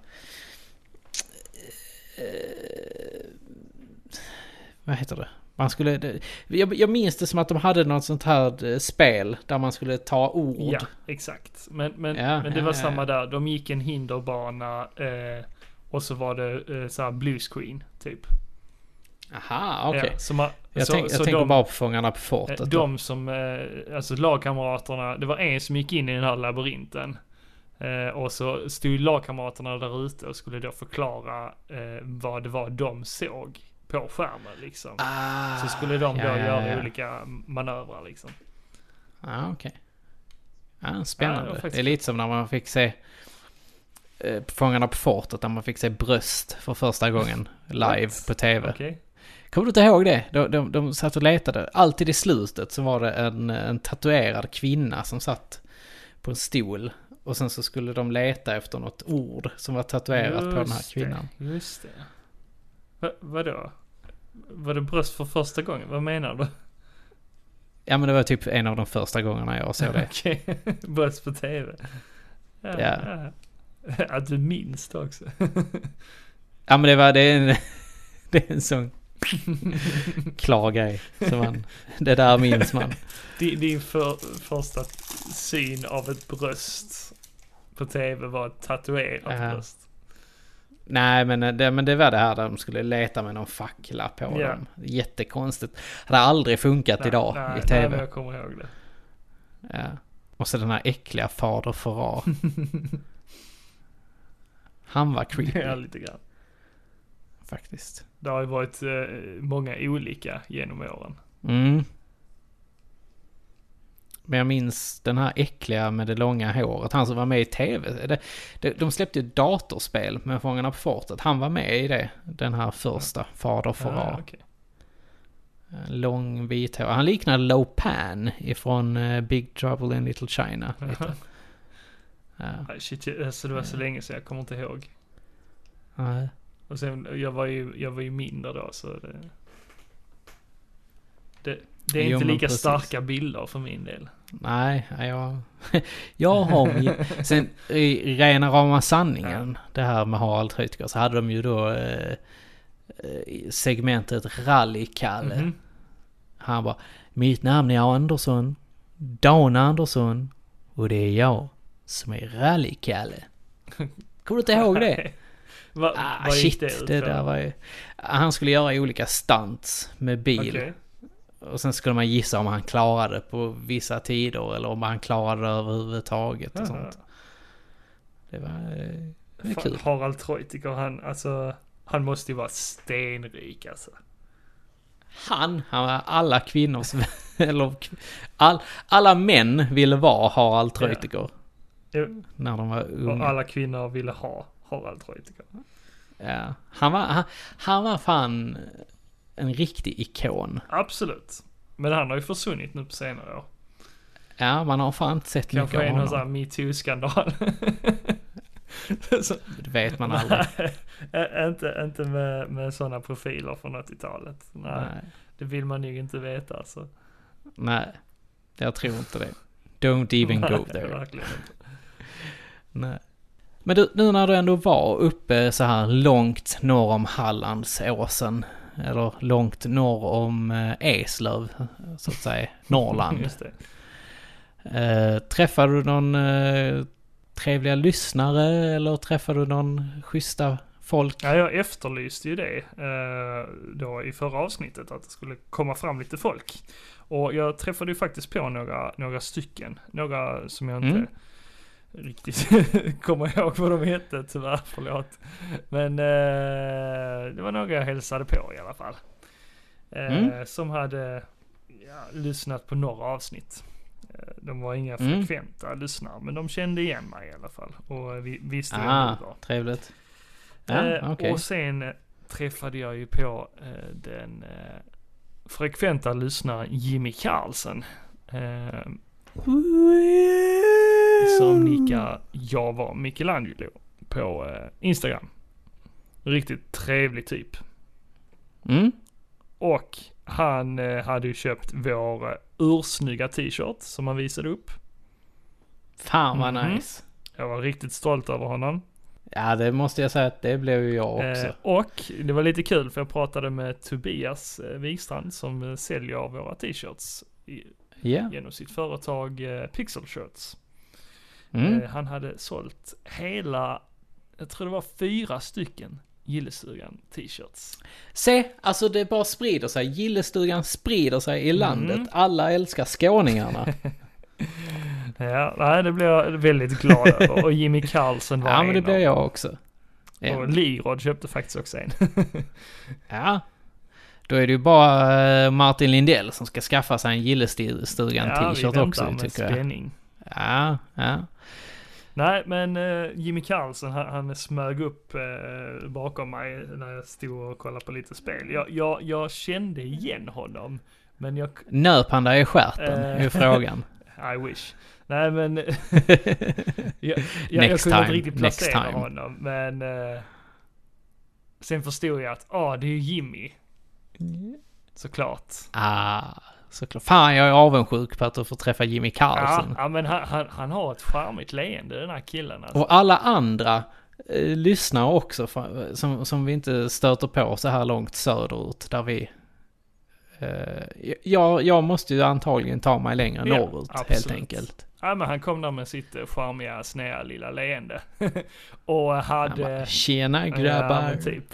vad heter det? Man skulle... Jag minns det som att de hade något sånt här spel där man skulle ta ord. Ja, exakt. Men det var samma där. De gick en hinderbana och så var det så här Blue Screen, typ. Aha, okej. Ja, jag tänker bara på Fångarna på fortet. De som, alltså lagkamraterna, det var en som gick in i den här labyrinten. Och så stod lagkamraterna där ute och skulle då förklara vad det var de såg på skärmen liksom. Så skulle de då göra olika manövrar liksom. Okej. Spännande. Det är lite som när man fick se Fångarna på fortet, där man fick se bröst för första gången live på tv. Okay. Kommer du inte ihåg det? De satt och letade. Alltid i slutet så var det en tatuerad kvinna som satt på en stol. Och sen så skulle de leta efter något ord som var tatuerat på den här kvinnan. Just det. Vadå? Var det bröst för första gången? Vad menar du? Ja, men det var typ en av de första gångerna jag såg det. Okej, bröst på tv. Ja. Att du minns det också. Ja, men det är en sån klar grej. Så det där minns man. Din första syn av ett bröst på tv var ett tatuerat bröst. Nej, men det var det här där de skulle leta med någon fackla på dem. Jättekonstigt. Det hade aldrig funkat idag i tv. Nej, men jag kommer ihåg det. Ja. Och så den här äckliga fader Farah. Han var creepy. Ja, lite grann. Faktiskt. Det har ju varit många olika genom åren. Men jag minns den här äckliga med det långa håret. Han som var med i tv. De släppte ju datorspel med Fångarna på fortet. Han var med i det. Den här första. Fader Farah. Okay. Lång vit hår. Han liknar Lo Pan ifrån Big Trouble in Little China. Lite. Ja. Shit, så det var så länge sedan, jag kommer inte ihåg. Nej. Och sen, jag var ju mindre då, så det är inte lika starka bilder för min del. Nej, jag har min... Sen i rena rama sanningen, det här med Harald Treutiger, så hade de ju då segmentet Rally-Kalle. Mm-hmm. Han bara, mitt namn är Andersson, Dan Andersson, och det är jag som är Rally-Kalle. Kommer du inte ihåg det? Shit, det där var ju... Han skulle göra olika stunts med bil. Okay. Och sen skulle man gissa om han klarade på vissa tider eller om han klarade det överhuvudtaget och sånt. Det var kul. Harald Treutiger, han måste ju vara stenrik alltså. Han var alla kvinnors eller alla män ville vara Harald Treutiger. Ja. När de var unga. Och alla kvinnor ville ha Harald Treutiger. Ja, han var fan en riktig ikon. Absolut. Men han har ju försvunnit nu på senare år. Ja, man har fan inte sett mycket av honom. Kanske en MeToo-skandal. Det vet man aldrig. inte med sådana profiler från 80-talet. Nej. Det vill man ju inte veta alltså. Nej, jag tror inte det. Don't even go there. Verkligen inte. Nej. Men du, nu när du ändå var uppe så här långt norr om Hallandsåsen, eller långt norr om Eslöv, så att säga, Norrland. Just det. Träffade du någon trevliga lyssnare eller träffade du någon schyssta folk? Ja, jag efterlyste ju det då i förra avsnittet, att det skulle komma fram lite folk. Och jag träffade ju faktiskt på några stycken. Några som jag inte riktigt kommer ihåg vad de hette, tyvärr, förlåt. Men det var några jag hälsade på i alla fall. Som hade lyssnat på några avsnitt. De var inga frekventa lyssnare, men de kände igen mig i alla fall. Och vi visste vem det var. Trevligt. Ja, okay. Och sen träffade jag ju på den frekventa lyssnaren Jimmy Karlsson. Som nickar jag var Michelangelo på Instagram. Riktigt trevlig typ. Och han hade ju köpt vår ursnygga t-shirt som han visade upp. Fan vad nice. Jag var riktigt stolt över honom. Ja, det måste jag säga att det blev ju jag också. Och det var lite kul för jag pratade med Tobias Wikstrand som säljer våra t-shirts genom sitt företag Pixel Shirts. Han hade sålt hela, jag tror det var 4 stycken Gillestugan t-shirts. Se, alltså det bara sprider sig. Gillestugan sprider sig i landet. Alla älskar skåningarna. Ja, nej, det blev jag väldigt glad över. Och Jimmy Karlsson var men det blev jag också. Ja. Och Lirod köpte faktiskt också en. Ja. Då är det ju bara Martin Lindell som ska skaffa sig en Gillestugan t-shirt också, tycker jag. Spänning. Ja. Nej, men Jimmy Karlsson, han smög upp bakom mig när jag stod och kollade på lite spel. Jag kände igen honom, men jag... Nöp han där i stjärten, är frågan. I wish. Nej, men... jag kunde inte riktigt placera honom, men... sen förstod jag att, det är Jimmy. Såklart. Såklart. Fan, jag är avundsjuk på att du får träffa Jimmy Karlsson. Ja, men han har ett charmigt leende, den här killen. Alltså. Och alla andra lyssnar också, som vi inte stöter på så här långt söderut, där vi... jag måste ju antagligen ta mig längre norrut, helt enkelt. Ja, men han kom där med sitt charmiga, snäa lilla leende. Och hade... Tjena grabbar. Ja, typ.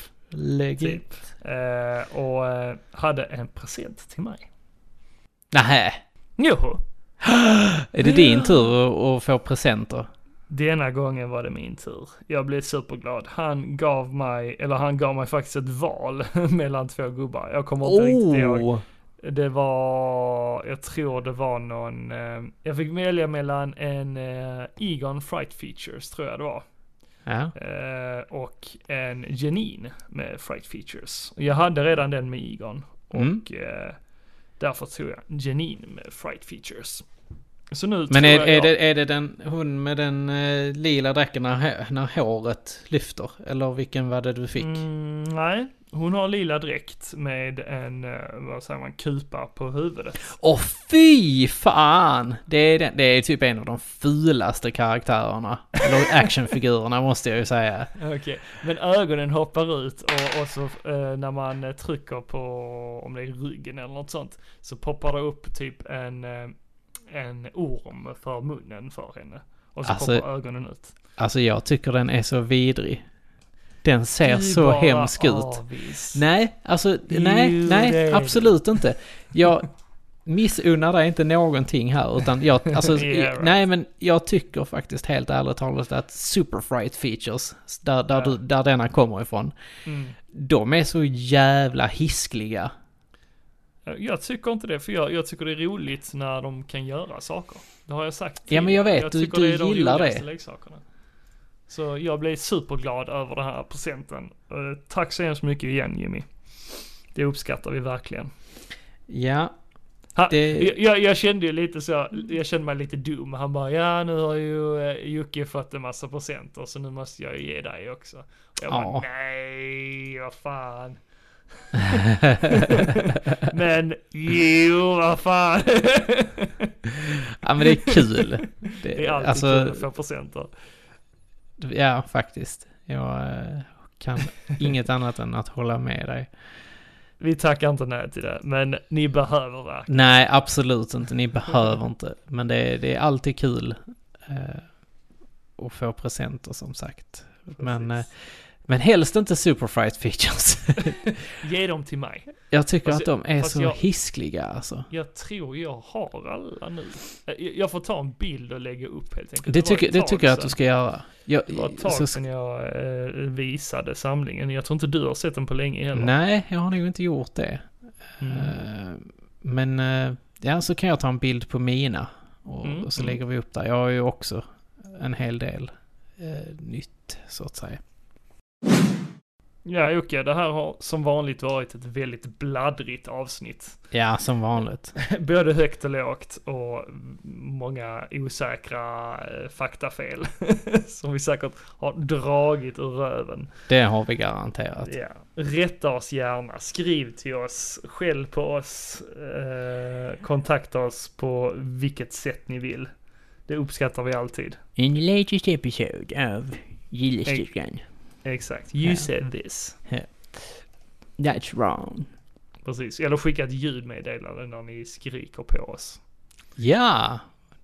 Och hade en present till mig. Nähä. Jo. Är det din tur att få presenter? Denna gången var det min tur. Jag blev superglad. Han gav mig faktiskt ett val mellan 2 gubbar. Jag kommer inte riktigt ihåg. Det var, jag tror det var någon, jag fick välja mellan en Egon Fright Features, tror jag det var. Ja. Och en Janine med Fright Features. Jag hade redan den med Egon. Och därför tog jag Janine med Fright Features. Så nu men är det den hon med den lila dräcken när håret lyfter? Eller vilken var det du fick? Nej, hon har lila dräkt med en, vad säger man, kupa på huvudet. Åh fy fan! Det är typ en av de fulaste karaktärerna. Eller actionfigurerna måste jag ju säga. Okej, men ögonen hoppar ut och så när man trycker på, om det är ryggen eller något sånt, så poppar det upp typ en orm för munnen för henne. Och så poppar ögonen ut. Alltså jag tycker den är så vidrig. Den ser så hemsk ut. Nej, alltså nej, absolut inte. Jag missunnar dig inte någonting här, utan nej, men jag tycker faktiskt helt ärligt talat att Super Fright Features, där denna kommer ifrån, de är så jävla hiskliga. Jag tycker inte det, för jag tycker det är roligt när de kan göra saker. Det har jag sagt. Ja, men jag vet, du gillar det. Leksakerna. Så jag blev superglad över den här presenten. Tack så hemskt mycket igen, Jimmy. Det uppskattar vi verkligen. Ja. Jag kände ju lite så, jag kände mig lite dum. Han bara, ja nu har ju Jocke fått en massa presenter, så nu måste jag ge dig också. Och jag bara, nej, vad fan. Men jo, vad fan. Ja, men det är kul. Det är alltid kul att få presenter. Ja, faktiskt. Jag kan inget annat än att hålla med dig. Vi tackar inte nej till det, men ni behöver verkligen. Nej, absolut inte. Ni behöver inte. Men det är alltid kul att få presenter, som sagt. Men helst inte Super Fright Features. Ge dem till mig. Jag tycker att de är så hiskliga alltså. Jag tror jag har alla nu. Jag får ta en bild och lägga upp helt enkelt. Det tycker jag att du ska göra. Det var ett tag sedan jag visade samlingen. Jag tror inte du har sett den på länge heller. Nej, jag har nog inte gjort det. Men så kan jag ta en bild på mina. Och så lägger vi upp där. Jag har ju också en hel del nytt, så att säga. Ja, Jocke, det här har som vanligt varit ett väldigt bladdrigt avsnitt. Ja, som vanligt. Både högt och lågt och många osäkra faktafel som vi säkert har dragit ur röven. Det har vi garanterat. Ja. Rätta oss gärna, skriv till oss, skäll på oss, kontakta oss på vilket sätt ni vill. Det uppskattar vi alltid. In the latest episode of Gillestugan. Exakt. You said this. That's wrong. Precis. Eller skicka ett ljudmeddelande när ni skriker på oss. Ja,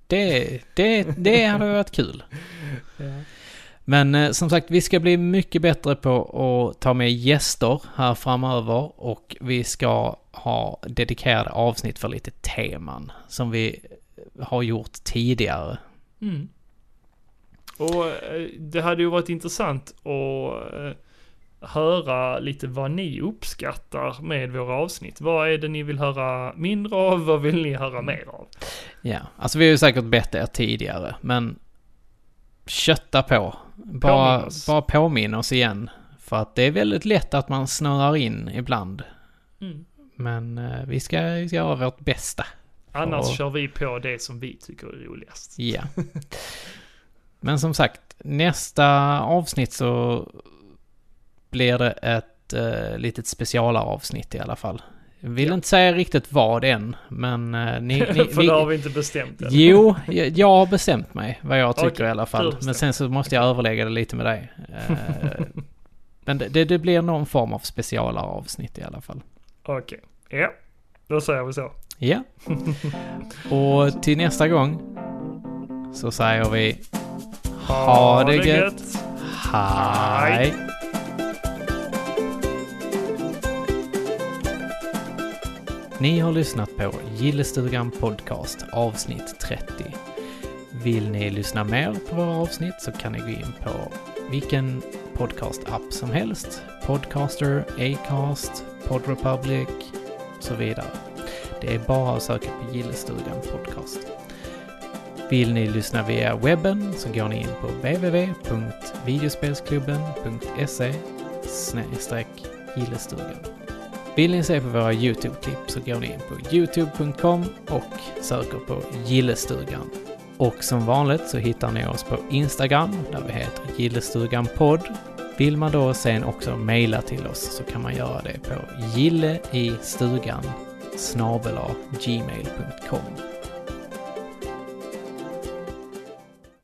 det hade varit kul. Ja. Men som sagt, vi ska bli mycket bättre på att ta med gäster här framöver. Och vi ska ha dedikerade avsnitt för lite teman som vi har gjort tidigare. Mm. Och det hade ju varit intressant att höra lite vad ni uppskattar med våra avsnitt. Vad är det ni vill höra mindre av? Vad vill ni höra mer av? Ja, alltså vi har ju säkert bett er tidigare, men kötta på. Bara påminn oss igen. För att det är väldigt lätt att man snurrar in ibland. Mm. Men vi ska göra vårt bästa. Annars kör vi på det som vi tycker är roligast. Ja. Men som sagt, nästa avsnitt så blir det ett litet specialavsnitt i alla fall. Jag vill inte säga riktigt vad än, men för det har vi inte bestämt än. Jo, jag har bestämt mig vad jag tycker i alla fall. Men sen så måste jag överlägga det lite med dig. Men det blir någon form av specialavsnitt i alla fall. Okej. Ja, då säger vi så. Ja. Och till nästa gång så säger vi ha det gött. Hej. Ni har lyssnat på Gillestugan Podcast avsnitt 30. Vill ni lyssna mer på våra avsnitt så kan ni gå in på vilken podcast-app som helst. Podcaster, Acast, Podrepublic och så vidare. Det är bara att söka på Gillestugan Podcast. Vill ni lyssna via webben så går ni in på www.videospelsklubben.se/Gillestugan. Vill ni se på våra YouTube-klipp så går ni in på youtube.com och söker på Gillestugan. Och som vanligt så hittar ni oss på Instagram där vi heter Gillestuganpodd. Vill man då sen också mejla till oss så kan man göra det på gilleistugan@gmail.com.